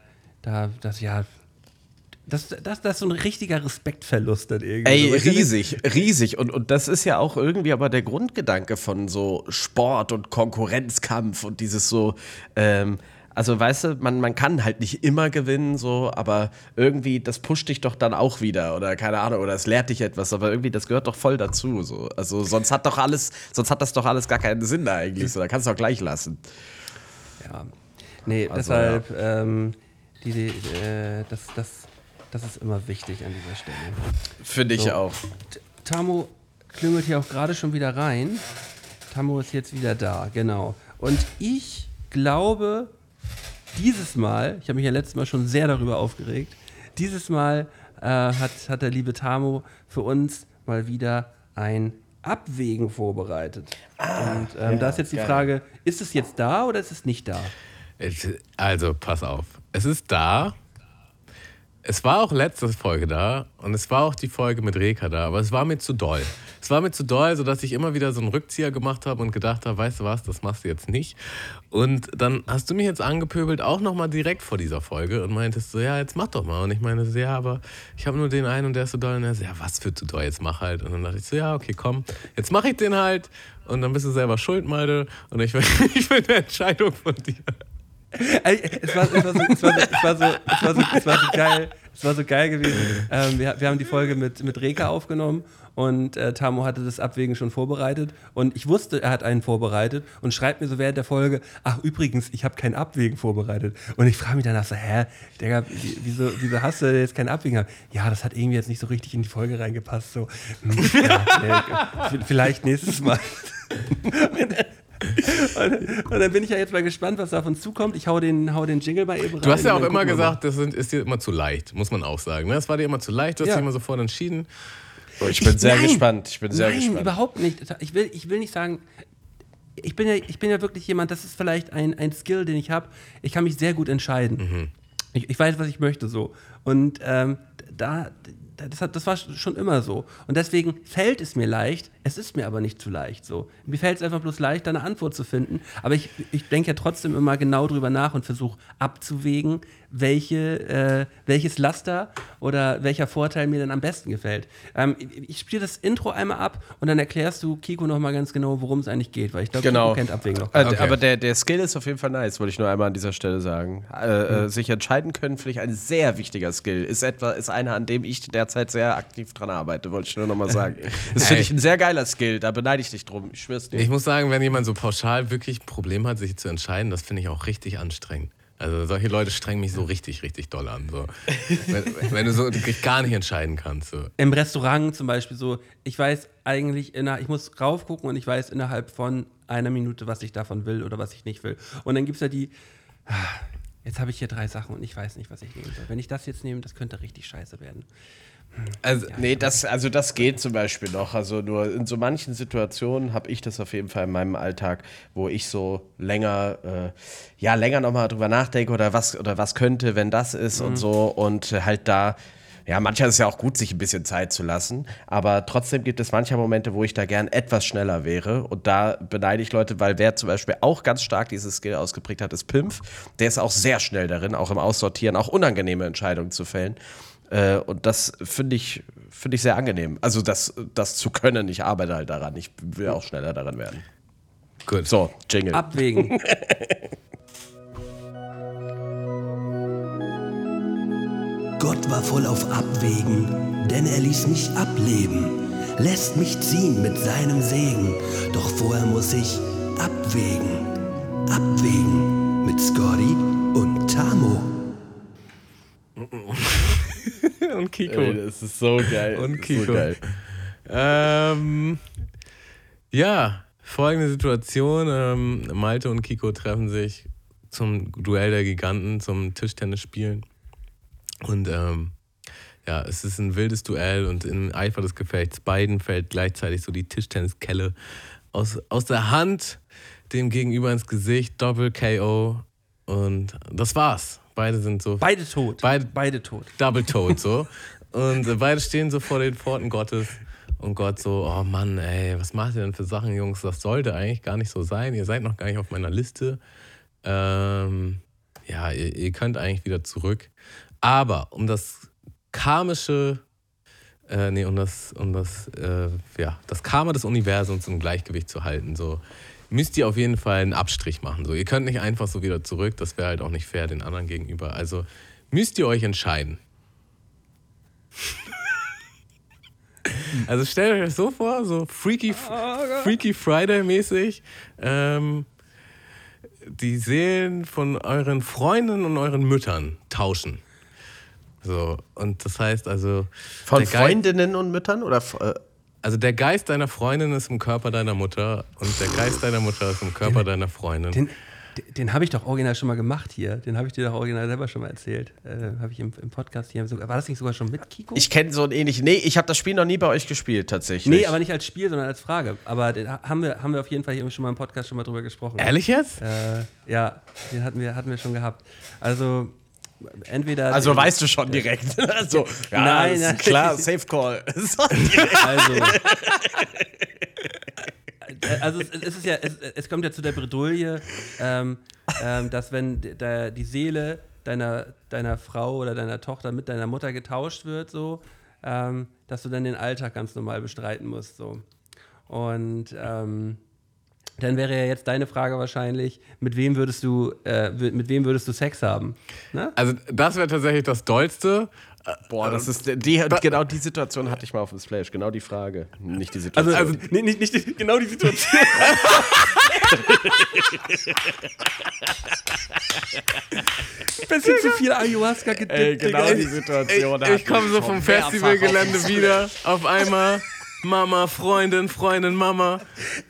das ist so ein richtiger Respektverlust dann irgendwie. Ey, riesig. Und das ist ja auch irgendwie aber der Grundgedanke von so Sport und Konkurrenzkampf und dieses so, also weißt du, man kann halt nicht immer gewinnen, so, aber irgendwie, das pusht dich doch dann auch wieder oder keine Ahnung, oder es lehrt dich etwas, aber irgendwie, das gehört doch voll dazu, so. Also sonst hat das doch alles gar keinen Sinn eigentlich, so, da kannst du doch gleich lassen. Ja, nee, also, deshalb, das ist immer wichtig an dieser Stelle. Finde ich auch. Tamo klüngelt hier auch gerade schon wieder rein. Tamo ist jetzt wieder da, genau. Und ich glaube, dieses Mal, ich habe mich ja letztes Mal schon sehr darüber aufgeregt, dieses Mal hat der liebe Tamo für uns mal wieder ein Abwägen vorbereitet. Und da ist jetzt die Frage, ist es jetzt da oder ist es nicht da? Also, pass auf. Es ist da, Es war auch letzte Folge da und es war auch die Folge mit Reka da, aber es war mir zu doll. Es war mir zu doll, sodass ich immer wieder so einen Rückzieher gemacht habe und gedacht habe, weißt du was, das machst du jetzt nicht. Und dann hast du mich jetzt angepöbelt, auch nochmal direkt vor dieser Folge und meintest so, ja, jetzt mach doch mal. Und ich meine so, ja, aber ich habe nur den einen und der ist so doll. Und er so, ja, was für zu doll, jetzt mach halt. Und dann dachte ich so, ja, okay, komm, jetzt mach ich den halt und dann bist du selber schuld, Malte. Und ich will eine Entscheidung von dir. Es war so geil. Es war so geil gewesen. Wir haben die Folge mit Reka aufgenommen und Tamo hatte das Abwägen schon vorbereitet und ich wusste, er hat einen vorbereitet und schreibt mir so während der Folge, ach übrigens, ich habe kein Abwägen vorbereitet. Und ich frage mich danach so, Digga, wieso hast du jetzt kein Abwägen gehabt? Ja, das hat irgendwie jetzt nicht so richtig in die Folge reingepasst. So, vielleicht nächstes Mal. Und dann bin ich ja jetzt mal gespannt, was da auf uns zukommt. Ich hau den Jingle mal eben rein. Du hast ja auch immer gesagt, das ist dir immer zu leicht, muss man auch sagen. Das war dir immer zu leicht, du hast dich immer sofort entschieden. Ich bin sehr gespannt. Nein, überhaupt nicht. Ich will nicht sagen, ich bin ja wirklich jemand, das ist vielleicht ein Skill, den ich habe. Ich kann mich sehr gut entscheiden. Ich weiß, was ich möchte so. Und das war schon immer so. Und deswegen fällt es mir leicht, es ist mir aber nicht zu leicht so. Mir fällt es einfach bloß leicht, da eine Antwort zu finden. Aber ich denke ja trotzdem immer genau drüber nach und versuche abzuwägen, welches Laster oder welcher Vorteil mir dann am besten gefällt. Ich spiele das Intro einmal ab und dann erklärst du Kiko nochmal ganz genau, worum es eigentlich geht, weil ich glaube, Kiko kennt Abwägen noch. Okay. Aber der Skill ist auf jeden Fall nice, wollte ich nur einmal an dieser Stelle sagen. Sich entscheiden können, finde ich ein sehr wichtiger Skill. Ist einer, an dem ich derzeit sehr aktiv dran arbeite, wollte ich nur nochmal sagen. Das finde ich ein sehr geiler Skill, da beneide ich dich drum, ich schwör's dir. Ich muss sagen, wenn jemand so pauschal wirklich ein Problem hat, sich zu entscheiden, das finde ich auch richtig anstrengend. Also solche Leute strengen mich so richtig, richtig doll an. So. Wenn du dich gar nicht entscheiden kannst. So. Im Restaurant zum Beispiel so, ich weiß eigentlich, ich muss raufgucken und ich weiß innerhalb von einer Minute, was ich davon will oder was ich nicht will. Und dann gibt es ja jetzt habe ich hier 3 Sachen und ich weiß nicht, was ich nehmen soll. Wenn ich das jetzt nehme, das könnte richtig scheiße werden. Also, das geht zum Beispiel noch. Also nur in so manchen Situationen habe ich das auf jeden Fall in meinem Alltag, wo ich so länger nochmal drüber nachdenke oder was könnte, wenn das ist und so und halt da. Ja, manchmal ist es ja auch gut, sich ein bisschen Zeit zu lassen, aber trotzdem gibt es manche Momente, wo ich da gern etwas schneller wäre und da beneide ich Leute, weil wer zum Beispiel auch ganz stark dieses Skill ausgeprägt hat, ist Pimpf. Der ist auch sehr schnell darin, auch im Aussortieren, auch unangenehme Entscheidungen zu fällen. Und das finde ich sehr angenehm. Also das zu können, ich arbeite halt daran. Ich will auch schneller daran werden. Gut. So, Jingle. Abwägen. Gott war voll auf Abwägen, denn er ließ mich ableben, lässt mich ziehen mit seinem Segen. Doch vorher muss ich abwägen. Abwägen mit Scotty und Tamo. Und Kiko. Ey, das ist so geil. Und Kiko. So geil. Ja, folgende Situation. Malte und Kiko treffen sich zum Duell der Giganten, zum Tischtennisspielen. Und es ist ein wildes Duell und im Eifer des Gefechts beiden fällt gleichzeitig so die Tischtenniskelle aus der Hand, dem Gegenüber ins Gesicht, Doppel-KO und das war's. Beide sind so... Beide tot. Beide tot. Double tot so. Und beide stehen so vor den Pforten Gottes und Gott so, oh Mann, ey, was macht ihr denn für Sachen, Jungs? Das sollte eigentlich gar nicht so sein. Ihr seid noch gar nicht auf meiner Liste. Ihr könnt eigentlich wieder zurück. Aber um das karmische, das Karma des Universums im Gleichgewicht zu halten, so müsst ihr auf jeden Fall einen Abstrich machen. So, ihr könnt nicht einfach so wieder zurück, das wäre halt auch nicht fair den anderen gegenüber. Also müsst ihr euch entscheiden. Also stellt euch das so vor, so Freaky Friday-mäßig. Die Seelen von euren Freunden und euren Müttern tauschen. So, und das heißt also... Von Freundinnen und Müttern? Oder also der Geist deiner Freundin ist im Körper deiner Mutter und der Geist deiner Mutter ist im Körper deiner Freundin. Den habe ich doch original schon mal gemacht hier. Den habe ich dir doch original selber schon mal erzählt. Habe ich im Podcast hier. War das nicht sogar schon mit Kiko? Ich kenne so einen ähnlichen. Nee, ich habe das Spiel noch nie bei euch gespielt, tatsächlich. Nee, aber nicht als Spiel, sondern als Frage. Aber den haben wir auf jeden Fall hier schon mal im Podcast schon mal drüber gesprochen. Ehrlich jetzt? Ja, den hatten wir schon gehabt. Also, entweder... Also weißt du schon direkt. Also, ja, Nein, ist nein. klar, Safe Call. Also es kommt ja zu der Bredouille, dass wenn die Seele deiner Frau oder deiner Tochter mit deiner Mutter getauscht wird, so, dass du dann den Alltag ganz normal bestreiten musst. So. Und dann wäre ja jetzt deine Frage wahrscheinlich, mit wem würdest du Sex haben? Ne? Also das wäre tatsächlich das Dollste. Boah, das ist genau die Situation hatte ich mal auf dem Splash. Genau die Frage. Nicht die Situation. Also nicht genau die Situation. Bisschen zu viel Ayahuasca gedippt. genau die Situation. Ich komme so vom Festivalgelände wieder. Auf einmal Mama, Freundin, Mama.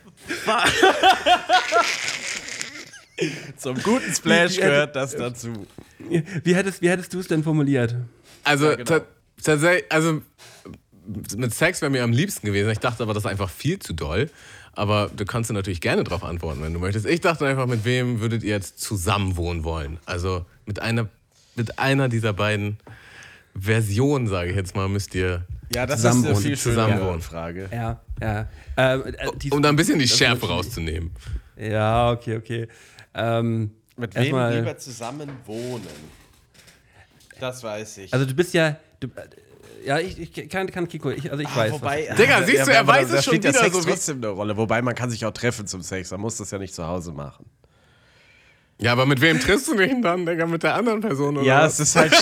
Zum guten Splash gehört das dazu. Wie hättest du es denn formuliert? Also tatsächlich, also mit Sex wäre mir am liebsten gewesen. Ich dachte aber, das ist einfach viel zu doll. Aber du kannst natürlich gerne darauf antworten, wenn du möchtest. Ich dachte einfach, mit wem würdet ihr jetzt zusammen wohnen wollen? Also mit einer dieser beiden Versionen, sage ich jetzt mal, müsst ihr Ja, das ist eine viel schönere zusammenwohnen. Frage. Ja. Um da ein bisschen die Schärfe rauszunehmen. Ja, okay. Mit wem lieber zusammen wohnen? Das weiß ich. Also du bist ja... ich kann Kiko, ich weiß. Wobei, Digga, siehst du, er weiß da es schon spielt der wieder Sex so wie... trotzdem eine Rolle. Wobei, man kann sich auch treffen zum Sex. Man muss das ja nicht zu Hause machen. Ja, aber mit wem triffst du dich denn dann, Digga? Mit der anderen Person, oder Ja, was? es ist halt...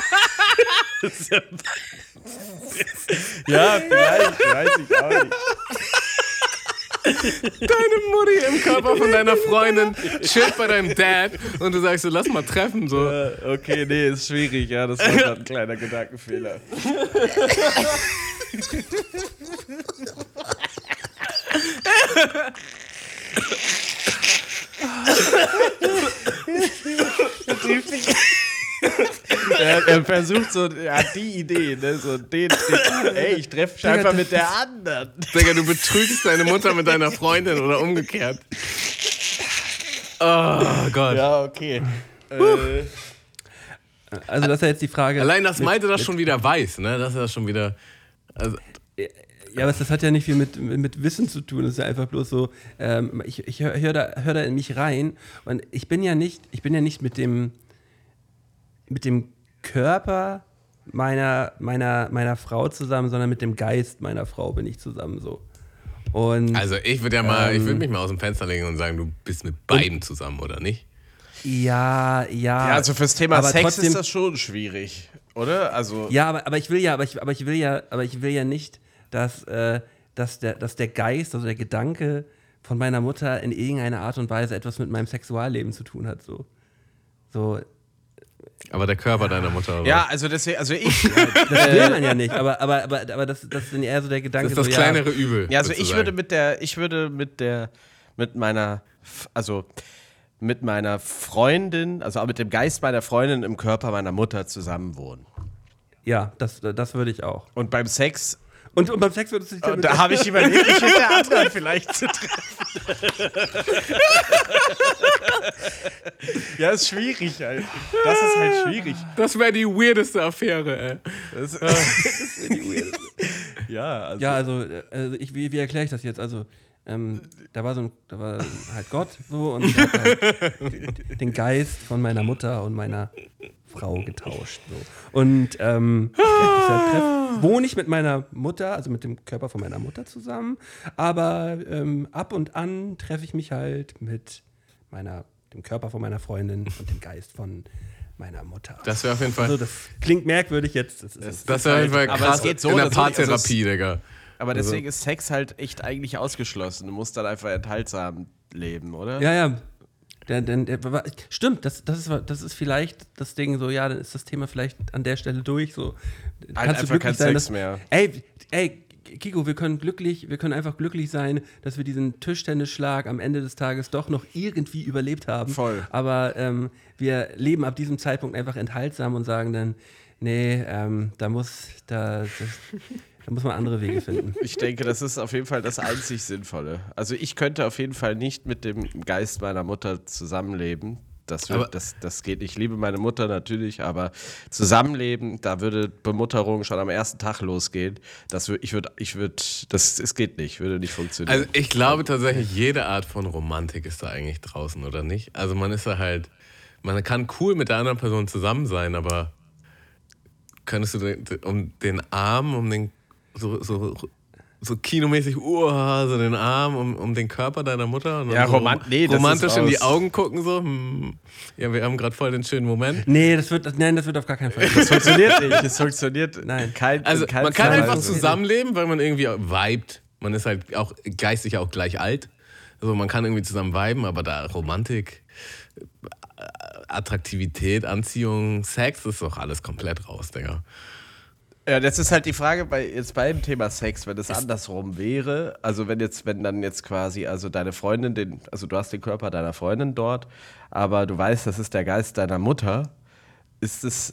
ja, vielleicht, weiß ich auch nicht. Deine Mutti im Körper von deiner Freundin chillt bei deinem Dad und du sagst so, lass mal treffen, so. Okay, nee, ist schwierig, ja, das war gerade ein kleiner Gedankenfehler. Er versucht so, er hat die Idee, ne, so ey, ich treffe mich einfach mit der anderen. Digga, du betrügst deine Mutter mit deiner Freundin oder umgekehrt. Oh Gott. Ja, okay. Also das ist ja jetzt die Frage... Allein, dass Malte das schon wieder weiß, ne? Das ist ja schon wieder... Also, Ja, aber das hat ja nicht viel mit Wissen zu tun. Das ist ja einfach bloß so, ich hör da in mich rein und ich bin ja nicht mit dem Körper meiner Frau zusammen, sondern mit dem Geist meiner Frau bin ich zusammen so. Und, also ich würde mich mal aus dem Fenster legen und sagen, du bist mit beiden zusammen, oder nicht? Ja, also fürs Thema Sex trotzdem, ist das schon schwierig, oder? Also ja, aber ich will ja nicht, dass der Geist, also der Gedanke von meiner Mutter in irgendeiner Art und Weise etwas mit meinem Sexualleben zu tun hat. So. Aber der Körper deiner Mutter, oder? ja, also deswegen, also ich. Das will man ja nicht, aber das ist dann eher so der Gedanke. Das ist das so, kleinere Übel. Ja, also sozusagen. mit meiner Freundin, also auch mit dem Geist meiner Freundin im Körper meiner Mutter zusammen wohnen. Ja, das würde ich auch. Und beim Sex. Und beim Sex würdest du dich Und da habe ich überlegt, mich mit der anderen vielleicht zu treffen. Ja, ist schwierig halt. Das ist halt schwierig. Das wäre die weirdeste Affäre, ey. Das wäre die weirdeste. Ja, also. Wie erkläre ich das jetzt? Also, da war halt Gott so und der hat halt den Geist von meiner Mutter und meiner Frau getauscht. So. Und wohne ich mit meiner Mutter, also mit dem Körper von meiner Mutter zusammen, aber ab und an treffe ich mich halt mit dem Körper von meiner Freundin und dem Geist von meiner Mutter. Das wäre auf jeden Fall... Also, das klingt merkwürdig jetzt. Das wäre auf jeden Fall aber krass es geht so in der oder so, also Paartherapie, Digga. aber deswegen ist Sex halt echt eigentlich ausgeschlossen. Du musst dann einfach enthaltsam leben, oder? Ja. Stimmt, das ist vielleicht das Ding so, ja, dann ist das Thema vielleicht an der Stelle durch. So. Halt einfach kein Sex mehr. Ey, Kiko, wir können einfach glücklich sein, dass wir diesen Tischtennisschlag am Ende des Tages doch noch irgendwie überlebt haben. Voll. Aber wir leben ab diesem Zeitpunkt einfach enthaltsam und sagen dann, nee, da muss man andere Wege finden. Ich denke, das ist auf jeden Fall das einzig Sinnvolle. Also ich könnte auf jeden Fall nicht mit dem Geist meiner Mutter zusammenleben. Das geht nicht. Ich liebe meine Mutter natürlich, aber Zusammenleben, da würde Bemutterung schon am ersten Tag losgehen. Es geht nicht, würde nicht funktionieren. Also ich glaube tatsächlich, jede Art von Romantik ist da eigentlich draußen, oder nicht? Also man ist da halt, man kann cool mit der anderen Person zusammen sein, aber könntest du um den Arm, um den so kinomäßig, so den Arm um den Körper deiner Mutter und ja, so romantisch in die Augen gucken, so, ja, wir haben gerade voll den schönen Moment. Nee, das wird auf gar keinen Fall. Das funktioniert nicht. Das funktioniert Nein. Also man kann einfach zusammenleben, weil man irgendwie vibet. Man ist halt auch geistig auch gleich alt. Also man kann irgendwie zusammen viben, aber da Romantik, Attraktivität, Anziehung, Sex, das ist doch alles komplett raus, Digga. Ja, das ist halt die Frage beim Thema Sex, wenn es andersrum wäre, also wenn dann jetzt quasi, also deine Freundin, also du hast den Körper deiner Freundin dort, aber du weißt, das ist der Geist deiner Mutter, ist das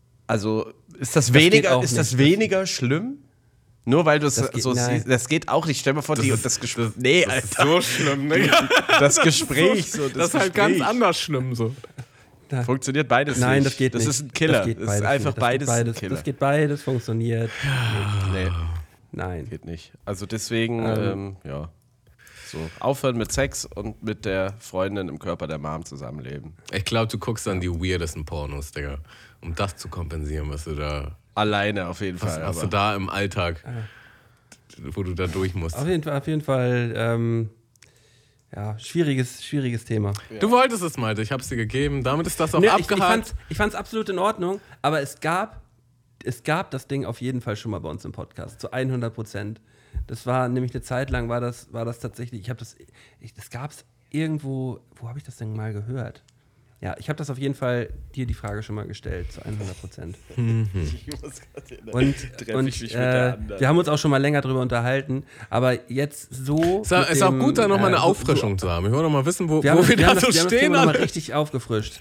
weniger schlimm? Nur weil du es so siehst, das geht auch nicht. Stell dir mal vor, das Gespräch. Nee, Alter. Das ist so schlimm, ne? Das Gespräch. Das ist halt ganz anders schlimm so. Funktioniert beides nicht. Nein, das geht nicht. Das ist ein Killer. Das ist einfach beides ein Killer. Das geht beides, funktioniert. Nee. Nein. Geht nicht. Also deswegen, ja. So, aufhören mit Sex und mit der Freundin im Körper der Mom zusammenleben. Ich glaube, du guckst dann die weirdesten Pornos, Digga. Um das zu kompensieren, was du da... Alleine auf jeden Fall. Was du da im Alltag, wo du da durch musst. Auf jeden Fall ja, schwieriges Thema. Ja. Du wolltest es, Malte, ich hab's dir gegeben. Damit ist das auch abgehakt. Ich fand's absolut in Ordnung, aber es gab das Ding auf jeden Fall schon mal bei uns im Podcast, zu 100%. Das war nämlich eine Zeit lang, war das tatsächlich, das gab's irgendwo, wo habe ich das denn mal gehört? Ja, ich habe das auf jeden Fall dir die Frage schon mal gestellt, zu 100%. Und wir haben uns auch schon mal länger drüber unterhalten, aber jetzt so... Ist auch gut, da nochmal eine Auffrischung zu haben. Ich wollte noch mal wissen, wo wir da so stehen. Wir haben das Thema nochmal richtig aufgefrischt.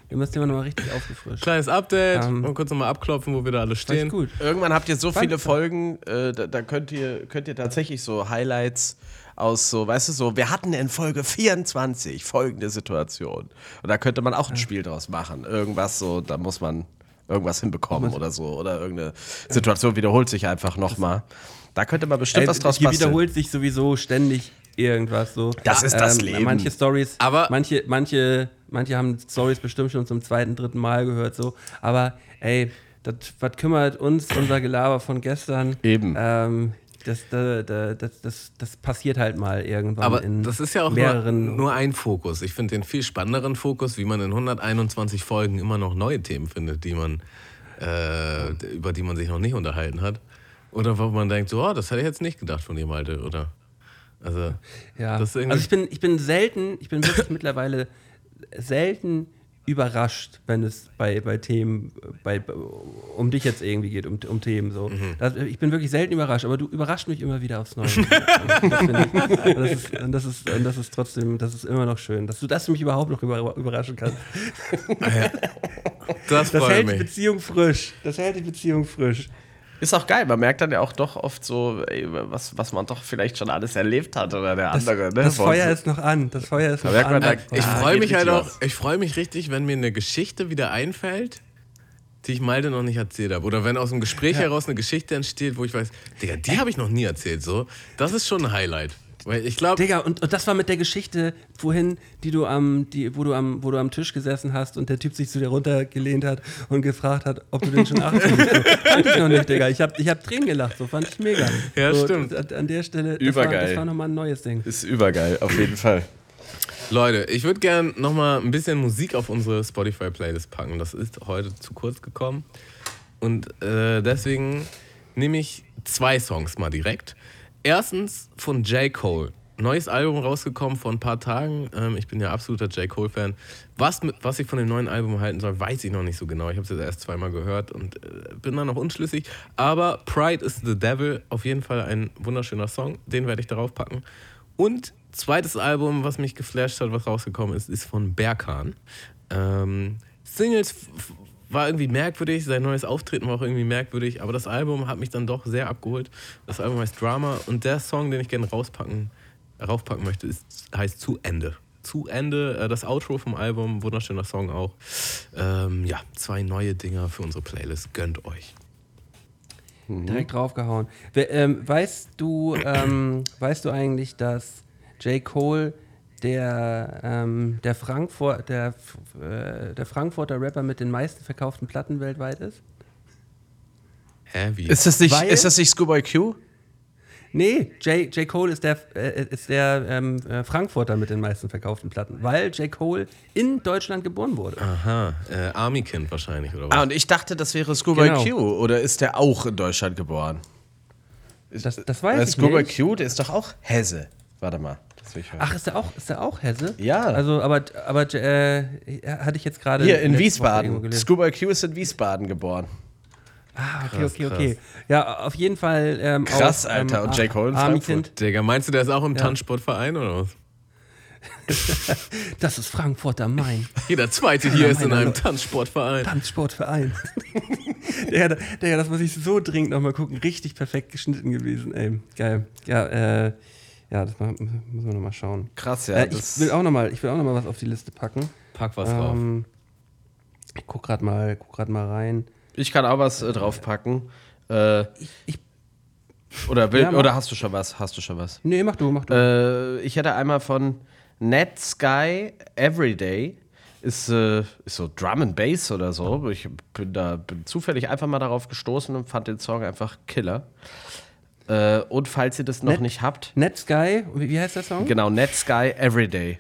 Kleines Update, mal kurz nochmal abklopfen, wo wir da alle stehen. Gut. Irgendwann habt ihr so viele Folgen, da könnt ihr tatsächlich so Highlights aus so, weißt du, so, wir hatten in Folge 24 folgende Situation. Und da könnte man auch ein Spiel draus machen. Irgendwas so, da muss man irgendwas hinbekommen oder so. Oder irgendeine Situation wiederholt sich einfach nochmal. Da könnte man bestimmt was draus basteln. Die wiederholt sich sowieso ständig irgendwas so. Das ist das Leben. Manche Storys, aber manche haben Storys bestimmt schon zum 2., 3. Mal gehört so. Aber ey, was kümmert uns unser Gelaber von gestern? Eben. Das passiert halt mal irgendwann. Aber in das ist ja auch nur ein Fokus. Ich finde den viel spannenderen Fokus, wie man in 121 Folgen immer noch neue Themen findet, über die man sich noch nicht unterhalten hat. Oder wo man denkt, so, das hätte ich jetzt nicht gedacht von dir, Malte, oder? Also, ja. Ich bin wirklich mittlerweile selten überrascht, wenn es bei Themen, um dich jetzt irgendwie geht, um Themen so. Ich bin wirklich selten überrascht, aber du überrascht mich immer wieder aufs Neue. Das ist trotzdem, das ist immer noch schön, dass du mich überhaupt noch überraschen kannst. Das hält die Beziehung frisch. Ist auch geil, man merkt dann ja auch doch oft so, ey, was man doch vielleicht schon alles erlebt hat oder der andere. Ne? Das Feuer ist noch an. Ich freue mich richtig, wenn mir eine Geschichte wieder einfällt, die ich Malte noch nicht erzählt habe. Oder wenn aus dem Gespräch heraus eine Geschichte entsteht, wo ich weiß, Digga, die habe ich noch nie erzählt. So. Das ist schon ein Highlight. Weil ich glaube, Digga, und das war mit der Geschichte vorhin, wo du am Tisch gesessen hast und der Typ sich zu dir runtergelehnt hat und gefragt hat, ob du den schon 18 bist. Fand ich noch nicht, Digga. Ich hab Tränen gelacht, so fand ich mega. Ja, so, stimmt. An der Stelle, das war nochmal ein neues Ding. Ist übergeil, auf jeden Fall. Leute, ich würde gerne nochmal ein bisschen Musik auf unsere Spotify-Playlist packen. Das ist heute zu kurz gekommen. Und deswegen nehme ich 2 Songs mal direkt. Erstens von J. Cole. Neues Album rausgekommen vor ein paar Tagen. Ich bin ja absoluter J. Cole-Fan. Was ich von dem neuen Album halten soll, weiß ich noch nicht so genau. Ich habe es jetzt erst 2-mal gehört und bin da noch unschlüssig. Aber Pride is the Devil, auf jeden Fall ein wunderschöner Song. Den werde ich darauf packen. Und zweites Album, was mich geflasht hat, was rausgekommen ist von Berkan. Singles war irgendwie merkwürdig, sein neues Auftreten war auch irgendwie merkwürdig, aber das Album hat mich dann doch sehr abgeholt. Das Album heißt Drama und der Song, den ich gerne raufpacken möchte, heißt Zu Ende. zu Ende. Das Outro vom Album, wunderschöner Song auch. 2 neue Dinger für unsere Playlist. Gönnt euch. Direkt draufgehauen. Weißt du eigentlich, dass J. Cole der Frankfurter Rapper mit den meisten verkauften Platten weltweit ist? Hä, wie? Ist das nicht Schoolboy Q? Nee, J. Cole ist der Frankfurter mit den meisten verkauften Platten, weil J. Cole in Deutschland geboren wurde. Aha, Army-Kind wahrscheinlich, oder was? Und ich dachte, das wäre Schoolboy Genau. Q. Oder ist der auch in Deutschland geboren? Das weiß ich Schoolboy nicht. Q, der ist doch auch Hesse. Warte mal. Das will ich hören. Ach, ist der auch Hesse? Ja. Also, aber hatte ich jetzt gerade Hier in letzte Woche irgendwo Wiesbaden. gelesen. Schoolboy Q ist in Wiesbaden geboren. Ah, Krass. okay. Ja, auf jeden Fall. Krass, Alter. Und J. Cole in Army-Kind. Digga, meinst du, der ist auch im Tanzsportverein, oder was? Das ist Frankfurt am Main. Jeder Zweite hier ist in meiner einem Leute. Tanzsportverein. Tanzsportverein. Digga, das muss ich so dringend nochmal gucken. Richtig perfekt geschnitten gewesen, ey. Geil. Ja, das müssen wir nochmal schauen. Krass, ja. Ich will auch noch mal was auf die Liste packen. Pack was drauf. Ich guck grad mal rein. Ich kann auch was draufpacken. Ich- Oder hast du schon was? Nee, mach du. Ich hätte einmal von Ned Sky Everyday. Ist so Drum and Bass oder so. Ich bin zufällig einfach mal darauf gestoßen und fand den Song einfach Killer. Und falls ihr das noch nicht habt, Net Sky, wie heißt der Song? genau, Ned Sky Everyday.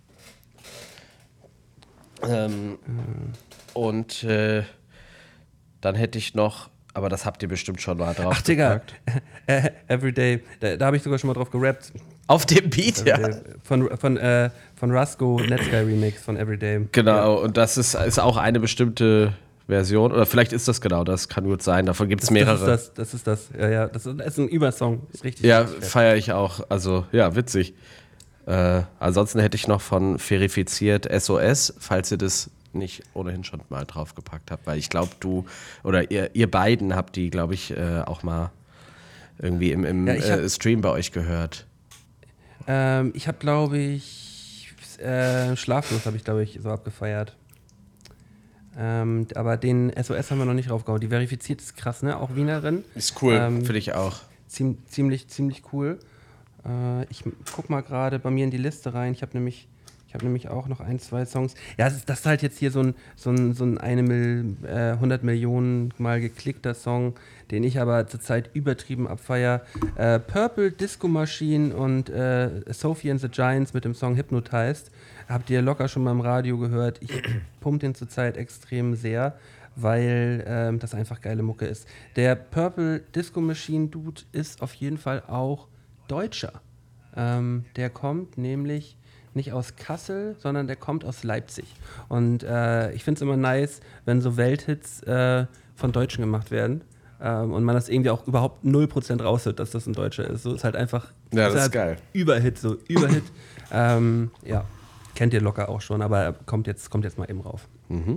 Und dann hätte ich noch, aber das habt ihr bestimmt schon mal drauf Ach, Digga. gepackt. Everyday. Da habe ich sogar schon mal drauf gerappt. Auf dem Beat, ja. Von Rusko, Net Sky Remix von Everyday. Genau, und das ist auch eine bestimmte Version, oder vielleicht ist das genau, das kann gut sein, davon gibt es mehrere. Das ist das. Ja, das ist ein Übersong. Ist richtig. Ja, richtig fett. feiere ich auch, also ja, witzig. Ansonsten hätte ich noch von Verifiziert SOS, falls ihr das nicht ohnehin schon mal draufgepackt habt, weil ich glaube, du oder ihr beiden habt die, glaube ich, auch mal irgendwie im Stream bei euch gehört. Ich habe, glaube ich, Schlaflos habe ich, glaube ich, so abgefeiert. Aber den SOS haben wir noch nicht draufgehauen. Die Verifiziert ist krass, ne? Auch Wienerin. Ist cool, finde ich auch. Ziemlich cool. Ich guck mal gerade bei mir in die Liste rein. Ich habe nämlich auch noch 2 Songs. Ja, das ist halt jetzt hier so ein 100 Millionen Mal geklickter Song, den ich aber zurzeit übertrieben abfeier. Purple Disco Machine und Sophie and the Giants mit dem Song Hypnotized. Habt ihr locker schon mal im Radio gehört. Ich pump den zurzeit extrem sehr, weil das einfach geile Mucke ist. Der Purple Disco Machine Dude ist auf jeden Fall auch Deutscher. Der kommt nämlich nicht aus Kassel, sondern der kommt aus Leipzig. Und ich finde es immer nice, wenn so Welthits von Deutschen gemacht werden und man das irgendwie auch überhaupt 0% raushört, dass das ein Deutscher ist. So ist halt einfach Ja, das ist halt geil. Überhit. Ja, kennt ihr locker auch schon, aber kommt jetzt mal eben rauf.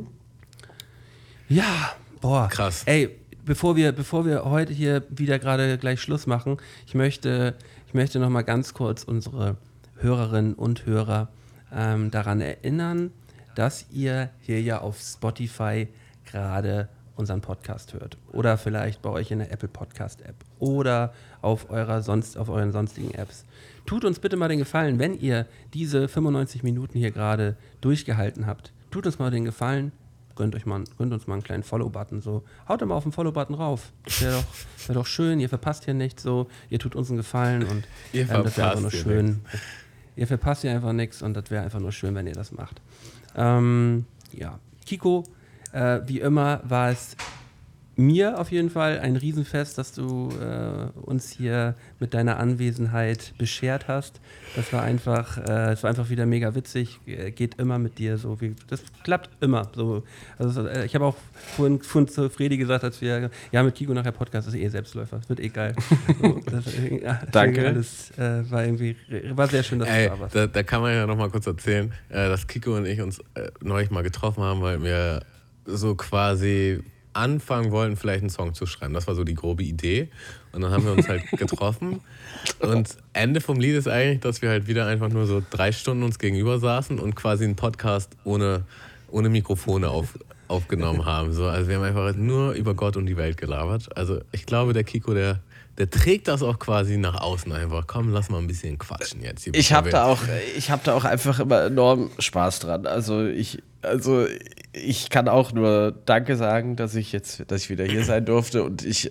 Ja, boah. Krass. Ey, bevor wir heute hier wieder gerade gleich Schluss machen, ich möchte noch mal ganz kurz unsere Hörerinnen und Hörer daran erinnern, dass ihr hier ja auf Spotify gerade unseren Podcast hört. Oder vielleicht bei euch in der Apple Podcast App. Oder auf euren sonstigen Apps. Tut uns bitte mal den Gefallen, wenn ihr diese 95 Minuten hier gerade durchgehalten habt. Tut uns mal den Gefallen, gönnt uns mal einen kleinen Follow-Button. So. Haut doch mal auf den Follow-Button rauf. Wär doch schön, ihr verpasst hier nichts. So. Ihr tut uns einen Gefallen und Ihr das wäre einfach nur verpasst hier schön. Ihr verpasst hier einfach nichts und das wäre einfach nur schön, wenn ihr das macht. Ja, Kiko, wie immer war es mir auf jeden Fall ein Riesenfest, dass du uns hier mit deiner Anwesenheit beschert hast. Das war einfach wieder mega witzig. Geht immer mit dir so. Das klappt immer so. Also, ich habe auch vorhin zu Fredi gesagt, als wir mit Kiko nachher Podcast, das ist Selbstläufer. Das wird geil. So, Danke. Das war sehr schön, dass du da warst. Da kann man ja noch mal kurz erzählen, dass Kiko und ich uns neulich mal getroffen haben, weil wir so quasi anfangen wollten, vielleicht einen Song zu schreiben. Das war so die grobe Idee. Und dann haben wir uns halt getroffen. Und Ende vom Lied ist eigentlich, dass wir halt wieder einfach nur so 3 Stunden uns gegenüber saßen und quasi einen Podcast ohne Mikrofone aufgenommen haben. So, also wir haben einfach nur über Gott und die Welt gelabert. Also ich glaube, der Kiko, der trägt das auch quasi nach außen einfach. Komm, lass mal ein bisschen quatschen jetzt. Hier, Ich habe da auch einfach immer enorm Spaß dran. Also ich kann auch nur Danke sagen, dass ich wieder hier sein durfte. Und ich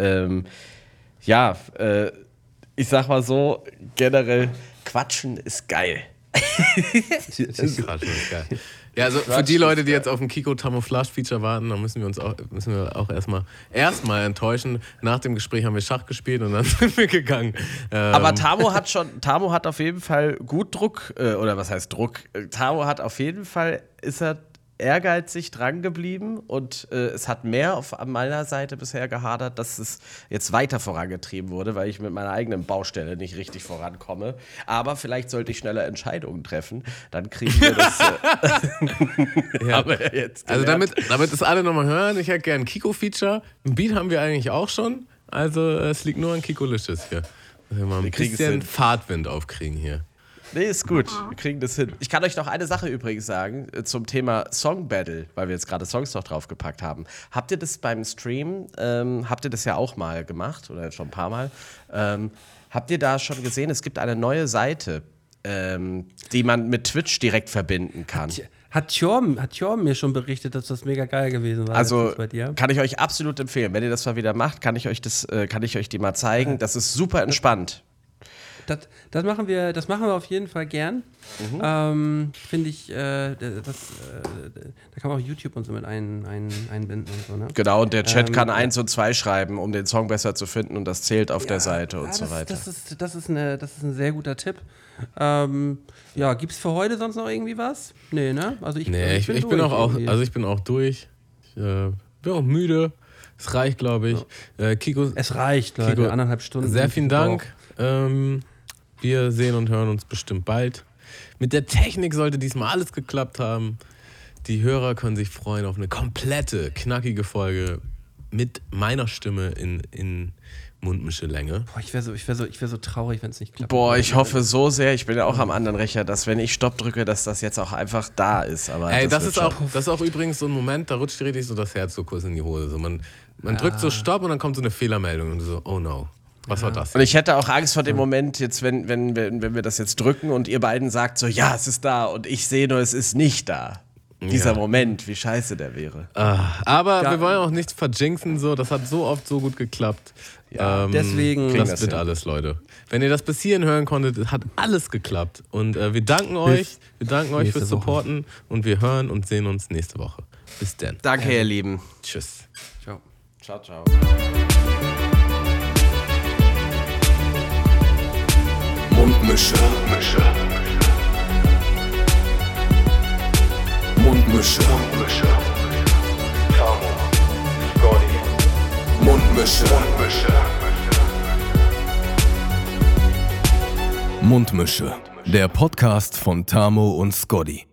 sag mal so, generell Quatschen ist geil. Quatschen ist geil. Ja, also für die Leute, die jetzt auf ein Kiko-Camouflage-Feature warten, dann müssen wir auch erstmal enttäuschen. Nach dem Gespräch haben wir Schach gespielt und dann sind wir gegangen. Aber Tamo hat auf jeden Fall gut Druck, oder was heißt Druck? Tamo hat auf jeden Fall, ist er ehrgeizig dran geblieben und es hat mehr an meiner Seite bisher gehadert, dass es jetzt weiter vorangetrieben wurde, weil ich mit meiner eigenen Baustelle nicht richtig vorankomme. Aber vielleicht sollte ich schneller Entscheidungen treffen, dann kriegen wir das. Ja. Also damit es alle nochmal hören, ich hätte gerne ein Kiko-Feature. Ein Beat haben wir eigentlich auch schon, also es liegt nur an Kiko-Licious hier. Also mal ein bisschen Fahrtwind aufkriegen hier. Nee, ist gut. Wir kriegen das hin. Ich kann euch noch eine Sache übrigens sagen zum Thema Song Battle, weil wir jetzt gerade Songs noch draufgepackt haben. Habt ihr das beim Stream, habt ihr das ja auch mal gemacht oder schon ein paar Mal, habt ihr da schon gesehen, es gibt eine neue Seite, die man mit Twitch direkt verbinden kann. Hat Tjorm mir schon berichtet, dass das mega geil gewesen war. Also bei dir? Kann ich euch absolut empfehlen. Wenn ihr das mal wieder macht, kann ich euch die mal zeigen. Das ist super entspannt. Das machen wir auf jeden Fall gern. Finde ich, da kann man auch YouTube und so mit einbinden und so, ne? Genau, und der Chat kann 1 und 2 schreiben, um den Song besser zu finden und das zählt auf der Seite und so weiter. Das ist ein sehr guter Tipp. Gibt's für heute sonst noch irgendwie was? Nee, ne? Also ich bin auch durch. Ich bin auch müde. Es reicht, glaube ich. Ja. Kiko, es reicht, Leute. Kiko, 1,5 Stunden. Sehr vielen Dank. Wir sehen und hören uns bestimmt bald. Mit der Technik sollte diesmal alles geklappt haben. Die Hörer können sich freuen auf eine komplette, knackige Folge mit meiner Stimme in Mundmische-Länge. Boah, ich wär so traurig, wenn es nicht klappt. Boah, ich hoffe so sehr, ich bin ja auch am anderen Rechner, dass wenn ich Stopp drücke, dass das jetzt auch einfach da ist. Aber das ist auch übrigens so ein Moment, da rutscht richtig so das Herz so kurz in die Hose. So, man drückt so Stopp und dann kommt so eine Fehlermeldung und so, oh no. Was war das? Und ich hätte auch Angst vor dem Moment, jetzt, wenn wir das jetzt drücken und ihr beiden sagt so, ja, es ist da und ich sehe nur, es ist nicht da. Dieser Moment, wie scheiße der wäre. Aber wir wollen auch nichts verjinxen, so. Das hat so oft so gut geklappt. Ja, deswegen. Das wird alles, Leute. Wenn ihr das bis hierhin hören konntet, hat alles geklappt. Und wir danken euch. Wir danken euch fürs Supporten. Und wir hören und sehen uns nächste Woche. Bis dann. Danke, ihr Lieben. Tschüss. Ciao. Ciao, ciao. Mundmische. Mundmische. Tamo, Scotty. Mundmische. Mundmische. Der Podcast von Tamo und Scotty.